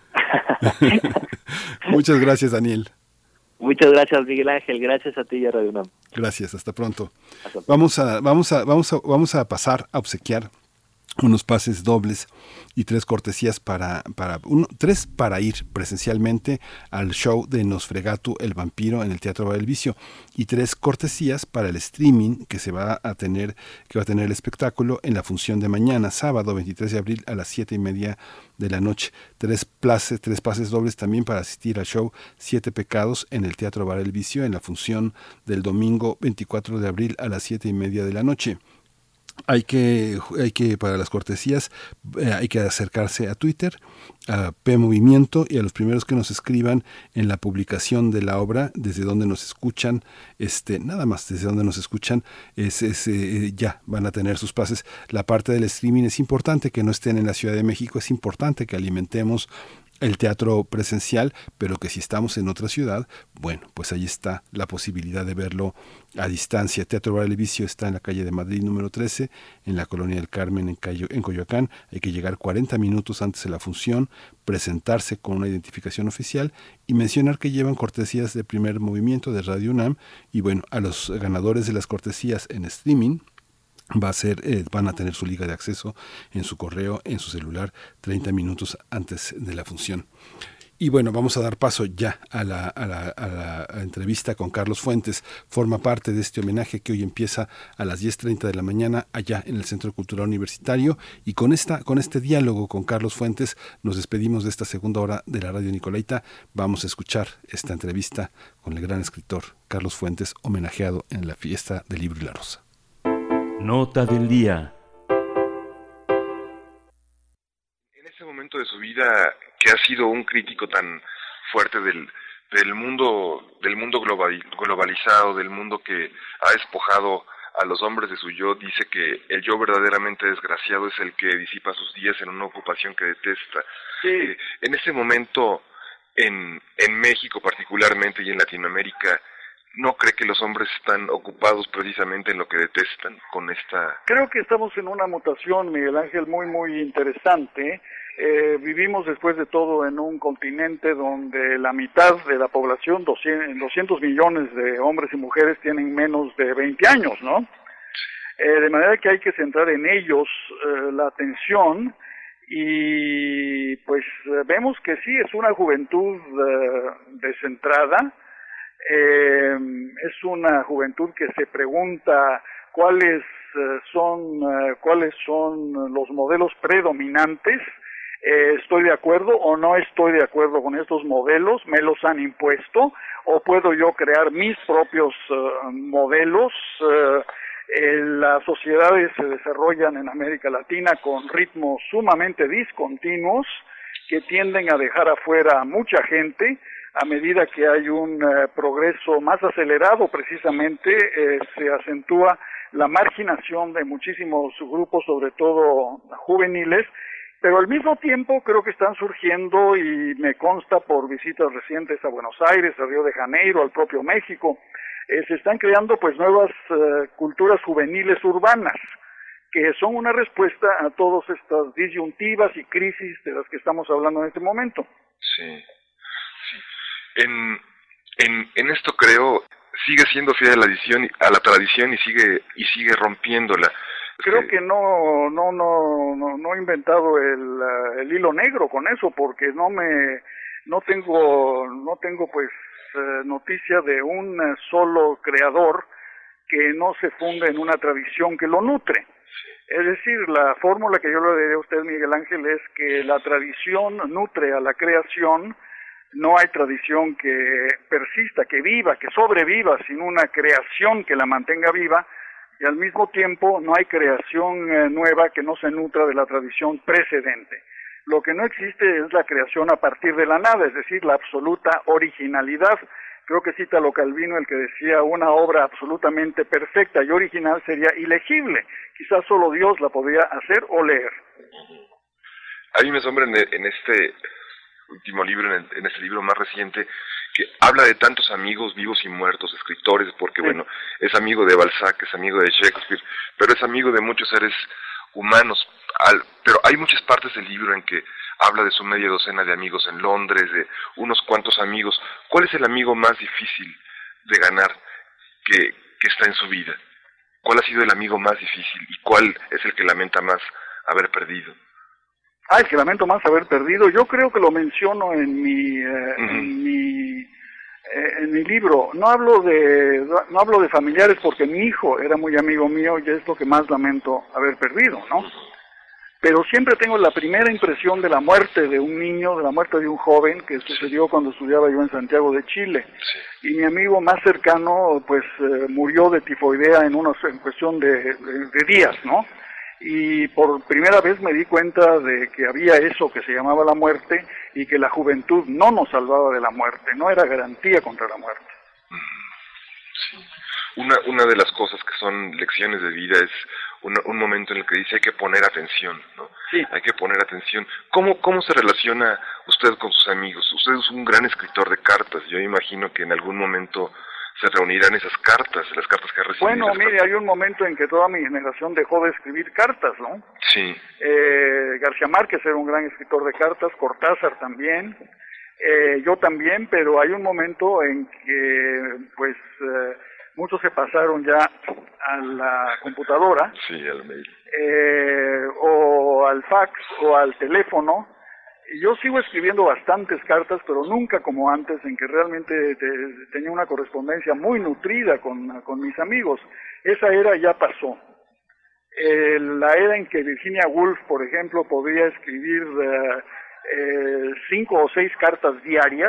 Muchas gracias, Daniel. Muchas gracias, Miguel Ángel. Gracias a ti y a Radio UNAM. Gracias, hasta pronto. Hasta pronto. Vamos a, vamos a, vamos a, vamos a pasar a obsequiar unos pases dobles y tres cortesías para, para uno, tres para ir presencialmente al show de Nosferatu el vampiro en el Teatro Bar El Vicio, y tres cortesías para el streaming que se va a tener, que va a tener el espectáculo en la función de mañana, sábado veintitrés de abril a las siete y media de la noche. Tres pases, tres pases dobles también para asistir al show Siete Pecados en el Teatro Bar El Vicio en la función del domingo veinticuatro de abril a las siete y media de la noche. Hay que, hay que, para las cortesías, eh, hay que acercarse a Twitter, a P Movimiento, y a los primeros que nos escriban en la publicación de la obra, desde donde nos escuchan, este, nada más, desde donde nos escuchan, es, es, eh, ya van a tener sus pases. La parte del streaming es importante que no estén en la Ciudad de México, es importante que alimentemos el teatro presencial, pero que si estamos en otra ciudad, bueno, pues ahí está la posibilidad de verlo a distancia. Teatro Bar El Vicio está en la calle de Madrid número trece, en la Colonia del Carmen, en, Cayo, en Coyoacán. Hay que llegar cuarenta minutos antes de la función, presentarse con una identificación oficial y mencionar que llevan cortesías de Primer Movimiento de Radio UNAM. Y bueno, a los ganadores de las cortesías en streaming, va a ser, eh, van a tener su liga de acceso en su correo, en su celular, treinta minutos antes de la función. Y bueno, vamos a dar paso ya a la, a la, a la, a la entrevista con Carlos Fuentes. Forma parte de este homenaje que hoy empieza a las diez treinta de la mañana allá en el Centro Cultural Universitario. Y con esta, con este diálogo con Carlos Fuentes nos despedimos de esta segunda hora de la Radio Nicolaita. Vamos a escuchar esta entrevista con el gran escritor Carlos Fuentes, homenajeado en la Fiesta del Libro y la Rosa. Nota del día. En ese momento de su vida, que ha sido un crítico tan fuerte del, del mundo del mundo global, globalizado, del mundo que ha despojado a los hombres de su yo, dice que el yo verdaderamente desgraciado es el que disipa sus días en una ocupación que detesta. Sí. Eh, en ese momento, en, en México particularmente y en Latinoamérica, ¿no cree que los hombres están ocupados precisamente en lo que detestan con esta...? Creo que estamos en una mutación, Miguel Ángel, muy, muy interesante. Eh, vivimos después de todo en un continente donde la mitad de la población, doscientos millones de hombres y mujeres, tienen menos de veinte años, ¿no? Eh, de manera que hay que centrar en ellos eh, la atención y pues eh, vemos que sí, es una juventud eh, descentrada. Eh, es una juventud que se pregunta cuáles eh, son eh, cuáles son los modelos predominantes. Eh, ¿Estoy de acuerdo o no estoy de acuerdo con estos modelos? ¿Me los han impuesto? ¿O puedo yo crear mis propios uh, modelos? Uh, eh, las sociedades se desarrollan en América Latina con ritmos sumamente discontinuos que tienden a dejar afuera a mucha gente. A medida que hay un uh, progreso más acelerado, precisamente eh, se acentúa la marginación de muchísimos grupos, sobre todo juveniles, pero al mismo tiempo creo que están surgiendo, y me consta por visitas recientes a Buenos Aires, a Río de Janeiro, al propio México, eh, se están creando pues nuevas uh, culturas juveniles urbanas, que son una respuesta a todas estas disyuntivas y crisis de las que estamos hablando en este momento. Sí. En, en, en esto creo, sigue siendo fiel a la tradición, a la tradición y sigue y sigue rompiéndola. Creo que, que no no no no no he inventado el, el hilo negro con eso, porque no me no tengo no tengo pues eh, noticia de un solo creador que no se funde en una tradición que lo nutre. Es decir, la fórmula que yo le diré a usted, Miguel Ángel, es que la tradición nutre a la creación. No hay tradición que persista, que viva, que sobreviva sin una creación que la mantenga viva, y al mismo tiempo no hay creación eh, nueva que no se nutra de la tradición precedente. Lo que no existe es la creación a partir de la nada, es decir, la absoluta originalidad. Creo que cita lo Calvino, el que decía una obra absolutamente perfecta y original sería ilegible. Quizás solo Dios la podría hacer o leer. A mí me asombra en, en este último libro, en, el, en este libro más reciente, que habla de tantos amigos vivos y muertos, escritores, porque sí. bueno, es amigo de Balzac, es amigo de Shakespeare, pero es amigo de muchos seres humanos. Al, pero hay muchas partes del libro en que habla de su media docena de amigos en Londres, de unos cuantos amigos. ¿Cuál es el amigo más difícil de ganar que, que está en su vida? ¿Cuál ha sido el amigo más difícil y cuál es el que lamenta más haber perdido? Ah, el que lamento más haber perdido, yo creo que lo menciono en mi, eh, uh-huh. en mi, eh, en mi libro. No hablo de, no hablo de familiares porque mi hijo era muy amigo mío y es lo que más lamento haber perdido, ¿no? Pero siempre tengo la primera impresión de la muerte de un niño, de la muerte de un joven que sucedió cuando estudiaba yo en Santiago de Chile. Sí. Y mi amigo más cercano, pues, eh, murió de tifoidea en una en cuestión de, de, de días, ¿no? Y por primera vez me di cuenta de que había eso que se llamaba la muerte y que la juventud no nos salvaba de la muerte, no era garantía contra la muerte. Sí. Una, una de las cosas que son lecciones de vida es un, un momento en el que dice hay que poner atención, ¿no? Sí. Hay que poner atención. ¿Cómo, cómo se relaciona usted con sus amigos? Usted es un gran escritor de cartas, yo imagino que en algún momento se reunirán esas cartas, las cartas que ha recibido. Bueno, mire, cartas. Hay un momento en que toda mi generación dejó de escribir cartas, ¿no? Sí. Eh, García Márquez era un gran escritor de cartas, Cortázar también, eh, yo también, pero hay un momento en que, pues, eh, muchos se pasaron ya a la computadora. Sí, al mail. Eh, o al fax, o al teléfono. Yo sigo escribiendo bastantes cartas, pero nunca como antes, en que realmente te, tenía una correspondencia muy nutrida con, con mis amigos. Esa era ya pasó. Eh, la era en que Virginia Woolf, por ejemplo, podía escribir eh, eh, cinco o seis cartas diarias,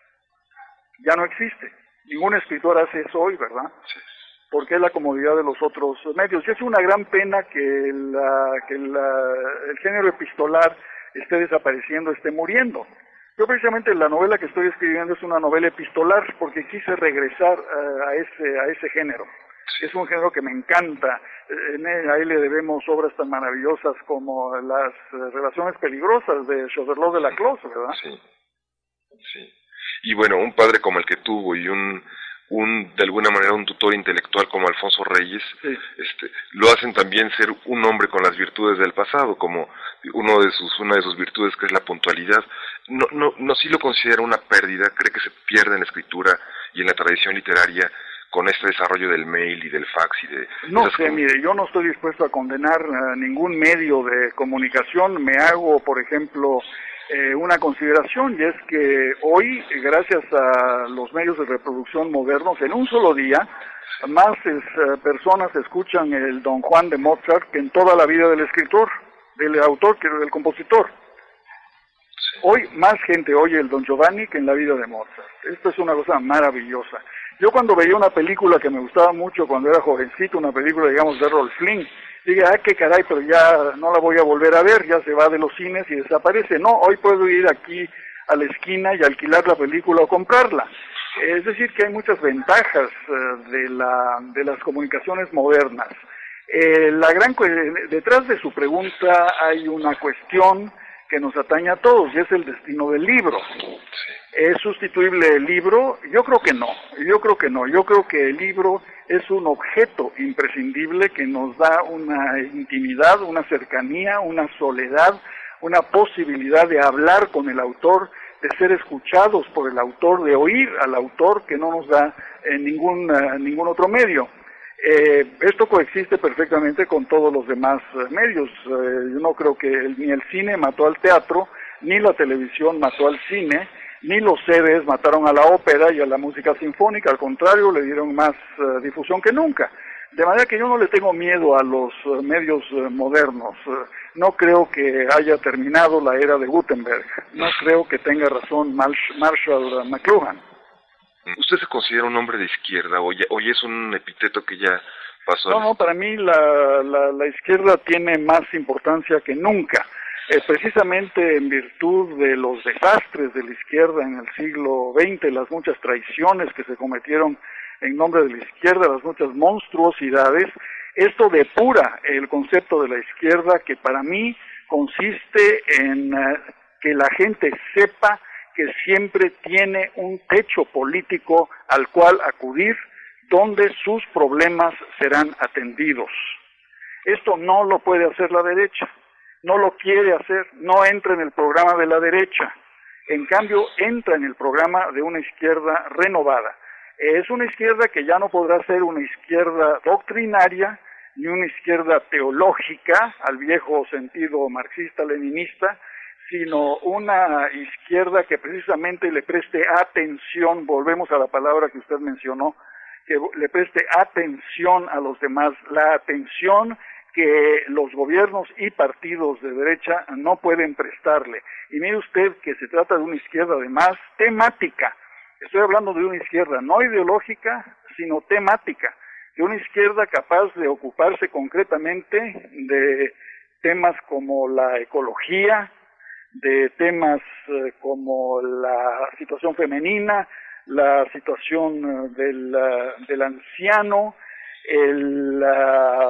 ya no existe. Ningún escritor hace eso hoy, ¿verdad? Sí. Porque es la comodidad de los otros medios. Y es una gran pena que, la, que la, el género epistolar esté desapareciendo, esté muriendo. Yo precisamente la novela que estoy escribiendo es una novela epistolar porque quise regresar uh, a ese a ese género. Es un género que me encanta. En él, a él le debemos obras tan maravillosas como las uh, Relaciones Peligrosas de Chauvelot de Laclos, ¿verdad? Sí, sí. Y bueno, un padre como el que tuvo y un un de alguna manera un tutor intelectual como Alfonso Reyes, sí. este, lo hacen también ser un hombre con las virtudes del pasado, como uno de sus una de sus virtudes que es la puntualidad. No no no sí lo considera una pérdida, cree que se pierde en la escritura y en la tradición literaria con este desarrollo del mail y del fax y de no sé, mire, yo no estoy dispuesto a condenar a ningún medio de comunicación. Me hago, por ejemplo, Eh, una consideración, y es que hoy, gracias a los medios de reproducción modernos, en un solo día, más es, eh, personas escuchan el Don Juan de Mozart que en toda la vida del escritor, del autor, que del compositor. Hoy más gente oye el Don Giovanni que en la vida de Mozart. Esto es una cosa maravillosa. Yo cuando veía una película que me gustaba mucho cuando era jovencito, una película, digamos, de Rolf Flynn, dije, ah, qué caray, pero ya no la voy a volver a ver, ya se va de los cines y desaparece. No, hoy puedo ir aquí a la esquina y alquilar la película o comprarla. Es decir, que hay muchas ventajas uh, de, la, de las comunicaciones modernas. Eh, la gran detrás de su pregunta hay una cuestión que nos atañe a todos, y es el destino del libro. ¿Es sustituible el libro? Yo creo que no, yo creo que no, yo creo que el libro es un objeto imprescindible que nos da una intimidad, una cercanía, una soledad, una posibilidad de hablar con el autor, de ser escuchados por el autor, de oír al autor, que no nos da en ningún, uh, ningún otro medio. Eh, esto coexiste perfectamente con todos los demás uh, medios. Eh, yo no creo que el, ni el cine mató al teatro, ni la televisión mató al cine, ni los C Ds mataron a la ópera y a la música sinfónica. Al contrario, le dieron más uh, difusión que nunca. De manera que yo no le tengo miedo a los uh, medios uh, modernos. Uh, no creo que haya terminado la era de Gutenberg. No creo que tenga razón Marsh, Marshall McLuhan. ¿Usted se considera un hombre de izquierda o ya, o ya es un epíteto que ya pasó? No, no, para mí la, la, la izquierda tiene más importancia que nunca. Eh, precisamente en virtud de los desastres de la izquierda en el siglo veinte, las muchas traiciones que se cometieron en nombre de la izquierda, las muchas monstruosidades, esto depura el concepto de la izquierda, que para mí consiste en uh, que la gente sepa que siempre tiene un techo político al cual acudir, donde sus problemas serán atendidos. Esto no lo puede hacer la derecha, no lo quiere hacer, no entra en el programa de la derecha, en cambio entra en el programa de una izquierda renovada. Es una izquierda que ya no podrá ser una izquierda doctrinaria, ni una izquierda teológica, al viejo sentido marxista-leninista, sino una izquierda que precisamente le preste atención, volvemos a la palabra que usted mencionó, que le preste atención a los demás, la atención que los gobiernos y partidos de derecha no pueden prestarle. Y mire usted que se trata de una izquierda además temática. Estoy hablando de una izquierda no ideológica, sino temática, de una izquierda capaz de ocuparse concretamente de temas como la ecología, de temas eh, como la situación femenina, la situación uh, del, uh, del anciano, el, uh,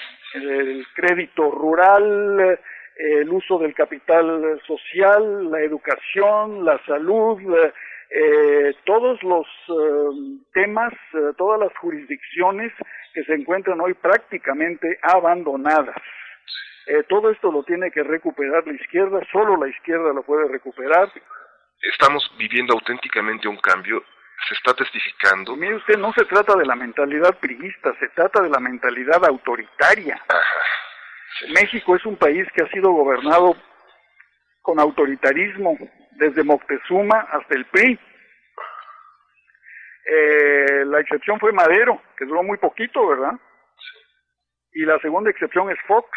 el crédito rural, el uso del capital social, la educación, la salud, uh, eh, todos los uh, temas, uh, todas las jurisdicciones que se encuentran hoy prácticamente abandonadas. Eh, todo esto lo tiene que recuperar la izquierda, solo la izquierda lo puede recuperar. Estamos viviendo auténticamente un cambio, se está testificando. Y mire usted, no se trata de la mentalidad priista, se trata de la mentalidad autoritaria. Ajá, sí. México es un país que ha sido gobernado con autoritarismo, desde Moctezuma hasta el P R I. Eh, la excepción fue Madero, que duró muy poquito, ¿verdad? Sí. Y la segunda excepción es Fox,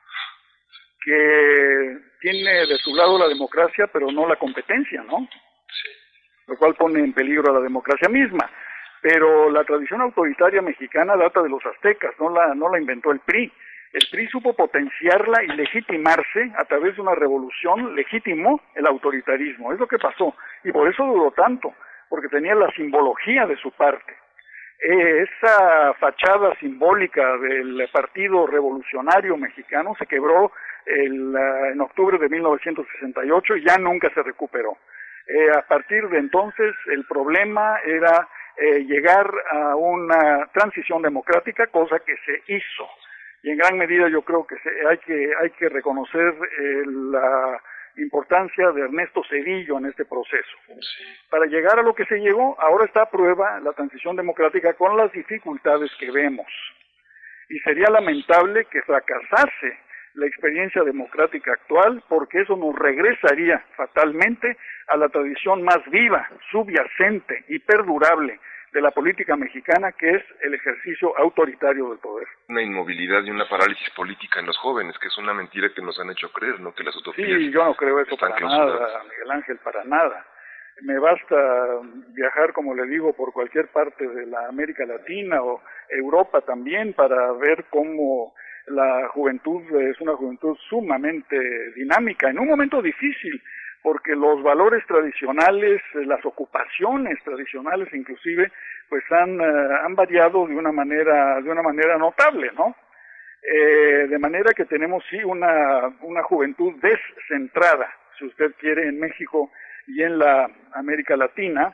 que tiene de su lado la democracia, pero no la competencia, ¿no? Sí. Lo cual pone en peligro a la democracia misma. Pero la tradición autoritaria mexicana data de los aztecas, no la, no la inventó el P R I. El P R I supo potenciarla y legitimarse a través de una revolución, legitimó el autoritarismo. Es lo que pasó, y por eso duró tanto, porque tenía la simbología de su parte. Eh, esa fachada simbólica del Partido Revolucionario Mexicano se quebró el, uh, en octubre de mil novecientos sesenta y ocho y ya nunca se recuperó. Eh, a partir de entonces el problema era eh, llegar a una transición democrática, cosa que se hizo. Y en gran medida yo creo que se, hay que hay que reconocer eh, la importancia de Ernesto Zedillo en este proceso. Sí. Para llegar a lo que se llegó, ahora está a prueba la transición democrática con las dificultades que vemos. Y sería lamentable que fracasase la experiencia democrática actual, porque eso nos regresaría fatalmente a la tradición más viva, subyacente y perdurable de la política mexicana, que es el ejercicio autoritario del poder. Una inmovilidad y una parálisis política en los jóvenes, que es una mentira que nos han hecho creer, ¿no? Que las utopías... Sí, yo no creo eso para nada, Miguel Ángel, para nada. Me basta viajar, como le digo, por cualquier parte de la América Latina o Europa también para ver cómo la juventud es una juventud sumamente dinámica, en un momento difícil, porque los valores tradicionales, las ocupaciones tradicionales inclusive, pues han, uh, han variado de una manera, de una manera notable, ¿no? Eh, de manera que tenemos sí una, una juventud descentrada, si usted quiere, en México y en la América Latina,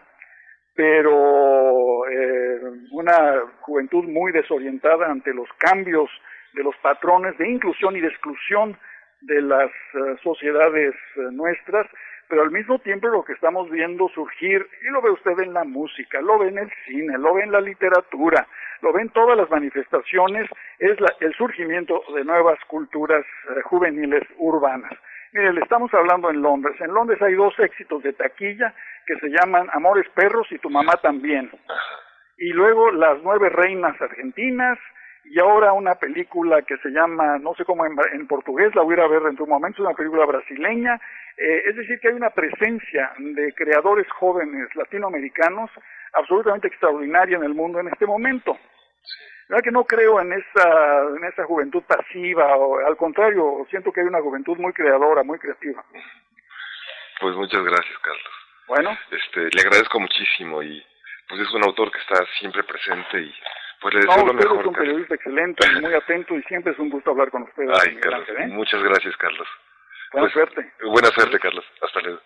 pero eh, una juventud muy desorientada ante los cambios de los patrones de inclusión y de exclusión de las uh, sociedades uh, nuestras, pero al mismo tiempo lo que estamos viendo surgir, y lo ve usted en la música, lo ve en el cine, lo ve en la literatura, lo ve en todas las manifestaciones, es la, el surgimiento de nuevas culturas uh, juveniles urbanas. Mire, le estamos hablando en Londres. En Londres hay dos éxitos de taquilla que se llaman Amores Perros y Tu Mamá También. Y luego Las Nueve Reinas Argentinas, y ahora una película que se llama, no sé cómo en, en portugués, la voy a ir a ver en un momento, es una película brasileña, eh, es decir que hay una presencia de creadores jóvenes latinoamericanos absolutamente extraordinaria en el mundo en este momento. ¿Verdad que no creo en esa, en esa juventud pasiva, o al contrario, siento que hay una juventud muy creadora, muy creativa? Pues muchas gracias, Carlos. Bueno. Este, le agradezco muchísimo y pues es un autor que está siempre presente y pues le No, deseo lo usted mejor. es un periodista excelente y muy atento y siempre es un gusto hablar con usted. Ay, Carlos, ¿eh? Muchas gracias, Carlos. Buena pues, suerte. Buena suerte, Carlos. Hasta luego.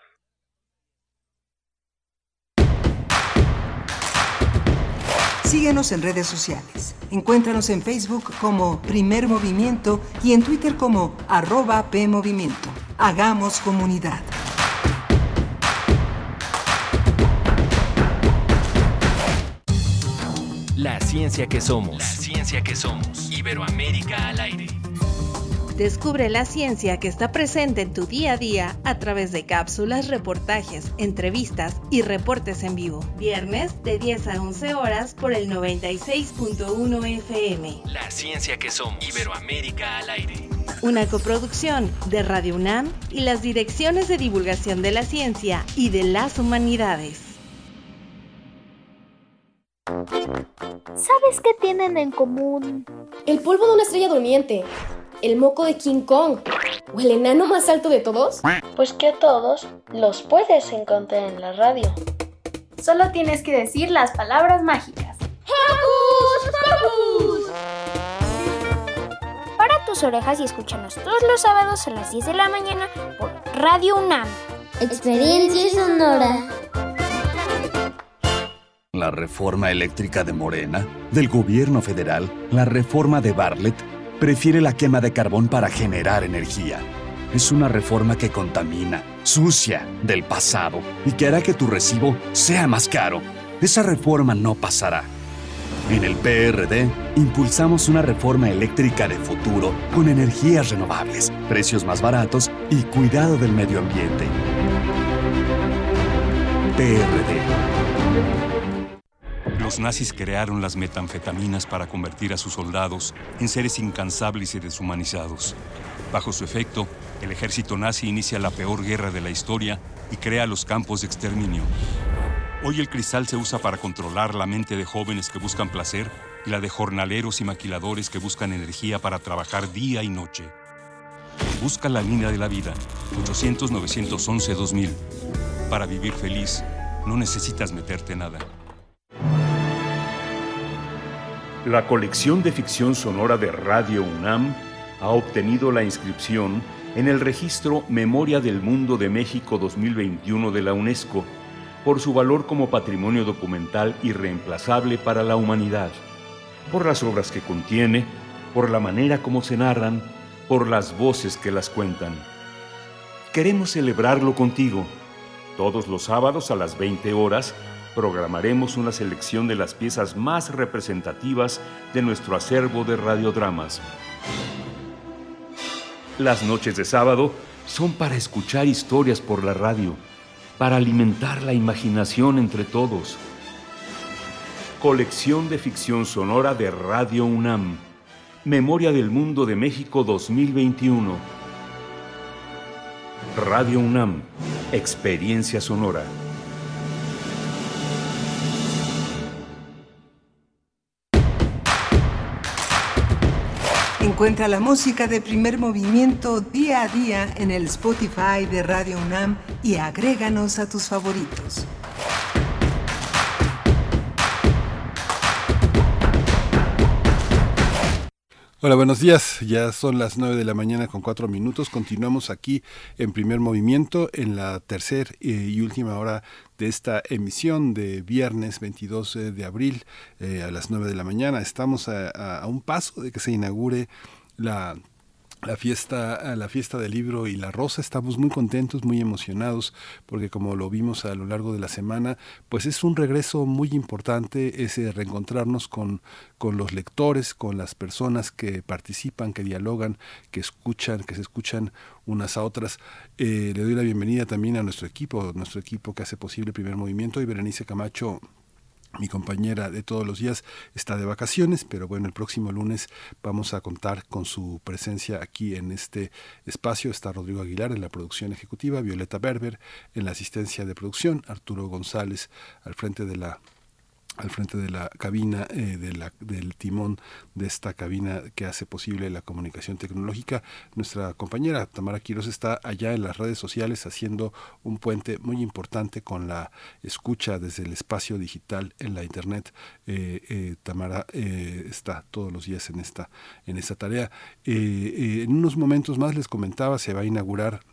Síguenos en redes sociales. Encuéntranos en Facebook como Primer Movimiento y en Twitter como arroba PMovimiento. Hagamos comunidad. La ciencia que somos. La ciencia que somos. Iberoamérica al aire. Descubre la ciencia que está presente en tu día a día a través de cápsulas, reportajes, entrevistas y reportes en vivo. Viernes de diez a once horas por el noventa y seis punto uno F M. La ciencia que somos. Iberoamérica al aire. Una coproducción de Radio UNAM y las direcciones de divulgación de la ciencia y de las humanidades. ¿Sabes qué tienen en común? El polvo de una estrella durmiente, el moco de King Kong o el enano más alto de todos. Pues que a todos los puedes encontrar en la radio. Solo tienes que decir las palabras mágicas. ¡Hocus Pocus! Para tus orejas y escúchanos todos los sábados a las diez de la mañana por Radio UNAM. Experiencia sonora. La reforma eléctrica de Morena, del gobierno federal, la reforma de Bartlett, prefiere la quema de carbón para generar energía. Es una reforma que contamina, sucia, del pasado y que hará que tu recibo sea más caro. Esa reforma no pasará. En el P R D, impulsamos una reforma eléctrica de futuro con energías renovables, precios más baratos y cuidado del medio ambiente. P R D. Los nazis crearon las metanfetaminas para convertir a sus soldados en seres incansables y deshumanizados. Bajo su efecto, el ejército nazi inicia la peor guerra de la historia y crea los campos de exterminio. Hoy el cristal se usa para controlar la mente de jóvenes que buscan placer y la de jornaleros y maquiladores que buscan energía para trabajar día y noche. Busca la línea de la vida, ochocientos, novecientos once, dos mil. Para vivir feliz, no necesitas meterte nada. La colección de ficción sonora de Radio UNAM ha obtenido la inscripción en el registro Memoria del Mundo de México dos mil veintiuno de la UNESCO por su valor como patrimonio documental irreemplazable para la humanidad, por las obras que contiene, por la manera como se narran, por las voces que las cuentan. Queremos celebrarlo contigo. Todos los sábados a las veinte horas programaremos una selección de las piezas más representativas de nuestro acervo de radiodramas. Las noches de sábado son para escuchar historias por la radio, para alimentar la imaginación entre todos. Colección de ficción sonora de Radio UNAM. Memoria del Mundo de México dos mil veintiuno. Radio UNAM. Experiencia sonora. Encuentra la música de Primer Movimiento día a día en el Spotify de Radio UNAM y agréganos a tus favoritos. Hola, buenos días. Ya son las nueve de la mañana con cuatro minutos. Continuamos aquí en Primer Movimiento en la tercera y última hora de esta emisión de viernes veintidós de abril eh, a las nueve de la mañana. Estamos a, a, a un paso de que se inaugure la... La fiesta, la fiesta del libro y la rosa. Estamos muy contentos, muy emocionados, porque como lo vimos a lo largo de la semana, pues es un regreso muy importante, ese reencontrarnos con, con los lectores, con las personas que participan, que dialogan, que escuchan, que se escuchan unas a otras. Eh, le doy la bienvenida también a nuestro equipo, nuestro equipo que hace posible el Primer Movimiento, y Berenice Camacho Mi compañera de todos los días está de vacaciones, pero bueno, el próximo lunes vamos a contar con su presencia aquí en este espacio. Está Rodrigo Aguilar en la producción ejecutiva, Violeta Berber en la asistencia de producción, Arturo González al frente de la al frente de la cabina, eh, de la, del timón de esta cabina que hace posible la comunicación tecnológica. Nuestra compañera Tamara Quiroz está allá en las redes sociales haciendo un puente muy importante con la escucha desde el espacio digital en la internet. Eh, eh, Tamara eh, está todos los días en esta, en esta tarea. Eh, eh, en unos momentos más les comentaba, se va a inaugurar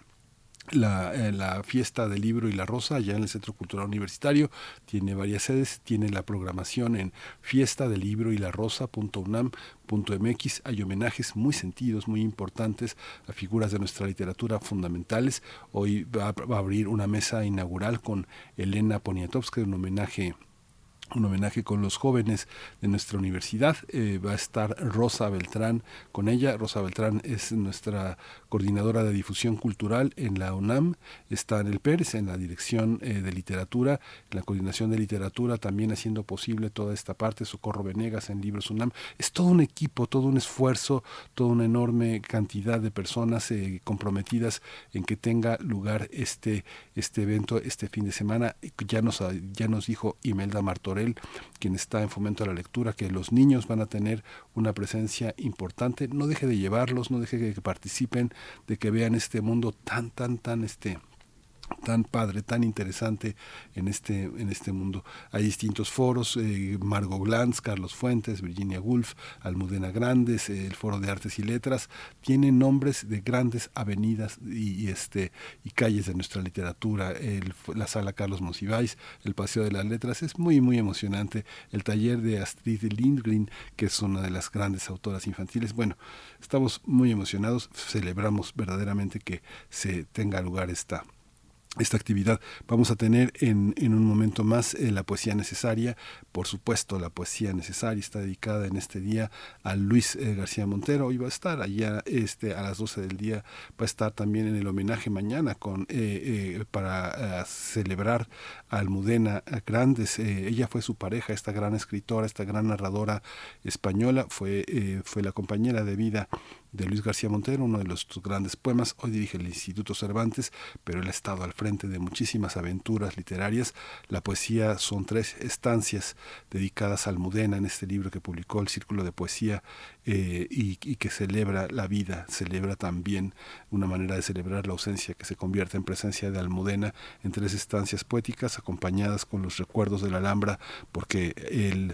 La, eh, la fiesta del libro y la rosa allá en el Centro Cultural Universitario. Tiene varias sedes, tiene la programación en fiesta del libro y la rosa punto unam punto mx. Hay homenajes muy sentidos, muy importantes a figuras de nuestra literatura fundamentales. Hoy va, va a abrir una mesa inaugural con Elena Poniatowska, un homenaje un homenaje con los jóvenes de nuestra universidad. Eh, va a estar Rosa Beltrán con ella. Rosa Beltrán es nuestra coordinadora de difusión cultural en la UNAM. Está en el Pérez, en la dirección eh, de literatura, en la coordinación de literatura, también haciendo posible toda esta parte. Socorro Venegas en Libros UNAM. Es todo un equipo, todo un esfuerzo, toda una enorme cantidad de personas eh, comprometidas en que tenga lugar este, este evento este fin de semana. Ya nos, ya nos dijo Imelda Martorell, quien está en Fomento a la Lectura, que los niños van a tener una presencia importante. No deje de llevarlos, no deje de que participen, de que vean este mundo tan, tan, tan, este... tan padre, tan interesante en este en este mundo. Hay distintos foros, eh, Margot Glantz, Carlos Fuentes, Virginia Woolf, Almudena Grandes, eh, el Foro de Artes y Letras, tienen nombres de grandes avenidas y, y este y calles de nuestra literatura. El, la Sala Carlos Monsiváis, el Paseo de las Letras, es muy muy emocionante. El taller de Astrid Lindgren, que es una de las grandes autoras infantiles. Bueno, estamos muy emocionados, celebramos verdaderamente que se tenga lugar esta esta actividad. Vamos a tener en, en un momento más eh, la poesía necesaria. Por supuesto, la poesía necesaria está dedicada en este día a Luis eh, García Montero. Hoy va a estar allá este, a las doce del día. Va a estar también en el homenaje mañana con eh, eh, para eh, celebrar a Almudena Grandes. Eh, ella fue su pareja, esta gran escritora, esta gran narradora española. Fue, eh, fue la compañera de vida de Luis García Montero, uno de los sus grandes poemas. Hoy dirige el Instituto Cervantes, pero él ha estado al frente de muchísimas aventuras literarias. La poesía son tres estancias dedicadas a Almudena en este libro que publicó el Círculo de Poesía eh, y, y que celebra la vida, celebra también una manera de celebrar la ausencia que se convierte en presencia de Almudena en tres estancias poéticas acompañadas con los recuerdos de la Alhambra, porque el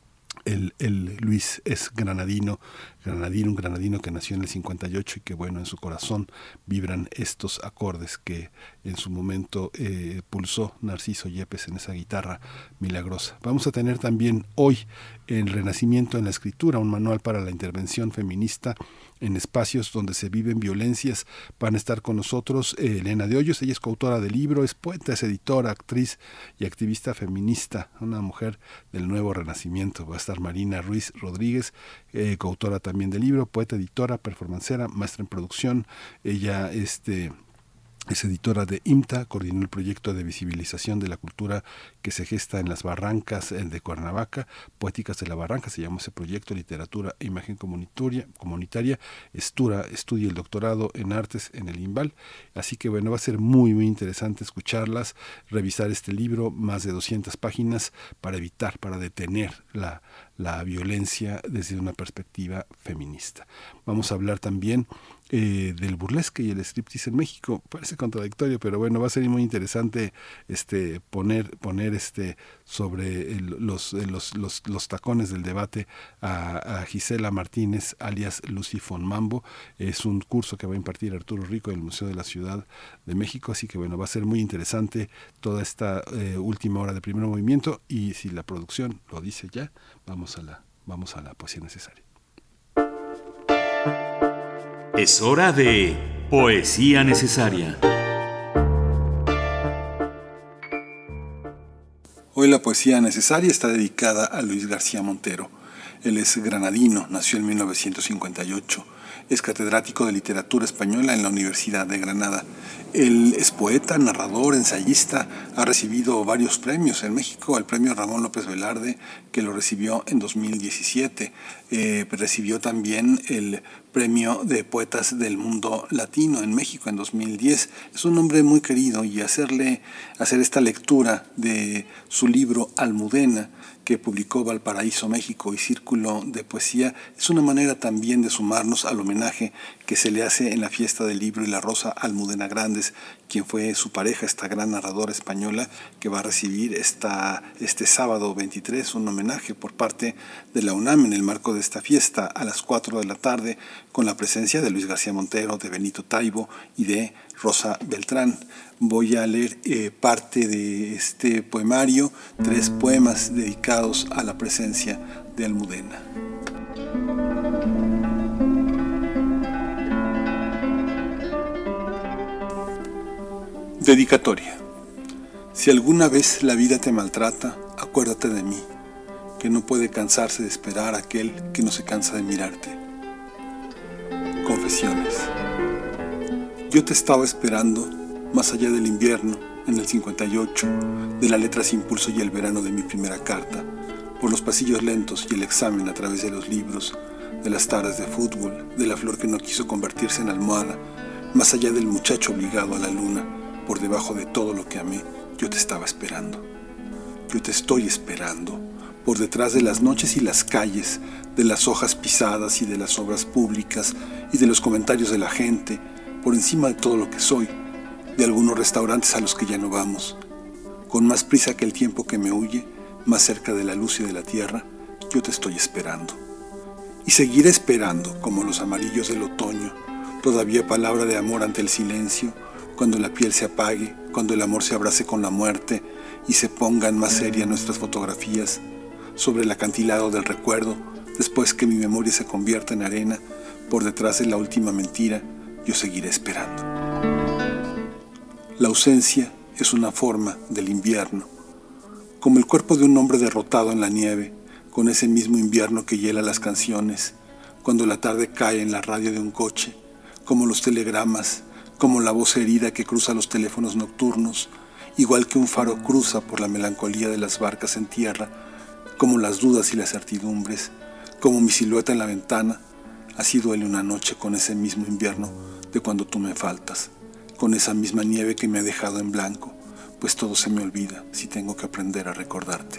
El, el Luis es granadino, granadino, un granadino que nació en el cincuenta y ocho y que bueno, en su corazón vibran estos acordes que en su momento eh, pulsó Narciso Yepes en esa guitarra milagrosa. Vamos a tener también hoy el Renacimiento en la Escritura, un manual para la intervención feminista en espacios donde se viven violencias. Van a estar con nosotros eh, Elena de Hoyos. Ella es coautora del libro, es poeta, es editora, actriz y activista feminista, una mujer del nuevo renacimiento. Va a estar Marina Ruiz Rodríguez, eh, coautora también del libro, poeta, editora, performancera, maestra en producción. Ella este es editora de IMTA, coordinó el proyecto de visibilización de la cultura que se gesta en las barrancas de Cuernavaca, Poéticas de la Barranca, se llama ese proyecto, literatura e imagen comunitaria, comunitaria. Estura, estudia el doctorado en artes en el IMBAL, así que bueno, va a ser muy muy interesante escucharlas, revisar este libro, más de doscientas páginas, para evitar, para detener la, la violencia desde una perspectiva feminista. Vamos a hablar también Eh, del burlesque y el striptease en México. Parece contradictorio, pero bueno, va a ser muy interesante este poner poner este sobre el, los, los los los tacones del debate a, a Gisela Martínez, alias Lucy von Mambo. Es un curso que va a impartir Arturo Rico del Museo de la Ciudad de México, así que bueno, va a ser muy interesante toda esta eh, última hora de Primer Movimiento, y si la producción lo dice ya, vamos a la vamos a la poesía necesaria. Es hora de Poesía Necesaria. Hoy la poesía necesaria está dedicada a Luis García Montero. Él es granadino, nació en mil novecientos cincuenta y ocho. es catedrático de literatura española en la Universidad de Granada. Él es poeta, narrador, ensayista, ha recibido varios premios en México, el premio Ramón López Velarde, que lo recibió en dos mil diecisiete, eh, recibió también el premio de poetas del mundo latino en México en dos mil diez. Es un hombre muy querido y hacerle, hacer esta lectura de su libro Almudena, que publicó Valparaíso, México y Círculo de Poesía, es una manera también de sumarnos al homenaje que se le hace en la fiesta del libro y la rosa a Almudena Grandes, quien fue su pareja, esta gran narradora española que va a recibir esta, este sábado veintitrés un homenaje por parte de la UNAM en el marco de esta fiesta a las cuatro de la tarde con la presencia de Luis García Montero, de Benito Taibo y de Rosa Beltrán. Voy a leer eh, parte de este poemario, tres poemas dedicados a la presencia de Almudena. Dedicatoria. Si alguna vez la vida te maltrata, acuérdate de mí, que no puede cansarse de esperar a aquel que no se cansa de mirarte. Confesiones. Yo te estaba esperando más allá del invierno, en el cincuenta y ocho, de la letra sin pulso y el verano de mi primera carta, por los pasillos lentos y el examen a través de los libros, de las tardes de fútbol, de la flor que no quiso convertirse en almohada, más allá del muchacho obligado a la luna, por debajo de todo lo que amé, yo te estaba esperando. Yo te estoy esperando, por detrás de las noches y las calles, de las hojas pisadas y de las obras públicas y de los comentarios de la gente, por encima de todo lo que soy, de algunos restaurantes a los que ya no vamos. Con más prisa que el tiempo que me huye, más cerca de la luz y de la tierra, yo te estoy esperando. Y seguiré esperando, como los amarillos del otoño, todavía palabra de amor ante el silencio, cuando la piel se apague, cuando el amor se abrace con la muerte y se pongan más serias nuestras fotografías sobre el acantilado del recuerdo, después que mi memoria se convierta en arena, por detrás de la última mentira, yo seguiré esperando. La ausencia es una forma del invierno, como el cuerpo de un hombre derrotado en la nieve, con ese mismo invierno que hiela las canciones, cuando la tarde cae en la radio de un coche, como los telegramas, como la voz herida que cruza los teléfonos nocturnos, igual que un faro cruza por la melancolía de las barcas en tierra, como las dudas y las certidumbres, como mi silueta en la ventana, así duele una noche con ese mismo invierno de cuando tú me faltas, con esa misma nieve que me ha dejado en blanco, pues todo se me olvida si tengo que aprender a recordarte.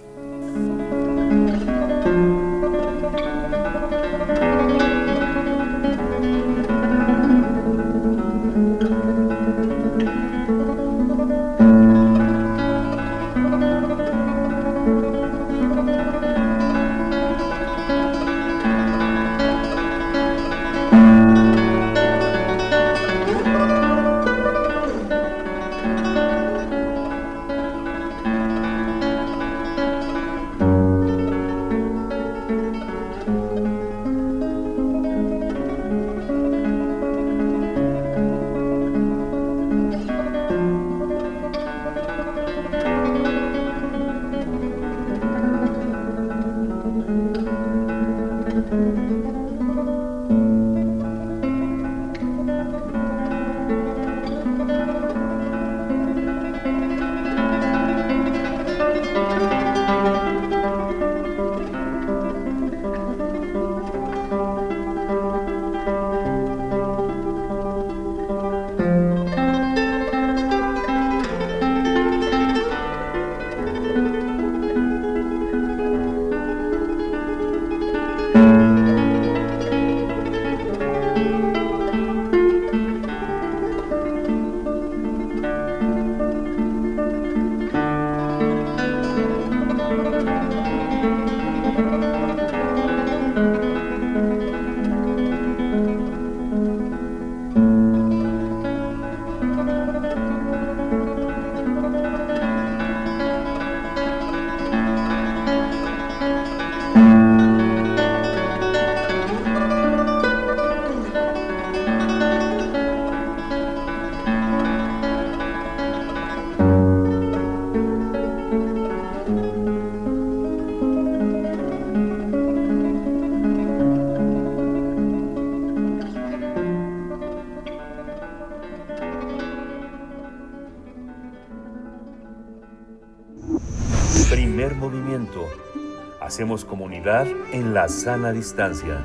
Primer Movimiento. Hacemos comunidad en la sana distancia.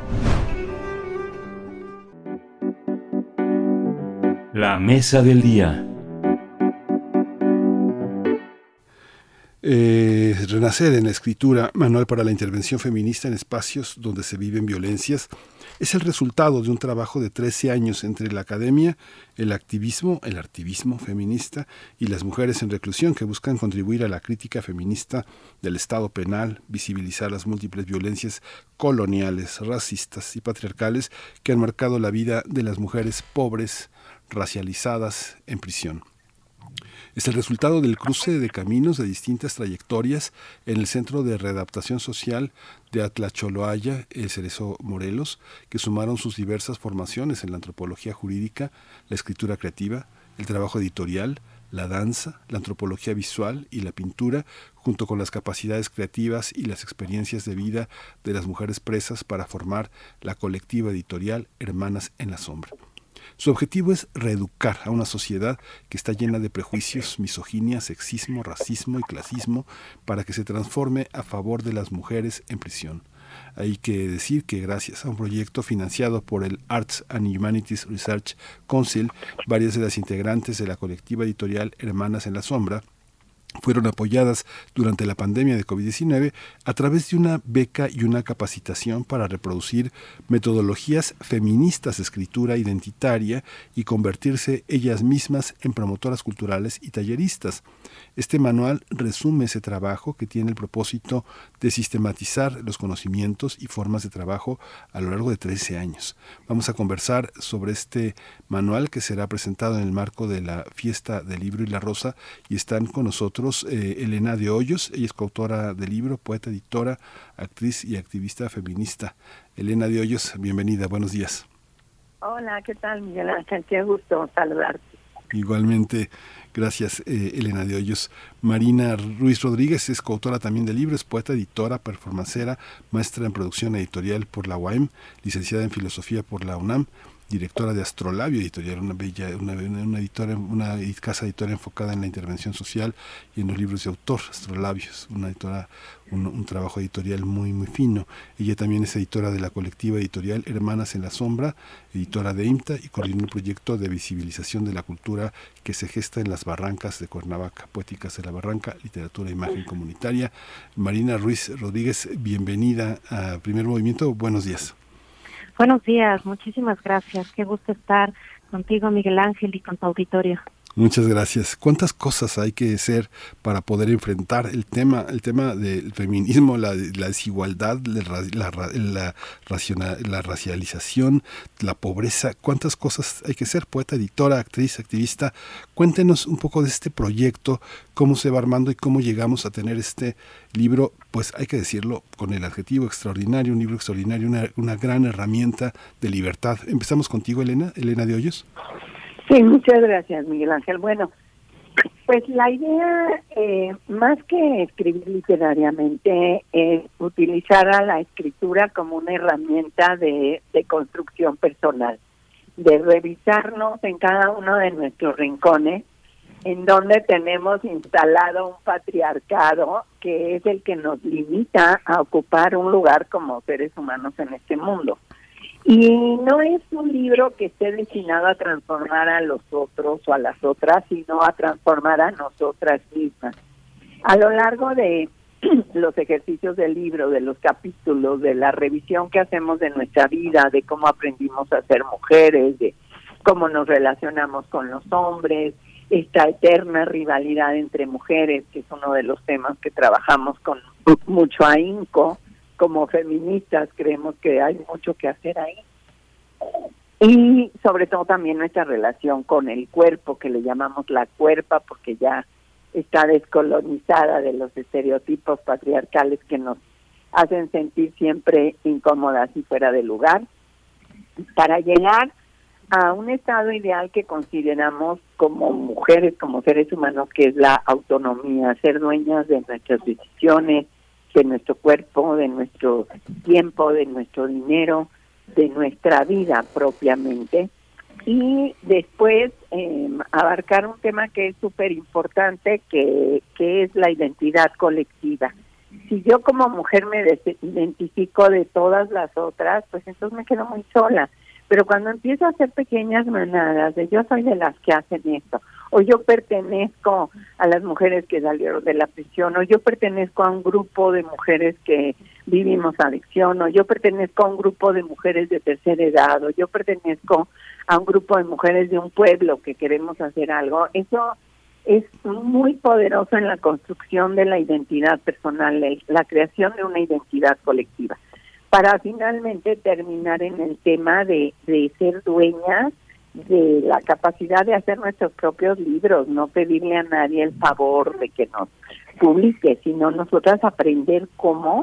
La mesa del día. Eh, Renacer en la escritura, manual para la intervención feminista en espacios donde se viven violencias, es el resultado de un trabajo de trece años entre la academia, el activismo, el artivismo feminista y las mujeres en reclusión que buscan contribuir a la crítica feminista del Estado penal, visibilizar las múltiples violencias coloniales, racistas y patriarcales que han marcado la vida de las mujeres pobres, racializadas en prisión. Es el resultado del cruce de caminos de distintas trayectorias en el Centro de Readaptación Social de Atlacholoaya, El Cerezo, Morelos, que sumaron sus diversas formaciones en la antropología jurídica, la escritura creativa, el trabajo editorial, la danza, la antropología visual y la pintura, junto con las capacidades creativas y las experiencias de vida de las mujeres presas para formar la colectiva editorial Hermanas en la Sombra. Su objetivo es reeducar a una sociedad que está llena de prejuicios, misoginia, sexismo, racismo y clasismo para que se transforme a favor de las mujeres en prisión. Hay que decir que gracias a un proyecto financiado por el Arts and Humanities Research Council, varias de las integrantes de la colectiva editorial Hermanas en la Sombra fueron apoyadas durante la pandemia de covid diecinueve a través de una beca y una capacitación para reproducir metodologías feministas de escritura identitaria y convertirse ellas mismas en promotoras culturales y talleristas. Este manual resume ese trabajo que tiene el propósito de sistematizar los conocimientos y formas de trabajo a lo largo de trece años. Vamos a conversar sobre este manual que será presentado en el marco de la Fiesta del Libro y la Rosa y están con nosotros Eh, Elena de Hoyos. Ella es coautora del libro, poeta, editora, actriz y activista feminista. Elena de Hoyos, bienvenida, buenos días. Hola, ¿qué tal, Miguel Ángel? Qué gusto saludarte. Igualmente, gracias, eh, Elena de Hoyos. Marina Ruiz Rodríguez es coautora también del libro, es poeta, editora, performancera, maestra en producción editorial por la U A M, licenciada en filosofía por la UNAM, directora de Astrolabio Editorial, una bella, una, una editora, una casa editora enfocada en la intervención social y en los libros de autor. Astrolabio es una editora, un, un trabajo editorial muy muy fino. Ella también es editora de la colectiva editorial Hermanas en la Sombra, editora de IMTA y coordina un proyecto de visibilización de la cultura que se gesta en las barrancas de Cuernavaca, Poéticas de la Barranca, literatura e imagen comunitaria. Marina Ruiz Rodríguez, bienvenida a Primer Movimiento, buenos días. Buenos días, muchísimas gracias. Qué gusto estar contigo, Miguel Ángel, y con tu auditorio. Muchas gracias. ¿Cuántas cosas hay que hacer para poder enfrentar el tema, el tema del feminismo, la, la desigualdad, la, la, la, raciona, la racialización, la pobreza? ¿Cuántas cosas hay que hacer? Poeta, editora, actriz, activista. Cuéntenos un poco de este proyecto, cómo se va armando y cómo llegamos a tener este libro, pues hay que decirlo con el adjetivo extraordinario, un libro extraordinario, una, una gran herramienta de libertad. Empezamos contigo, Elena, Elena de Hoyos. Sí, muchas gracias, Miguel Ángel. Bueno, pues la idea, eh, más que escribir literariamente, es utilizar a la escritura como una herramienta de, de construcción personal, de revisarnos en cada uno de nuestros rincones, en donde tenemos instalado un patriarcado que es el que nos limita a ocupar un lugar como seres humanos en este mundo. Y no es un libro que esté destinado a transformar a los otros o a las otras, sino a transformar a nosotras mismas. A lo largo de los ejercicios del libro, de los capítulos, de la revisión que hacemos de nuestra vida, de cómo aprendimos a ser mujeres, de cómo nos relacionamos con los hombres, esta eterna rivalidad entre mujeres, que es uno de los temas que trabajamos con mucho ahínco. Como feministas creemos que hay mucho que hacer ahí. Y sobre todo también nuestra relación con el cuerpo, que le llamamos la cuerpa, porque ya está descolonizada de los estereotipos patriarcales que nos hacen sentir siempre incómodas y fuera de lugar, para llegar a un estado ideal que consideramos como mujeres, como seres humanos, que es la autonomía, ser dueñas de nuestras decisiones, de nuestro cuerpo, de nuestro tiempo, de nuestro dinero, de nuestra vida propiamente. Y después eh, abarcar un tema que es súper importante, que, que es la identidad colectiva. si yo como mujer me des- identifico de todas las otras, pues entonces me quedo muy sola. Pero cuando empiezo a hacer pequeñas manadas de yo soy de las que hacen esto, o yo pertenezco a las mujeres que salieron de la prisión, o yo pertenezco a un grupo de mujeres que vivimos adicción, o yo pertenezco a un grupo de mujeres de tercera edad, o yo pertenezco a un grupo de mujeres de un pueblo que queremos hacer algo, eso es muy poderoso en la construcción de la identidad personal, la creación de una identidad colectiva, para finalmente terminar en el tema de, de ser dueñas de la capacidad de hacer nuestros propios libros, no pedirle a nadie el favor de que nos publique, sino nosotras aprender cómo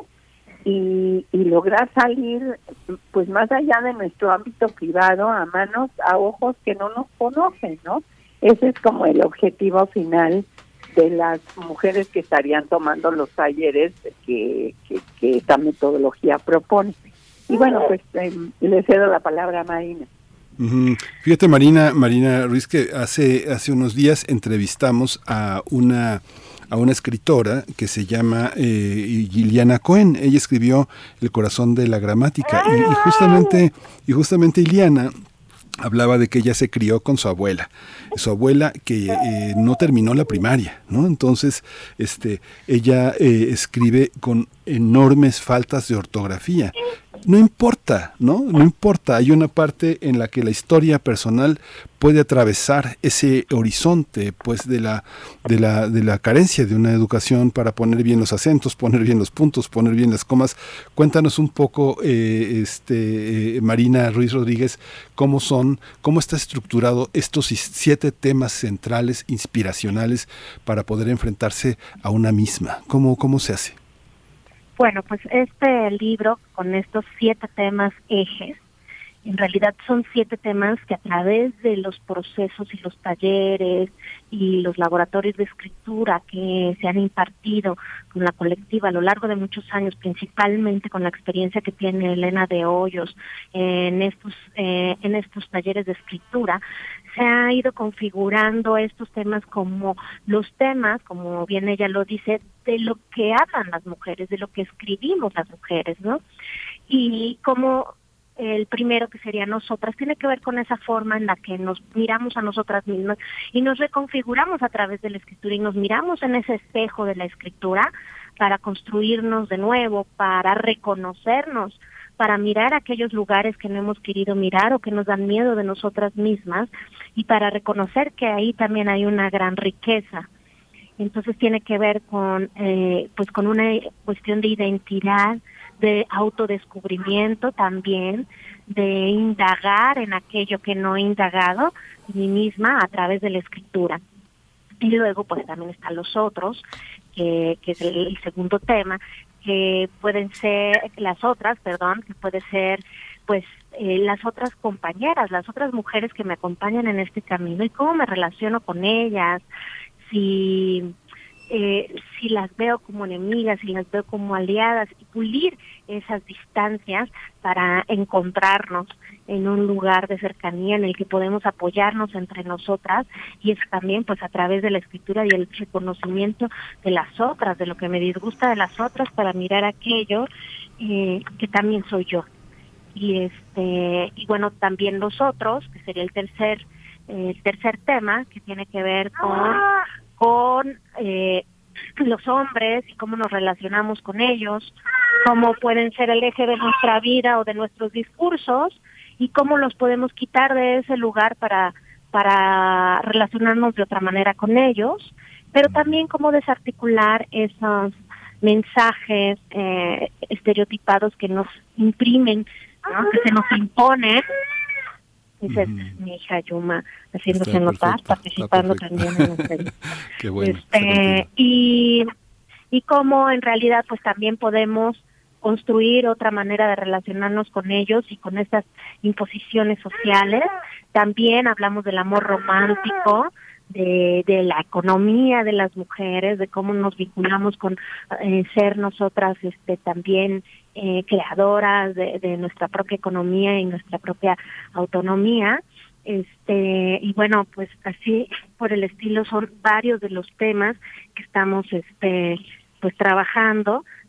y, y lograr salir pues más allá de nuestro ámbito privado a manos, a ojos que no nos conocen, ¿no? Ese es como el objetivo final de las mujeres que estarían tomando los talleres que, que, que esta metodología propone. Y bueno, pues eh, le cedo la palabra a Marina. Uh-huh. Fíjate, Marina, Marina Ruiz, que hace, hace unos días entrevistamos a una a una escritora que se llama eh, Iliana Cohen. Ella escribió El corazón de la gramática y, y justamente y justamente Iliana hablaba de que ella se crió con su abuela, su abuela que eh, no terminó la primaria, ¿no? Entonces, este, ella eh, escribe con enormes faltas de ortografía. No importa, ¿no? No importa. Hay una parte en la que la historia personal puede atravesar ese horizonte, pues, de la, de la, de la carencia de una educación para poner bien los acentos, poner bien los puntos, poner bien las comas. Cuéntanos un poco, eh, este, eh, Marina Ruiz Rodríguez, cómo son, cómo está estructurado estos siete temas centrales, inspiracionales, para poder enfrentarse a una misma. ¿Cómo, cómo se hace? Bueno, pues este libro con estos siete temas ejes, en realidad son siete temas que a través de los procesos y los talleres y los laboratorios de escritura que se han impartido con la colectiva a lo largo de muchos años, principalmente con la experiencia que tiene Elena de Hoyos en estos eh, en estos talleres de escritura, se ha ido configurando estos temas como los temas, como bien ella lo dice, de lo que hablan las mujeres, de lo que escribimos las mujeres, ¿no? Y como el primero, que sería nosotras, tiene que ver con esa forma en la que nos miramos a nosotras mismas y nos reconfiguramos a través de la escritura y nos miramos en ese espejo de la escritura para construirnos de nuevo, para reconocernos, para mirar aquellos lugares que no hemos querido mirar o que nos dan miedo de nosotras mismas y para reconocer que ahí también hay una gran riqueza. Entonces tiene que ver con eh, pues con una cuestión de identidad, de autodescubrimiento también, de indagar en aquello que no he indagado en mí misma a través de la escritura. Y luego pues también están los otros, que, que es el, el segundo tema, que pueden ser las otras, perdón, que puede ser pues eh, las otras compañeras, las otras mujeres que me acompañan en este camino y cómo me relaciono con ellas, si eh, si las veo como enemigas, si las veo como aliadas, y pulir esas distancias para encontrarnos en un lugar de cercanía en el que podemos apoyarnos entre nosotras, y es también pues a través de la escritura y el reconocimiento de las otras, de lo que me disgusta de las otras, para mirar aquello eh, que también soy yo. Y este y bueno, también los otros, que sería el tercer eh, el tercer tema, que tiene que ver con con eh, los hombres y cómo nos relacionamos con ellos, cómo pueden ser el eje de nuestra vida o de nuestros discursos y cómo los podemos quitar de ese lugar para para relacionarnos de otra manera con ellos, pero también cómo desarticular esos mensajes eh, estereotipados que nos imprimen, ¿no? Que se nos imponen. Dice uh-huh. mi hija Yuma, haciéndose está notar, perfecto, participando también en el Qué bueno, este, y y cómo en realidad pues también podemos construir otra manera de relacionarnos con ellos y con estas imposiciones sociales. También hablamos del amor romántico, de, de la economía de las mujeres, de cómo nos vinculamos con eh, ser nosotras este también eh, creadoras de, de nuestra propia economía y nuestra propia autonomía. Este y bueno, pues así por el estilo son varios de los temas que estamos este pues trabajando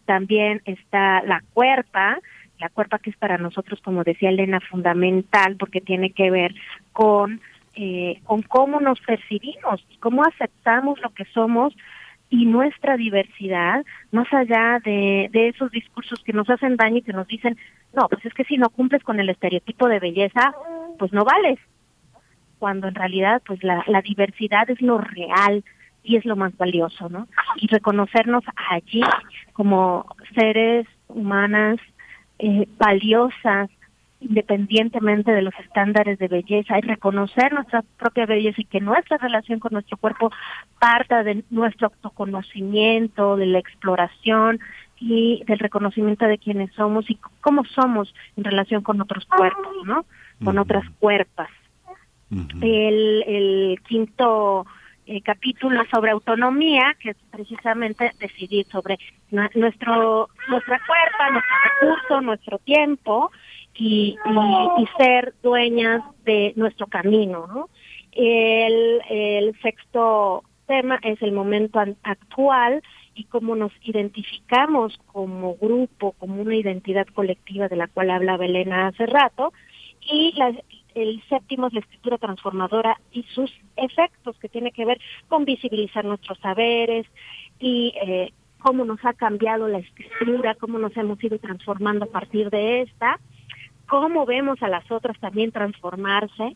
también está la cuerpa, la cuerpa que es para nosotros, como decía Elena, fundamental, porque tiene que ver con, eh, con cómo nos percibimos, cómo aceptamos lo que somos y nuestra diversidad, más allá de, de esos discursos que nos hacen daño y que nos dicen, no, pues es que si no cumples con el estereotipo de belleza, pues no vales, cuando en realidad pues la, la diversidad es lo real y es lo más valioso, ¿no? Y reconocernos allí como seres humanas eh, valiosas, independientemente de los estándares de belleza, y reconocer nuestra propia belleza y que nuestra relación con nuestro cuerpo parta de nuestro autoconocimiento, de la exploración y del reconocimiento de quiénes somos y cómo somos en relación con otros cuerpos, ¿no? Con uh-huh. otras cuerpas. Uh-huh. El, el quinto eh, capítulo sobre autonomía, que es precisamente decidir sobre nuestro nuestra cuerpa, nuestro recurso, nuestro tiempo, y, y, y ser dueñas de nuestro camino, ¿no? El, el sexto tema es el momento actual y cómo nos identificamos como grupo, como una identidad colectiva de la cual hablaba Elena hace rato, y la, el séptimo es la escritura transformadora y sus efectos, que tiene que ver con visibilizar nuestros saberes y eh, cómo nos ha cambiado la escritura, cómo nos hemos ido transformando a partir de esta, cómo vemos a las otras también transformarse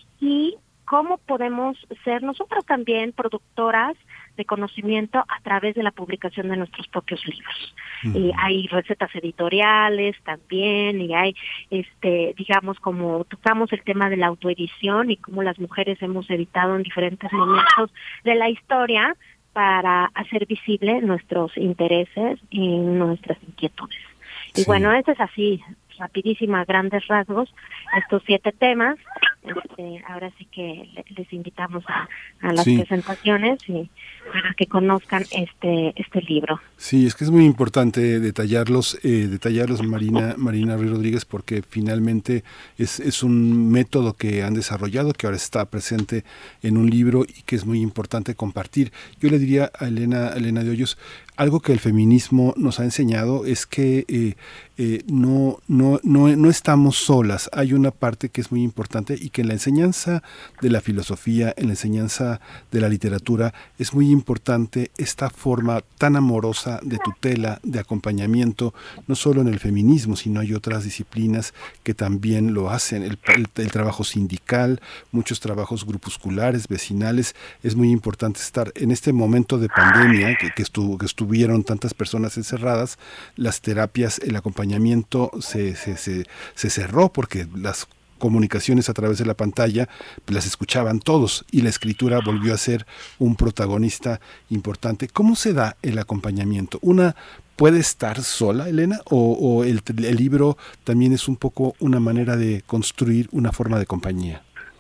y cómo podemos ser nosotros también productoras de conocimiento a través de la publicación de nuestros propios libros. Uh-huh. Y hay recetas editoriales también, y hay, este, digamos, como tocamos el tema de la autoedición y cómo las mujeres hemos editado en diferentes momentos de la historia para hacer visible nuestros intereses y nuestras inquietudes. Sí. Y bueno, esto es así, rapidísimo, a grandes rasgos, estos siete temas. Este, ahora sí que les invitamos a, a las sí. presentaciones y para que conozcan este este libro. Sí, es que es muy importante detallarlos, eh, detallarlos Marina Marina Ruiz Rodríguez, porque finalmente es, es un método que han desarrollado, que ahora está presente en un libro y que es muy importante compartir. Yo le diría a Elena, a Elena de Hoyos, algo que el feminismo nos ha enseñado es que eh, eh, no, no, no, no estamos solas. Hay una parte que es muy importante y que en la enseñanza de la filosofía, en la enseñanza de la literatura, es muy importante esta forma tan amorosa de tutela, de acompañamiento, no solo en el feminismo, sino hay otras disciplinas que también lo hacen. El, el, el trabajo sindical, muchos trabajos grupusculares, vecinales. Es muy importante estar en este momento de pandemia, que, que, estuvo, que estuvieron tantas personas encerradas, las terapias, el acompañamiento se, se, se, se cerró porque las comunicaciones a través de la pantalla las escuchaban todos y la escritura volvió a ser un protagonista importante. ¿Cómo se da el acompañamiento? ¿Una puede estar sola, Elena? ¿O, o el, el libro también es un poco una manera de construir una forma de compañía?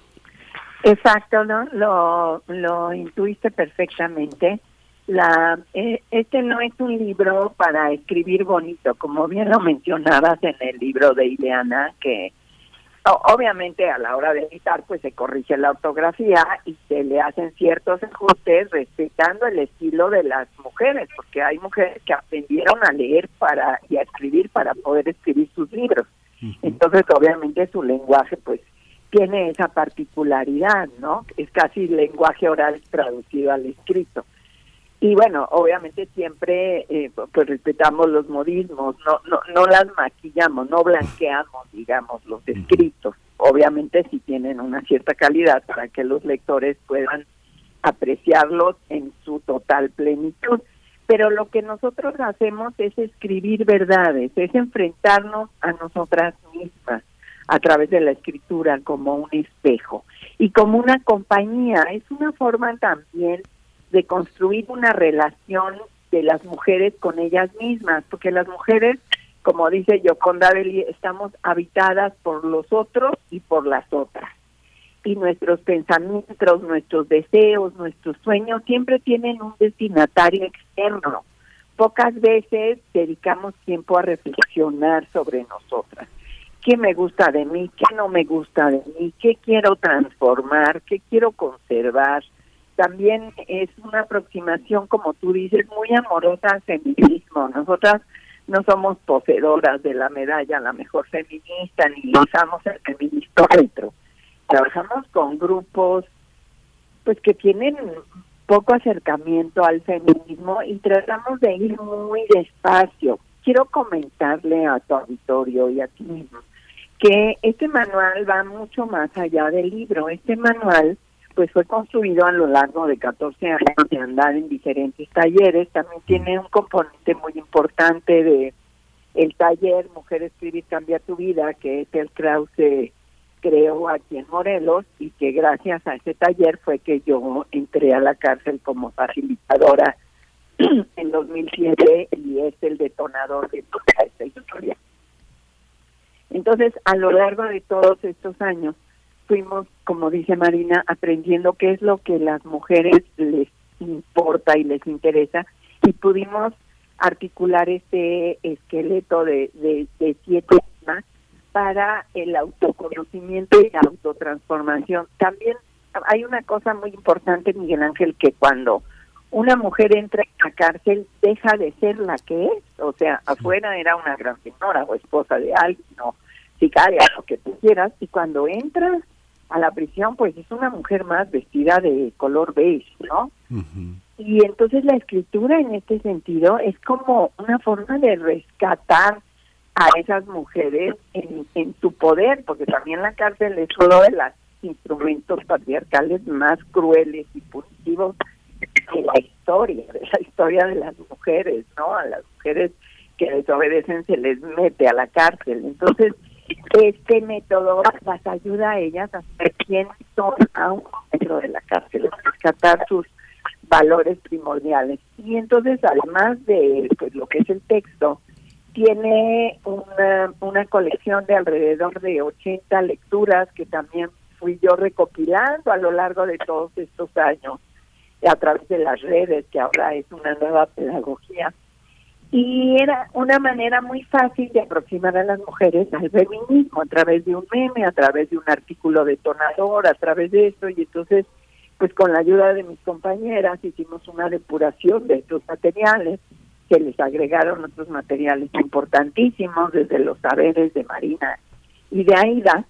Exacto, ¿no? Lo, lo intuiste perfectamente. La, eh, este no es un libro para escribir bonito, como bien lo mencionabas en el libro de Ileana, que obviamente a la hora de editar pues se corrige la ortografía y se le hacen ciertos ajustes respetando el estilo de las mujeres, porque hay mujeres que aprendieron a leer para y a escribir para poder escribir sus libros. Uh-huh. Entonces obviamente su lenguaje pues tiene esa particularidad, ¿no? Es casi lenguaje oral traducido al escrito. Y bueno, obviamente siempre eh, pues respetamos los modismos, no no no las maquillamos, no blanqueamos, digamos, los escritos. Obviamente sí tienen una cierta calidad para que los lectores puedan apreciarlos en su total plenitud. Pero lo que nosotros hacemos es escribir verdades, es enfrentarnos a nosotras mismas a través de la escritura como un espejo y como una compañía. Es una forma también de construir una relación de las mujeres con ellas mismas, porque las mujeres, como dice Gioconda Belli, estamos habitadas por los otros y por las otras. Y nuestros pensamientos, nuestros deseos, nuestros sueños siempre tienen un destinatario externo. Pocas veces dedicamos tiempo a reflexionar sobre nosotras. ¿Qué me gusta de mí? ¿Qué no me gusta de mí? ¿Qué quiero transformar? ¿Qué quiero conservar? También es una aproximación, como tú dices, muy amorosa al feminismo. Nosotras no somos poseedoras de la medalla la mejor feminista, ni usamos el feministómetro. Trabajamos con grupos pues que tienen poco acercamiento al feminismo y tratamos de ir muy despacio. Quiero comentarle a tu auditorio y a ti mismo que este manual va mucho más allá del libro. Este manual pues fue construido a lo largo de catorce años de andar en diferentes talleres. También tiene un componente muy importante de el taller Mujer Escribir Cambia Tu Vida, que Ethel Krause creó aquí en Morelos, y que gracias a ese taller fue que yo entré a la cárcel como facilitadora en dos mil siete, y es el detonador de toda esta historia. Entonces, a lo largo de todos estos años, fuimos, como dice Marina, aprendiendo qué es lo que las mujeres les importa y les interesa, y pudimos articular este esqueleto de, de, de siete temas para el autoconocimiento y la autotransformación. También hay una cosa muy importante, Miguel Ángel, que cuando una mujer entra en la cárcel deja de ser la que es, o sea, afuera era una gran señora o esposa de alguien, o sicaria, lo que tú quieras, y cuando entra a la prisión, pues es una mujer más vestida de color beige, ¿no? Uh-huh. Y entonces la escritura en este sentido es como una forma de rescatar a esas mujeres en, en su poder, porque también la cárcel es uno de los instrumentos patriarcales más crueles y punitivos de la historia, de la historia de las mujeres, ¿no? A las mujeres que desobedecen se les mete a la cárcel. Entonces, este método las ayuda a ellas a ser quienes son aún dentro de la cárcel, a rescatar sus valores primordiales. Y entonces, además de pues lo que es el texto, tiene una, una colección de alrededor de ochenta lecturas que también fui yo recopilando a lo largo de todos estos años a través de las redes, que ahora es una nueva pedagogía. Y era una manera muy fácil de aproximar a las mujeres al feminismo, a través de un meme, a través de un artículo detonador, a través de esto. Y entonces, pues con la ayuda de mis compañeras hicimos una depuración de estos materiales, que les agregaron otros materiales importantísimos, desde los saberes de Marina y de Aida.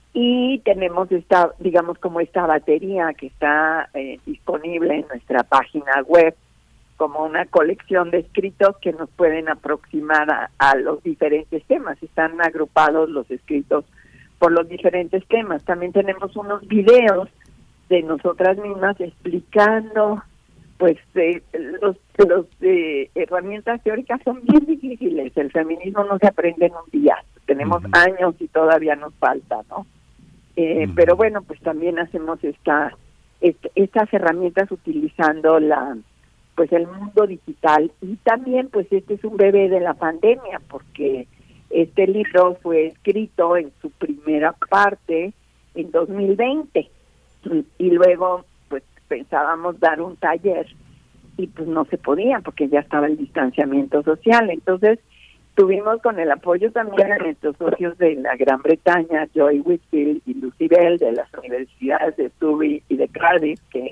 Y tenemos esta, digamos, como esta batería que está eh, disponible en nuestra página web, como una colección de escritos que nos pueden aproximar a, a los diferentes temas. Están agrupados los escritos por los diferentes temas. También tenemos unos videos de nosotras mismas explicando, pues, eh, los, los eh, herramientas teóricas son bien difíciles. El feminismo no se aprende en un día. Tenemos uh-huh. años y todavía nos falta, ¿no? Eh, uh-huh. Pero bueno, pues también hacemos esta, esta estas herramientas utilizando la pues el mundo digital. Y también pues este es un bebé de la pandemia, porque este libro fue escrito en su primera parte en dos mil veinte, y luego pues pensábamos dar un taller y pues no se podía porque ya estaba el distanciamiento social. Entonces tuvimos, con el apoyo también de nuestros socios de la Gran Bretaña, Joy Whitfield y Lucy Bell, de las universidades de Surrey y de Cardiff, que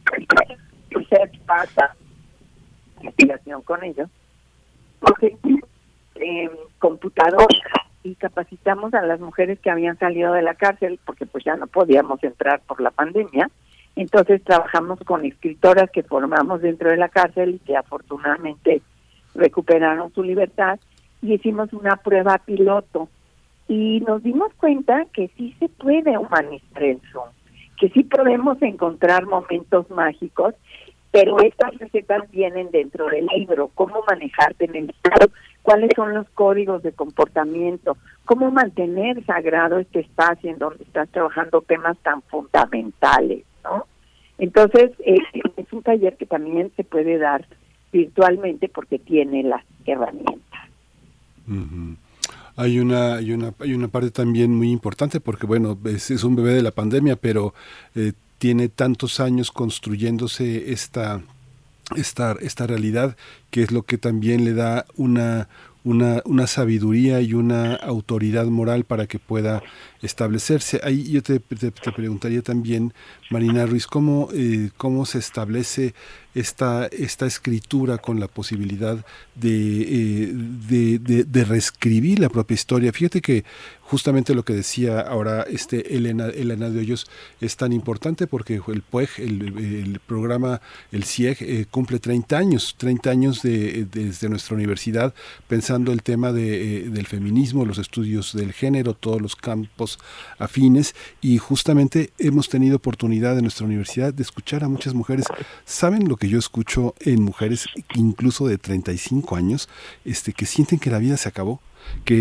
Research pasa investigación con ellos, porque eh, computadoras, y capacitamos a las mujeres que habían salido de la cárcel, porque pues ya no podíamos entrar por la pandemia. Entonces trabajamos con escritoras que formamos dentro de la cárcel y que afortunadamente recuperaron su libertad, y hicimos una prueba piloto y nos dimos cuenta que sí se puede humanizar el Zoom, que sí podemos encontrar momentos mágicos, pero estas recetas vienen dentro del libro: cómo manejarte en el estado, cuáles son los códigos de comportamiento, cómo mantener sagrado este espacio en donde estás trabajando temas tan fundamentales, ¿no? Entonces, eh, es un taller que también se puede dar virtualmente porque tiene las herramientas. Uh-huh. Hay una, hay una, hay una parte también muy importante, porque bueno, es, es un bebé de la pandemia, pero eh, tiene tantos años construyéndose esta, esta, esta realidad, que es lo que también le da una, una, una sabiduría y una autoridad moral para que pueda establecerse. Ahí yo te, te, te preguntaría también, Marina Ruiz, ¿cómo, eh, cómo se establece esta, esta escritura con la posibilidad de, eh, de, de, de reescribir la propia historia? Fíjate que justamente lo que decía ahora este Elena, Elena de Hoyos es tan importante porque el P U E G, el, el programa, el C I E G, eh, cumple treinta años, treinta años de, de, desde nuestra universidad, pensando el tema de, eh, del feminismo, los estudios del género, todos los campos afines, y justamente hemos tenido oportunidad en nuestra universidad de escuchar a muchas mujeres. ¿Saben lo que yo escucho en mujeres incluso de treinta y cinco años, este, que sienten que la vida se acabó? Que,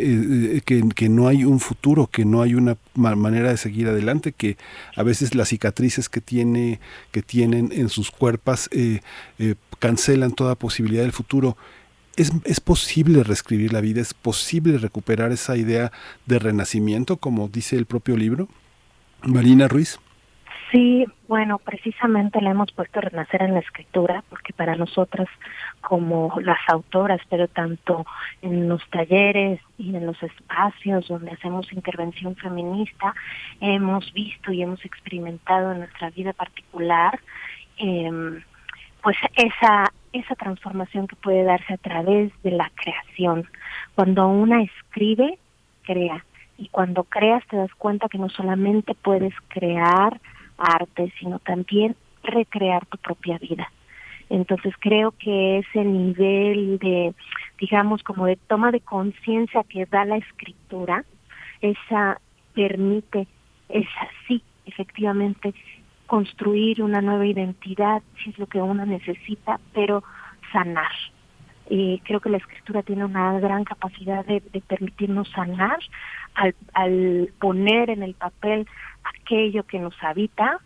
eh, que, que no hay un futuro, que no hay una ma- manera de seguir adelante, que a veces las cicatrices que tiene que tienen en sus cuerpos eh, eh, cancelan toda posibilidad del futuro. ¿Es, ¿Es posible reescribir la vida? ¿Es posible recuperar esa idea de renacimiento, como dice el propio libro? Marina Ruiz. Sí, bueno, precisamente le hemos puesto renacer en la escritura, porque para nosotras como las autoras, pero tanto en los talleres y en los espacios donde hacemos intervención feminista, hemos visto y hemos experimentado en nuestra vida particular, eh, pues esa esa transformación que puede darse a través de la creación. Cuando una escribe, crea, y cuando creas te das cuenta que no solamente puedes crear arte, sino también recrear tu propia vida. Entonces creo que ese nivel de, digamos, como de toma de conciencia que da la escritura, esa permite, es así, efectivamente, construir una nueva identidad, si es lo que uno necesita, pero sanar. Eh, creo que la escritura tiene una gran capacidad de, de permitirnos sanar al, al poner en el papel aquello que nos habita,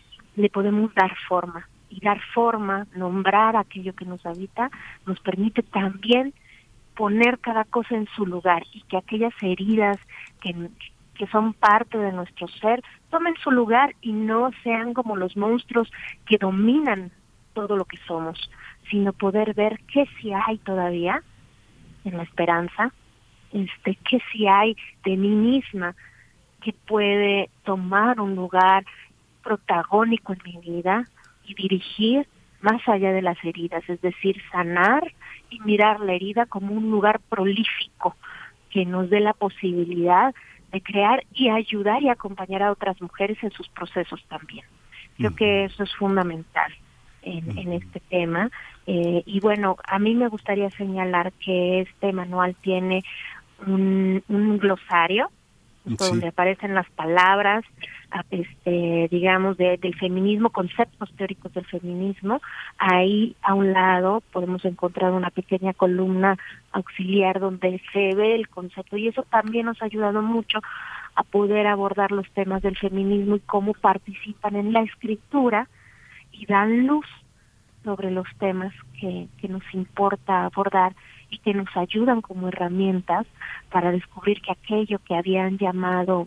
le podemos dar forma. Y dar forma, nombrar aquello que nos habita, nos permite también poner cada cosa en su lugar y que aquellas heridas que, que son parte de nuestro ser tomen su lugar y no sean como los monstruos que dominan todo lo que somos, sino poder ver qué sí hay todavía en la esperanza, este, qué sí hay de mí misma que puede tomar un lugar protagónico en mi vida y dirigir más allá de las heridas, es decir, sanar y mirar la herida como un lugar prolífico que nos dé la posibilidad de crear y ayudar y acompañar a otras mujeres en sus procesos también. Creo uh-huh. que eso es fundamental en, uh-huh. en este tema. Eh, y bueno, a mí me gustaría señalar que este manual tiene un, un glosario sí. donde aparecen las palabras, este, digamos, de, del feminismo, conceptos teóricos del feminismo. Ahí a un lado podemos encontrar una pequeña columna auxiliar donde se ve el concepto, y eso también nos ha ayudado mucho a poder abordar los temas del feminismo y cómo participan en la escritura y dan luz sobre los temas que, que nos importa abordar y que nos ayudan como herramientas para descubrir que aquello que habían llamado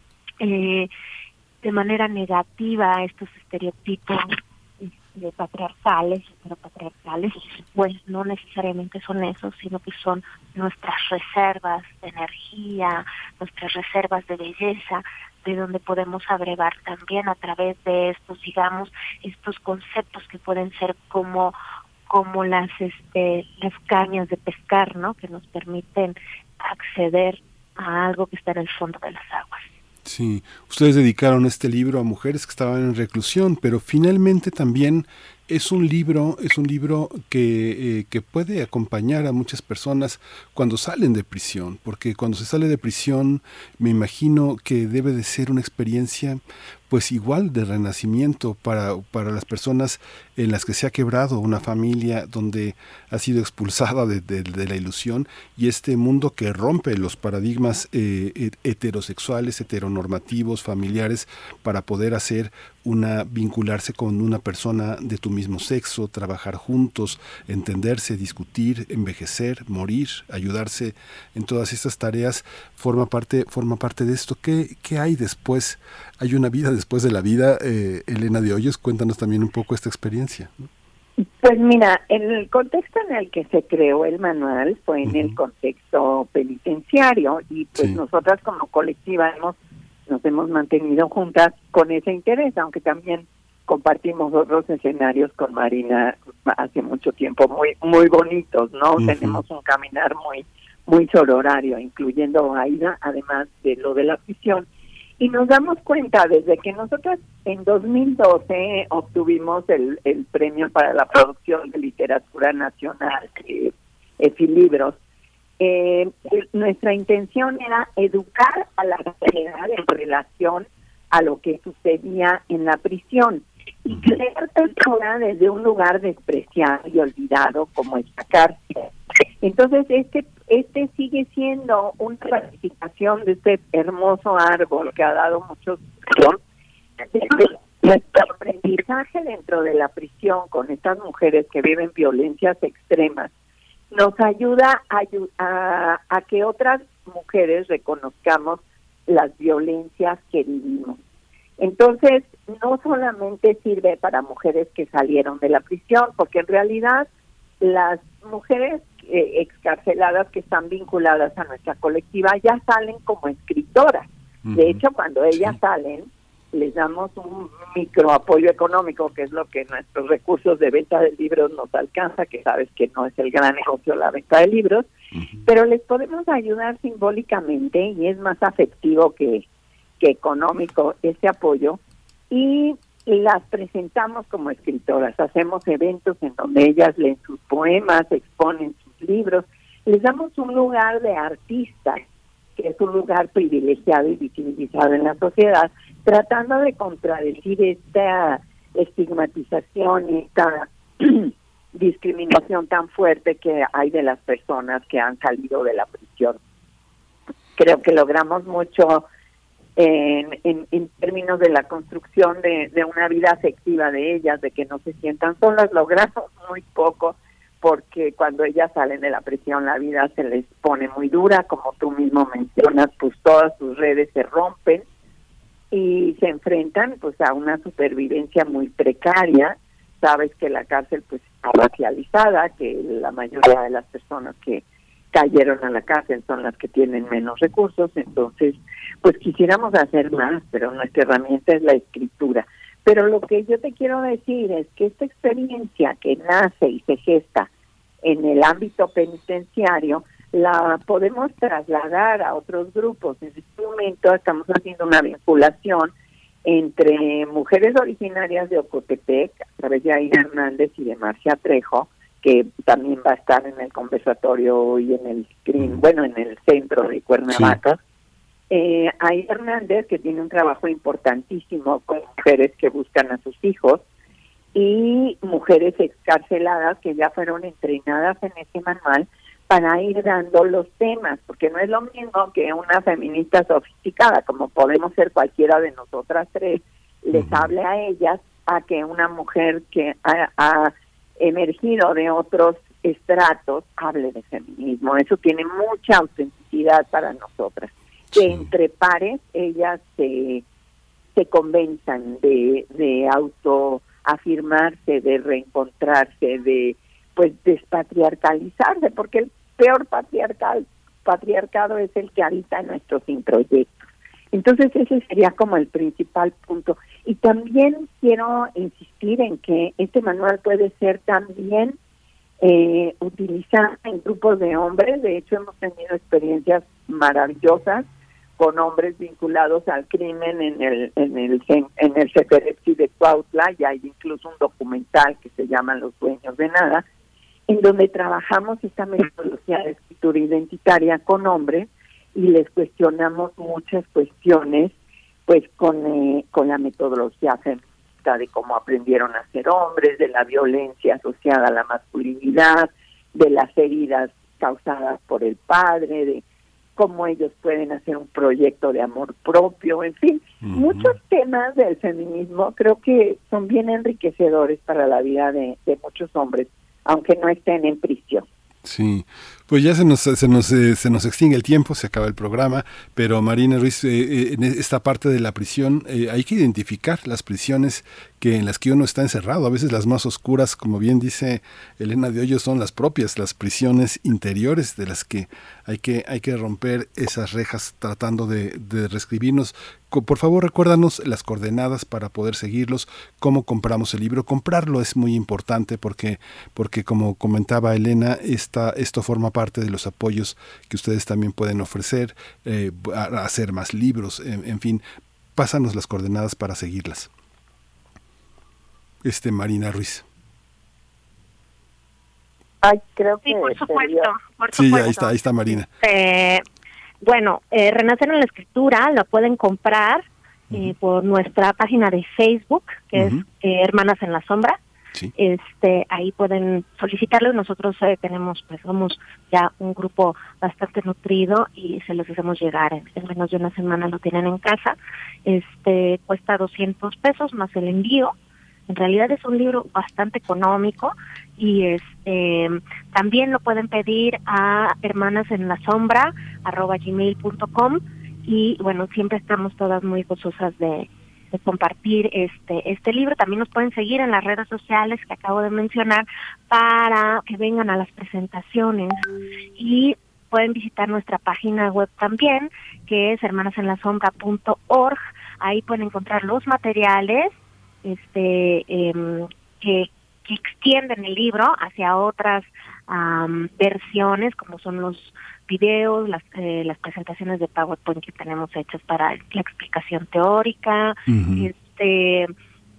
eh, de manera negativa a estos estereotipos de patriarcales, heteropatriarcales, pues no necesariamente son esos, sino que son nuestras reservas de energía, nuestras reservas de belleza, de donde podemos abrevar también a través de estos, digamos, estos conceptos que pueden ser como como las este las cañas de pescar, ¿no? Que nos permiten acceder a algo que está en el fondo de las aguas. Sí, ustedes dedicaron este libro a mujeres que estaban en reclusión, pero finalmente también es un libro, es un libro que, eh, que puede acompañar a muchas personas cuando salen de prisión, porque cuando se sale de prisión me imagino que debe de ser una experiencia pues igual de renacimiento para, para las personas en las que se ha quebrado una familia, donde ha sido expulsada de, de, de la ilusión, y este mundo que rompe los paradigmas eh, heterosexuales, heteronormativos, familiares, para poder hacer una, vincularse con una persona de tu mismo sexo, trabajar juntos, entenderse, discutir, envejecer, morir, ayudarse en todas estas tareas, forma parte, forma parte de esto. ¿Qué, qué hay después? Hay una vida después de la vida. eh, Elena de Hoyos, cuéntanos también un poco esta experiencia, ¿no? Pues mira, en el contexto en el que se creó el manual fue en uh-huh. el contexto penitenciario y pues sí. nosotras como colectiva hemos nos hemos mantenido juntas con ese interés, aunque también compartimos otros escenarios con Marina hace mucho tiempo muy muy bonitos, ¿no? Uh-huh. Tenemos un caminar muy muy sororario, incluyendo a Aida, además de lo de la prisión. Y nos damos cuenta desde que nosotros en dos mil doce obtuvimos el, el premio para la producción de literatura nacional, eh, Efilibros. Eh, nuestra intención era educar a la sociedad en relación a lo que sucedía en la prisión y crear cultura desde un lugar despreciado y olvidado como esta cárcel. Entonces este este sigue siendo una ratificación de este hermoso árbol que ha dado muchos nuestro aprendizaje dentro de la prisión con estas mujeres que viven violencias extremas. Nos ayuda a, a, a que otras mujeres reconozcamos las violencias que vivimos. Entonces, no solamente sirve para mujeres que salieron de la prisión, porque en realidad las mujeres eh, excarceladas que están vinculadas a nuestra colectiva ya salen como escritoras. Uh-huh. De hecho, cuando ellas sí. salen, les damos un micro apoyo económico, que es lo que nuestros recursos de venta de libros nos alcanza, que sabes que no es el gran negocio la venta de libros, uh-huh. pero les podemos ayudar simbólicamente y es más afectivo que, que económico ese apoyo, y las presentamos como escritoras, hacemos eventos en donde ellas leen sus poemas, exponen sus libros, les damos un lugar de artistas, que es un lugar privilegiado y visibilizado en la sociedad, tratando de contradecir esta estigmatización y esta discriminación tan fuerte que hay de las personas que han salido de la prisión. Creo que logramos mucho en, en, en términos de la construcción de, de una vida afectiva de ellas, de que no se sientan solas. Logramos muy poco, porque cuando ellas salen de la prisión la vida se les pone muy dura, como tú mismo mencionas, pues todas sus redes se rompen y se enfrentan pues a una supervivencia muy precaria. Sabes que la cárcel pues está racializada, que la mayoría de las personas que cayeron a la cárcel son las que tienen menos recursos, entonces pues quisiéramos hacer más, pero nuestra herramienta es la escritura. Pero lo que yo te quiero decir es que esta experiencia que nace y se gesta en el ámbito penitenciario, la podemos trasladar a otros grupos. En este momento estamos haciendo una vinculación entre mujeres originarias de Ocotepec, a través de Aida Hernández y de Marcia Trejo, que también va a estar en el conversatorio y en el screen, bueno, en el centro de Cuernavaca. Sí. Eh, Aida Hernández, que tiene un trabajo importantísimo con mujeres que buscan a sus hijos, y mujeres excarceladas que ya fueron entrenadas en ese manual para ir dando los temas, porque no es lo mismo que una feminista sofisticada, como podemos ser cualquiera de nosotras tres, les uh-huh. hable a ellas, a que una mujer que ha, ha emergido de otros estratos hable de feminismo. Eso tiene mucha autenticidad para nosotras. Que entre pares ellas se, se convenzan de, de autoafirmarse, de reencontrarse, de pues despatriarcalizarse, porque el peor patriarcal patriarcado es el que habita en nuestros introyectos. Entonces ese sería como el principal punto. Y también quiero insistir en que este manual puede ser también eh, utilizado en grupos de hombres. De hecho hemos tenido experiencias maravillosas con hombres vinculados al crimen en el en el en el Ceferepsi de Cuautla, y hay incluso un documental que se llama Los Dueños de Nada, en donde trabajamos esta metodología de escritura identitaria con hombres y les cuestionamos muchas cuestiones, pues con eh, con la metodología feminista de cómo aprendieron a ser hombres, de la violencia asociada a la masculinidad, de las heridas causadas por el padre, de cómo ellos pueden hacer un proyecto de amor propio, en fin, uh-huh. muchos temas del feminismo creo que son bien enriquecedores para la vida de, de muchos hombres, aunque no estén en prisión. Sí, Pues ya se nos se nos eh, se nos extingue el tiempo, se acaba el programa, pero Marina Ruiz, eh, eh, en esta parte de la prisión eh, hay que identificar las prisiones que en las que uno está encerrado. A veces las más oscuras, como bien dice Elena de Hoyos, son las propias, las prisiones interiores de las que hay que hay que romper esas rejas tratando de, de reescribirnos. Por favor, recuérdanos las coordenadas para poder seguirlos, cómo compramos el libro. Comprarlo es muy importante porque, porque como comentaba Elena, esta, esto forma parte de los apoyos que ustedes también pueden ofrecer, eh, a hacer más libros, en, en fin, pásanos las coordenadas para seguirlas. Este, Marina Ruiz. Ay, creo que sí, por supuesto, por sí, supuesto. ahí está, ahí está Marina. Eh, bueno, eh, Renacer en la Escritura lo pueden comprar eh, uh-huh. por nuestra página de Facebook, que uh-huh. es eh, Hermanas en la Sombra. Sí. Este, ahí pueden solicitarlo y nosotros eh, tenemos, pues somos ya un grupo bastante nutrido y se los hacemos llegar en, en menos de una semana, lo tienen en casa. Este, cuesta doscientos pesos más el envío. En realidad es un libro bastante económico y este también lo pueden pedir a hermanasenlasombra arroba gmail punto com y bueno, siempre estamos todas muy gozosas de, de compartir este este libro. También nos pueden seguir en las redes sociales que acabo de mencionar para que vengan a las presentaciones y pueden visitar nuestra página web también, que es hermanasenlasombra punto org. Ahí pueden encontrar los materiales este eh, que, que extienden el libro hacia otras um, versiones, como son los videos, las eh, las presentaciones de PowerPoint que tenemos hechas para la explicación teórica, uh-huh. este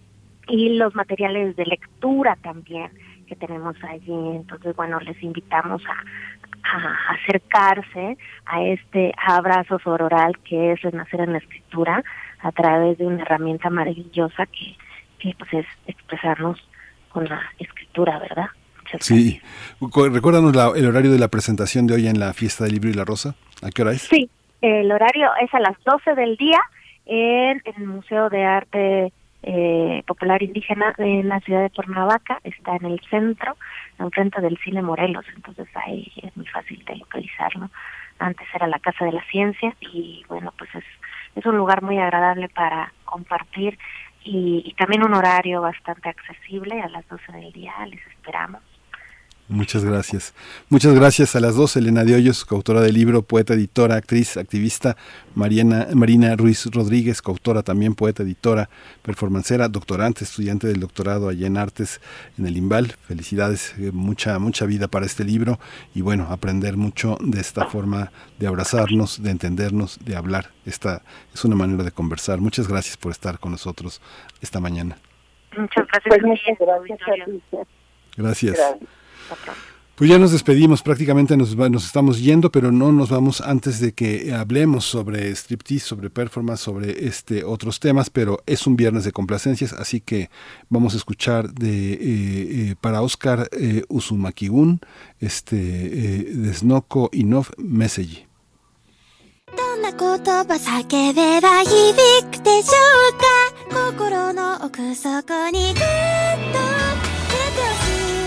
y los materiales de lectura también que tenemos allí. Entonces, bueno, les invitamos a, a acercarse a este abrazo sororal que es Renacer en la Escritura a través de una herramienta maravillosa que que pues es expresarnos con la escritura, ¿verdad? Muchas sí. Gracias. Recuérdanos la, el horario de la presentación de hoy en la Fiesta del Libro y la Rosa. ¿A qué hora es? Sí, el horario es a las doce del día en, en el Museo de Arte eh, Popular Indígena en la ciudad de Cuernavaca. Está en el centro, enfrente del Cine Morelos, entonces ahí es muy fácil de localizarlo. Antes era la Casa de la Ciencia y bueno, pues es, es un lugar muy agradable para compartir. Y, y también un horario bastante accesible a las doce del día, les esperamos. Muchas gracias. Muchas gracias a las dos, Elena de Hoyos, coautora del libro, poeta, editora, actriz, activista, Mariana, Marina Ruiz Rodríguez, coautora también, poeta, editora, performancera, doctorante, estudiante del doctorado allá en Artes en el IMBAL. Felicidades, eh, mucha, mucha vida para este libro y bueno, aprender mucho de esta forma de abrazarnos, de entendernos, de hablar. Esta es una manera de conversar. Muchas gracias por estar con nosotros esta mañana. Muchas gracias. Pues muchas gracias. Gracias. gracias. Pues ya nos despedimos, prácticamente nos, nos estamos yendo, pero no nos vamos antes de que hablemos sobre striptease, sobre performance, sobre este otros temas, pero es un viernes de complacencias, así que vamos a escuchar de eh, eh, para Oscar eh, Usumakigun, este eh, Desnoko Inov Message. どんな言葉叫べば響くでしょうか心の奥底にぐっと触れてほしい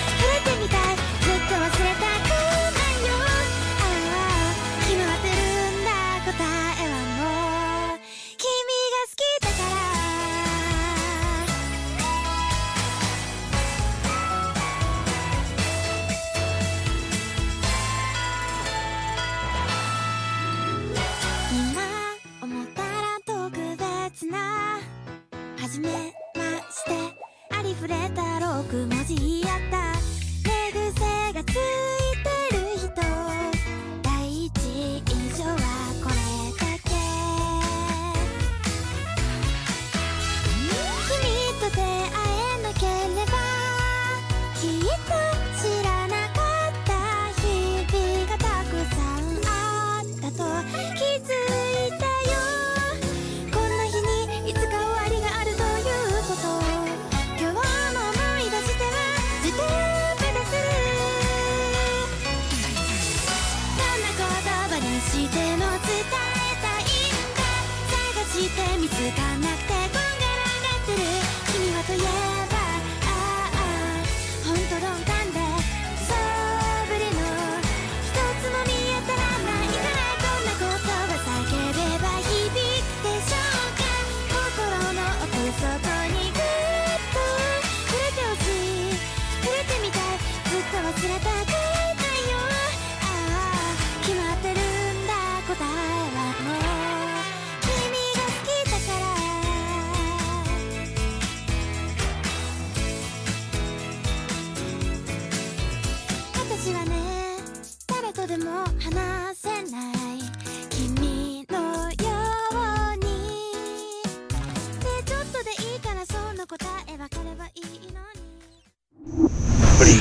はじめましてありふれたろく文字やった寝癖がついてる人第一印象はこれだけ君と出会えなければきっと知らなかった日々がたくさんあったと気づいたよ いつか終わりがあるということ今日も思い出しては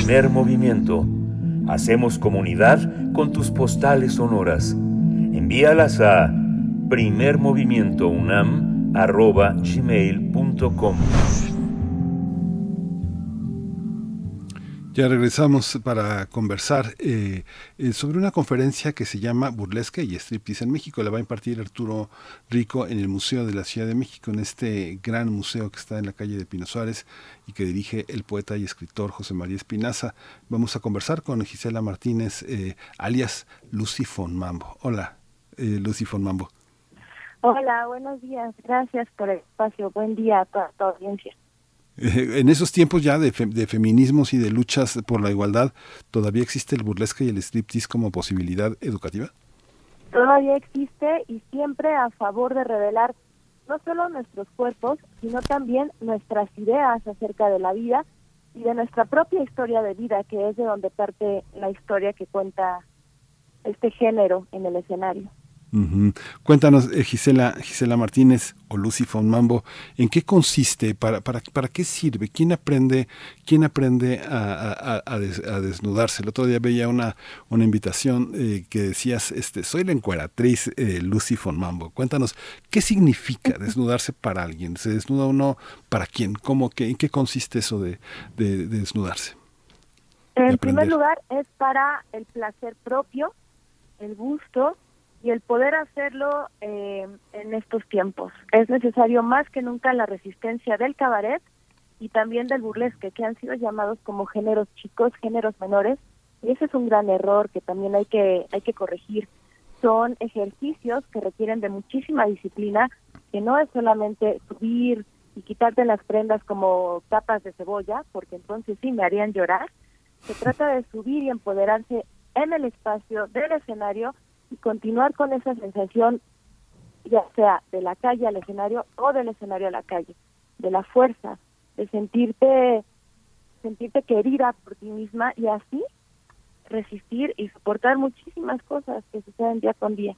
Primer movimiento. Hacemos comunidad con tus postales sonoras. Envíalas a primermovimientounam arroba gmail punto com. Ya regresamos para conversar eh, eh, sobre una conferencia que se llama Burlesque y Striptease en México. La va a impartir Arturo Rico en el Museo de la Ciudad de México, en este gran museo que está en la calle de Pino Suárez y que dirige el poeta y escritor José María Espinaza. Vamos a conversar con Gisela Martínez, eh, alias Lucy von Mambo. Hola, eh, Lucy von Mambo. Hola, buenos días. Gracias por el espacio. Buen día a toda tu audiencia. Eh, en esos tiempos ya de, fe, de feminismos y de luchas por la igualdad, ¿todavía existe el burlesque y el striptease como posibilidad educativa? Todavía existe y siempre a favor de revelar no solo nuestros cuerpos, sino también nuestras ideas acerca de la vida y de nuestra propia historia de vida, que es de donde parte la historia que cuenta este género en el escenario. Uh-huh. Cuéntanos, eh, Gisela, Gisela Martínez o Lucy von Mambo, ¿en qué consiste? ¿Para, para, para qué sirve? ¿Quién aprende, quién aprende a, a, a, des, a desnudarse? El otro día veía una, una invitación eh, que decías, este, soy la encueratriz eh, Lucy von Mambo. Cuéntanos, ¿qué significa desnudarse para alguien? ¿Se desnuda uno para quién? ¿Cómo, qué, ¿En qué consiste eso de, de, de desnudarse? En primer lugar, es para el placer propio, el gusto, y el poder hacerlo eh, en estos tiempos. Es necesario más que nunca la resistencia del cabaret y también del burlesque, que han sido llamados como géneros chicos, géneros menores, y ese es un gran error que también hay que hay que corregir. Son ejercicios que requieren de muchísima disciplina, que no es solamente subir y quitarte las prendas como tapas de cebolla, porque entonces sí me harían llorar. Se trata de subir y empoderarse en el espacio del escenario y continuar con esa sensación, ya sea de la calle al escenario o del escenario a la calle, de la fuerza, de sentirte sentirte querida por ti misma y así resistir y soportar muchísimas cosas que suceden día con día.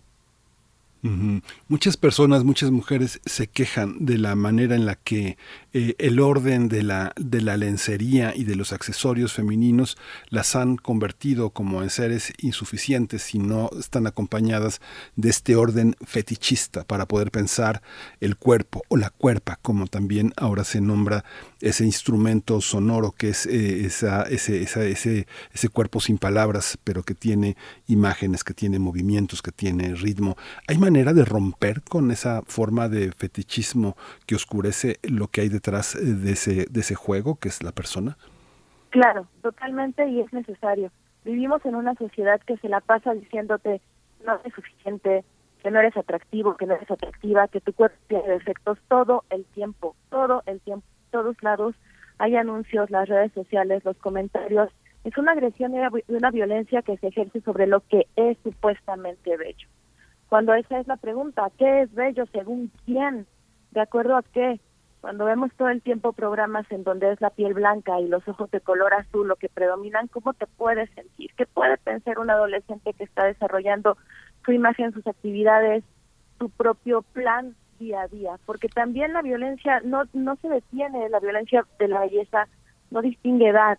Uh-huh. Muchas personas, muchas mujeres se quejan de la manera en la que eh, el orden de la, de la lencería y de los accesorios femeninos las han convertido como en seres insuficientes si no están acompañadas de este orden fetichista para poder pensar el cuerpo o la cuerpa, como también ahora se nombra ese instrumento sonoro que es eh, esa, ese, esa, ese, ese cuerpo sin palabras, pero que tiene imágenes, que tiene movimientos, que tiene ritmo. Hay manera de romper con esa forma de fetichismo que oscurece lo que hay detrás de ese de ese juego que es la persona. Claro, totalmente, y es necesario. Vivimos en una sociedad que se la pasa diciéndote no eres suficiente, que no eres atractivo, que no eres atractiva, que tu cuerpo tiene defectos todo el tiempo, todo el tiempo, todos lados hay anuncios, las redes sociales, los comentarios. Es una agresión y una violencia que se ejerce sobre lo que es supuestamente bello. Cuando esa es la pregunta, ¿qué es bello según quién? ¿De acuerdo a qué? Cuando vemos todo el tiempo programas en donde es la piel blanca y los ojos de color azul lo que predominan, ¿cómo te puedes sentir? ¿Qué puede pensar un adolescente que está desarrollando su imagen, sus actividades, su propio plan día a día? Porque también la violencia no, no se detiene, la violencia de la belleza no distingue edad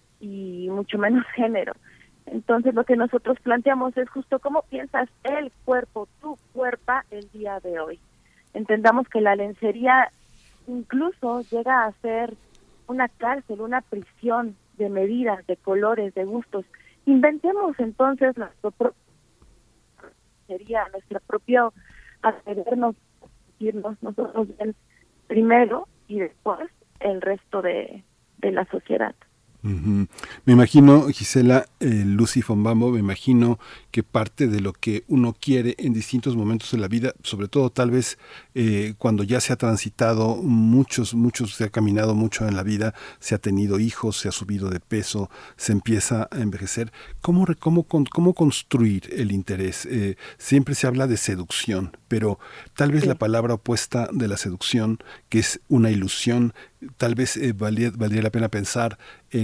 y mucho menos género. Entonces lo que nosotros planteamos es justo cómo piensas el cuerpo, tu cuerpo el día de hoy. Entendamos que la lencería incluso llega a ser una cárcel, una prisión de medidas, de colores, de gustos. Inventemos entonces nuestro propio sería nuestro propio atrevernos, irnos nosotros bien primero y después el resto de, de la sociedad. Uh-huh. Me imagino, Gisela, eh, Lucy von Mambo, me imagino que parte de lo que uno quiere en distintos momentos de la vida, sobre todo tal vez eh, cuando ya se ha transitado muchos, muchos, se ha caminado mucho en la vida, se ha tenido hijos, se ha subido de peso, se empieza a envejecer. ¿Cómo, cómo, cómo construir el interés? Eh, siempre se habla de seducción, pero tal vez sí. La palabra opuesta de la seducción, que es una ilusión, tal vez eh, valía, valdría la pena pensar en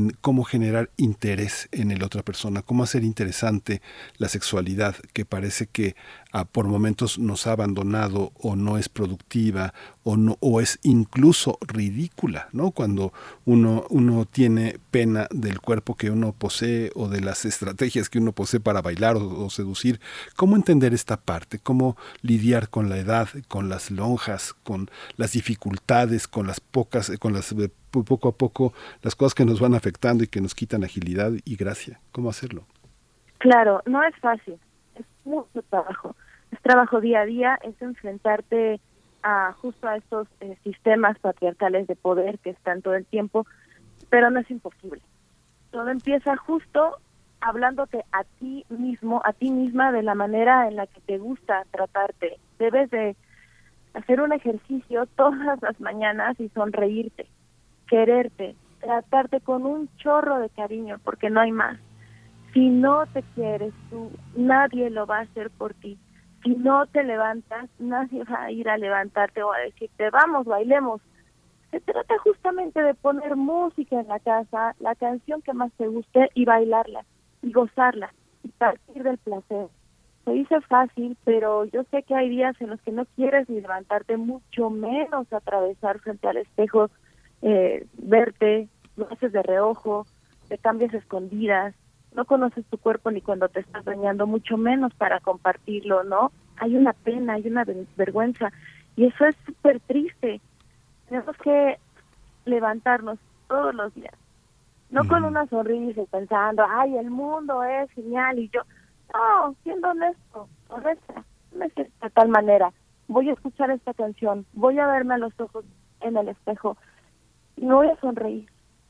en cómo generar interés en el otra persona, cómo hacer interesante la sexualidad, que parece que ah, por momentos nos ha abandonado o no es productiva o no o es incluso ridícula, ¿no? Cuando uno uno tiene pena del cuerpo que uno posee o de las estrategias que uno posee para bailar o, o seducir, ¿cómo entender esta parte? ¿Cómo lidiar con la edad, con las lonjas, con las dificultades, con las pocas, con las eh, poco a poco las cosas que nos van afectando y que nos quitan agilidad y gracia? ¿Cómo hacerlo? Claro, no es fácil, es mucho trabajo, es trabajo día a día, es enfrentarte a justo a estos eh, sistemas patriarcales de poder que están todo el tiempo, pero no es imposible. Todo empieza justo hablándote a ti mismo, a ti misma, de la manera en la que te gusta tratarte. Debes de hacer un ejercicio todas las mañanas y sonreírte, quererte, tratarte con un chorro de cariño, porque no hay más. Si no te quieres tú, nadie lo va a hacer por ti. Si no te levantas, nadie va a ir a levantarte o a decirte, vamos, bailemos. Se trata justamente de poner música en la casa, la canción que más te guste, y bailarla, y gozarla, y partir del placer. Se dice fácil, pero yo sé que hay días en los que no quieres ni levantarte, mucho menos atravesar frente al espejo, eh, verte, lo haces de reojo, te cambias escondidas, no conoces tu cuerpo ni cuando te estás bañando, mucho menos para compartirlo, ¿no? Hay una pena, hay una vergüenza, y eso es súper triste. Tenemos que levantarnos todos los días, no mm. con una sonrisa y pensando, ay, el mundo es genial, y yo, no, siendo honesto, honesta, no es de tal manera, voy a escuchar esta canción, voy a verme a los ojos en el espejo, y me voy a sonreír,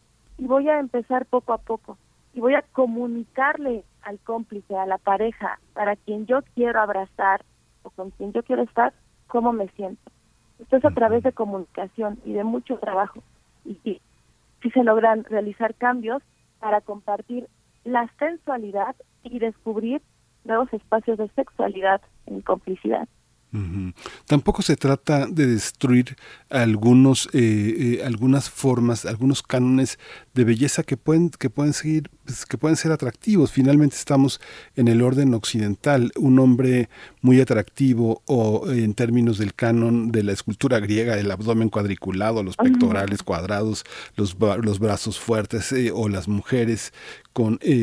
y voy a empezar poco a poco, y voy a comunicarle al cómplice, a la pareja, para quien yo quiero abrazar o con quien yo quiero estar, cómo me siento. Esto es a través de comunicación y de mucho trabajo. Y sí, sí se logran realizar cambios para compartir la sensualidad y descubrir nuevos espacios de sexualidad en complicidad. Uh-huh. Tampoco se trata de destruir algunos eh, eh, algunas formas, algunos cánones de belleza que pueden que pueden seguir pues, que pueden ser atractivos. Finalmente estamos en el orden occidental. Un hombre muy atractivo, o en términos del canon de la escultura griega, el abdomen cuadriculado, los pectorales uh-huh. cuadrados, los los brazos fuertes, eh, o las mujeres con, eh,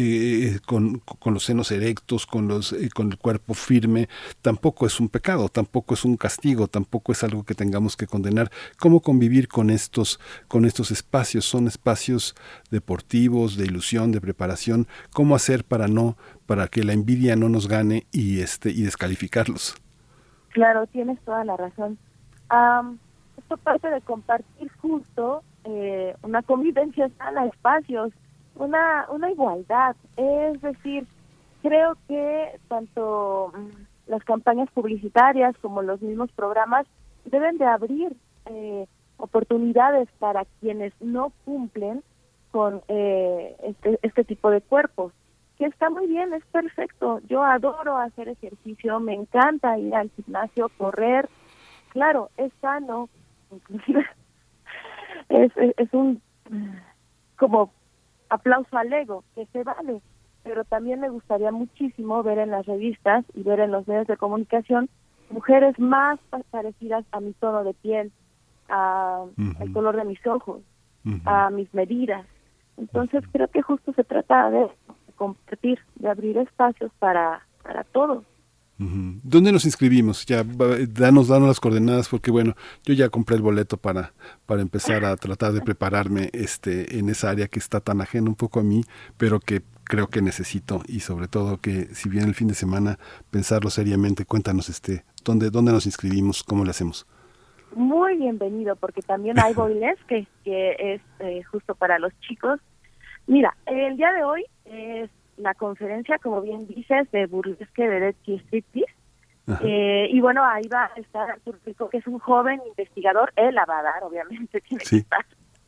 eh, con con los senos erectos, con los eh, con el cuerpo firme, tampoco es un pecado, tampoco es un castigo, tampoco es algo que tengamos que condenar. ¿Cómo convivir con estos con estos espacios? Son espacios deportivos, de ilusión, de preparación. ¿Cómo hacer para no para que la envidia no nos gane y este y descalificarlos? Claro, tienes toda la razón. Um, esto parte de compartir justo eh, una convivencia sana, espacios, una una igualdad. Es decir, creo que tanto las campañas publicitarias como los mismos programas deben de abrir eh, oportunidades para quienes no cumplen con eh, este, este tipo de cuerpos, que está muy bien, es perfecto. Yo adoro hacer ejercicio, me encanta ir al gimnasio, correr, claro, es sano, inclusive es, es, es un como aplauso al ego, que se vale. Pero también me gustaría muchísimo ver en las revistas y ver en los medios de comunicación mujeres más parecidas a mi tono de piel, a uh-huh. el color de mis ojos, uh-huh. a mis medidas. Entonces uh-huh. creo que justo se trata de compartir, de abrir espacios para, para todos. Uh-huh. ¿Dónde nos inscribimos? Ya, danos, danos las coordenadas, porque bueno, yo ya compré el boleto para, para empezar a tratar de prepararme este, en esa área que está tan ajena un poco a mí, pero que creo que necesito, y sobre todo que si viene el fin de semana, pensarlo seriamente. Cuéntanos, este, ¿dónde, dónde nos inscribimos? ¿Cómo le hacemos? Muy bienvenido, porque también hay burlesque, que es eh, justo para los chicos. Mira, el día de hoy es la conferencia, como bien dices, de burlesque, de y striptease. Eh, y bueno, ahí va a estar Arturo Rico, que es un joven investigador, él la va a dar, obviamente, tiene sí. que estar.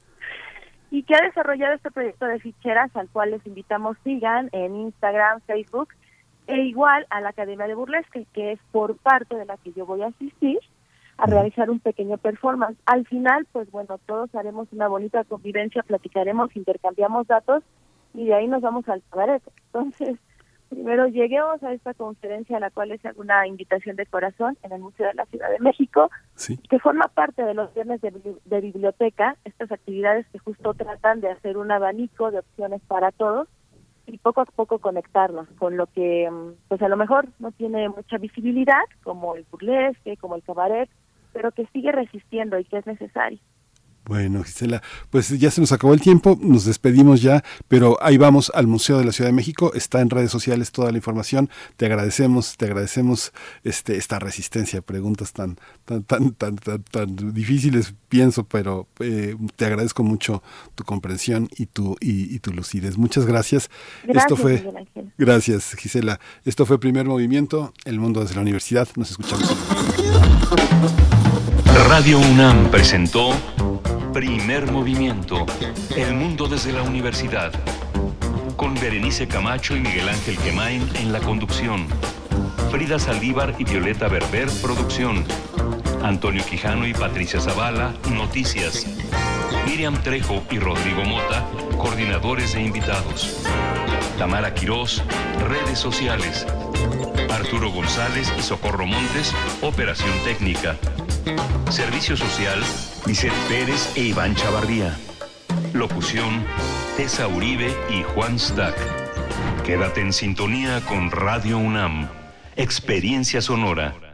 Y que ha desarrollado este proyecto de ficheras, al cual les invitamos sigan en Instagram, Facebook, e igual a la Academia de Burlesque, que es por parte de la que yo voy a asistir, a realizar un pequeño performance. Al final, pues bueno, todos haremos una bonita convivencia, platicaremos, intercambiamos datos y de ahí nos vamos al cabaret. Entonces, primero lleguemos a esta conferencia a la cual les hago una invitación de corazón en el Museo de la Ciudad de México, sí, que forma parte de los viernes de, de biblioteca, estas actividades que justo tratan de hacer un abanico de opciones para todos y poco a poco conectarnos con lo que pues a lo mejor no tiene mucha visibilidad, como el burlesque, como el cabaret, pero que sigue resistiendo y que es necesario. Bueno, Gisela, pues ya se nos acabó el tiempo, nos despedimos ya, pero ahí vamos al Museo de la Ciudad de México, está en redes sociales toda la información, te agradecemos, te agradecemos este esta resistencia, preguntas tan tan tan tan tan, tan difíciles, pienso, pero eh, te agradezco mucho tu comprensión y tu y, y tu lucidez. Muchas gracias. Gracias, Esto fue Miguel Ángel. Gracias, Gisela. Esto fue Primer Movimiento, El Mundo desde la Universidad. Nos escuchamos. Radio UNAM presentó Primer Movimiento, El Mundo desde la Universidad, con Berenice Camacho y Miguel Ángel Quemain en la conducción, Frida Saldívar y Violeta Berber, producción, Antonio Quijano y Patricia Zavala, noticias, Miriam Trejo y Rodrigo Mota, coordinadores e invitados, Tamara Quirós, redes sociales, Arturo González y Socorro Montes, operación técnica. Servicio Social, Lisette Pérez e Iván Chavarría. Locución, Tessa Uribe y Juan Stack. Quédate en sintonía con Radio UNAM. Experiencia sonora.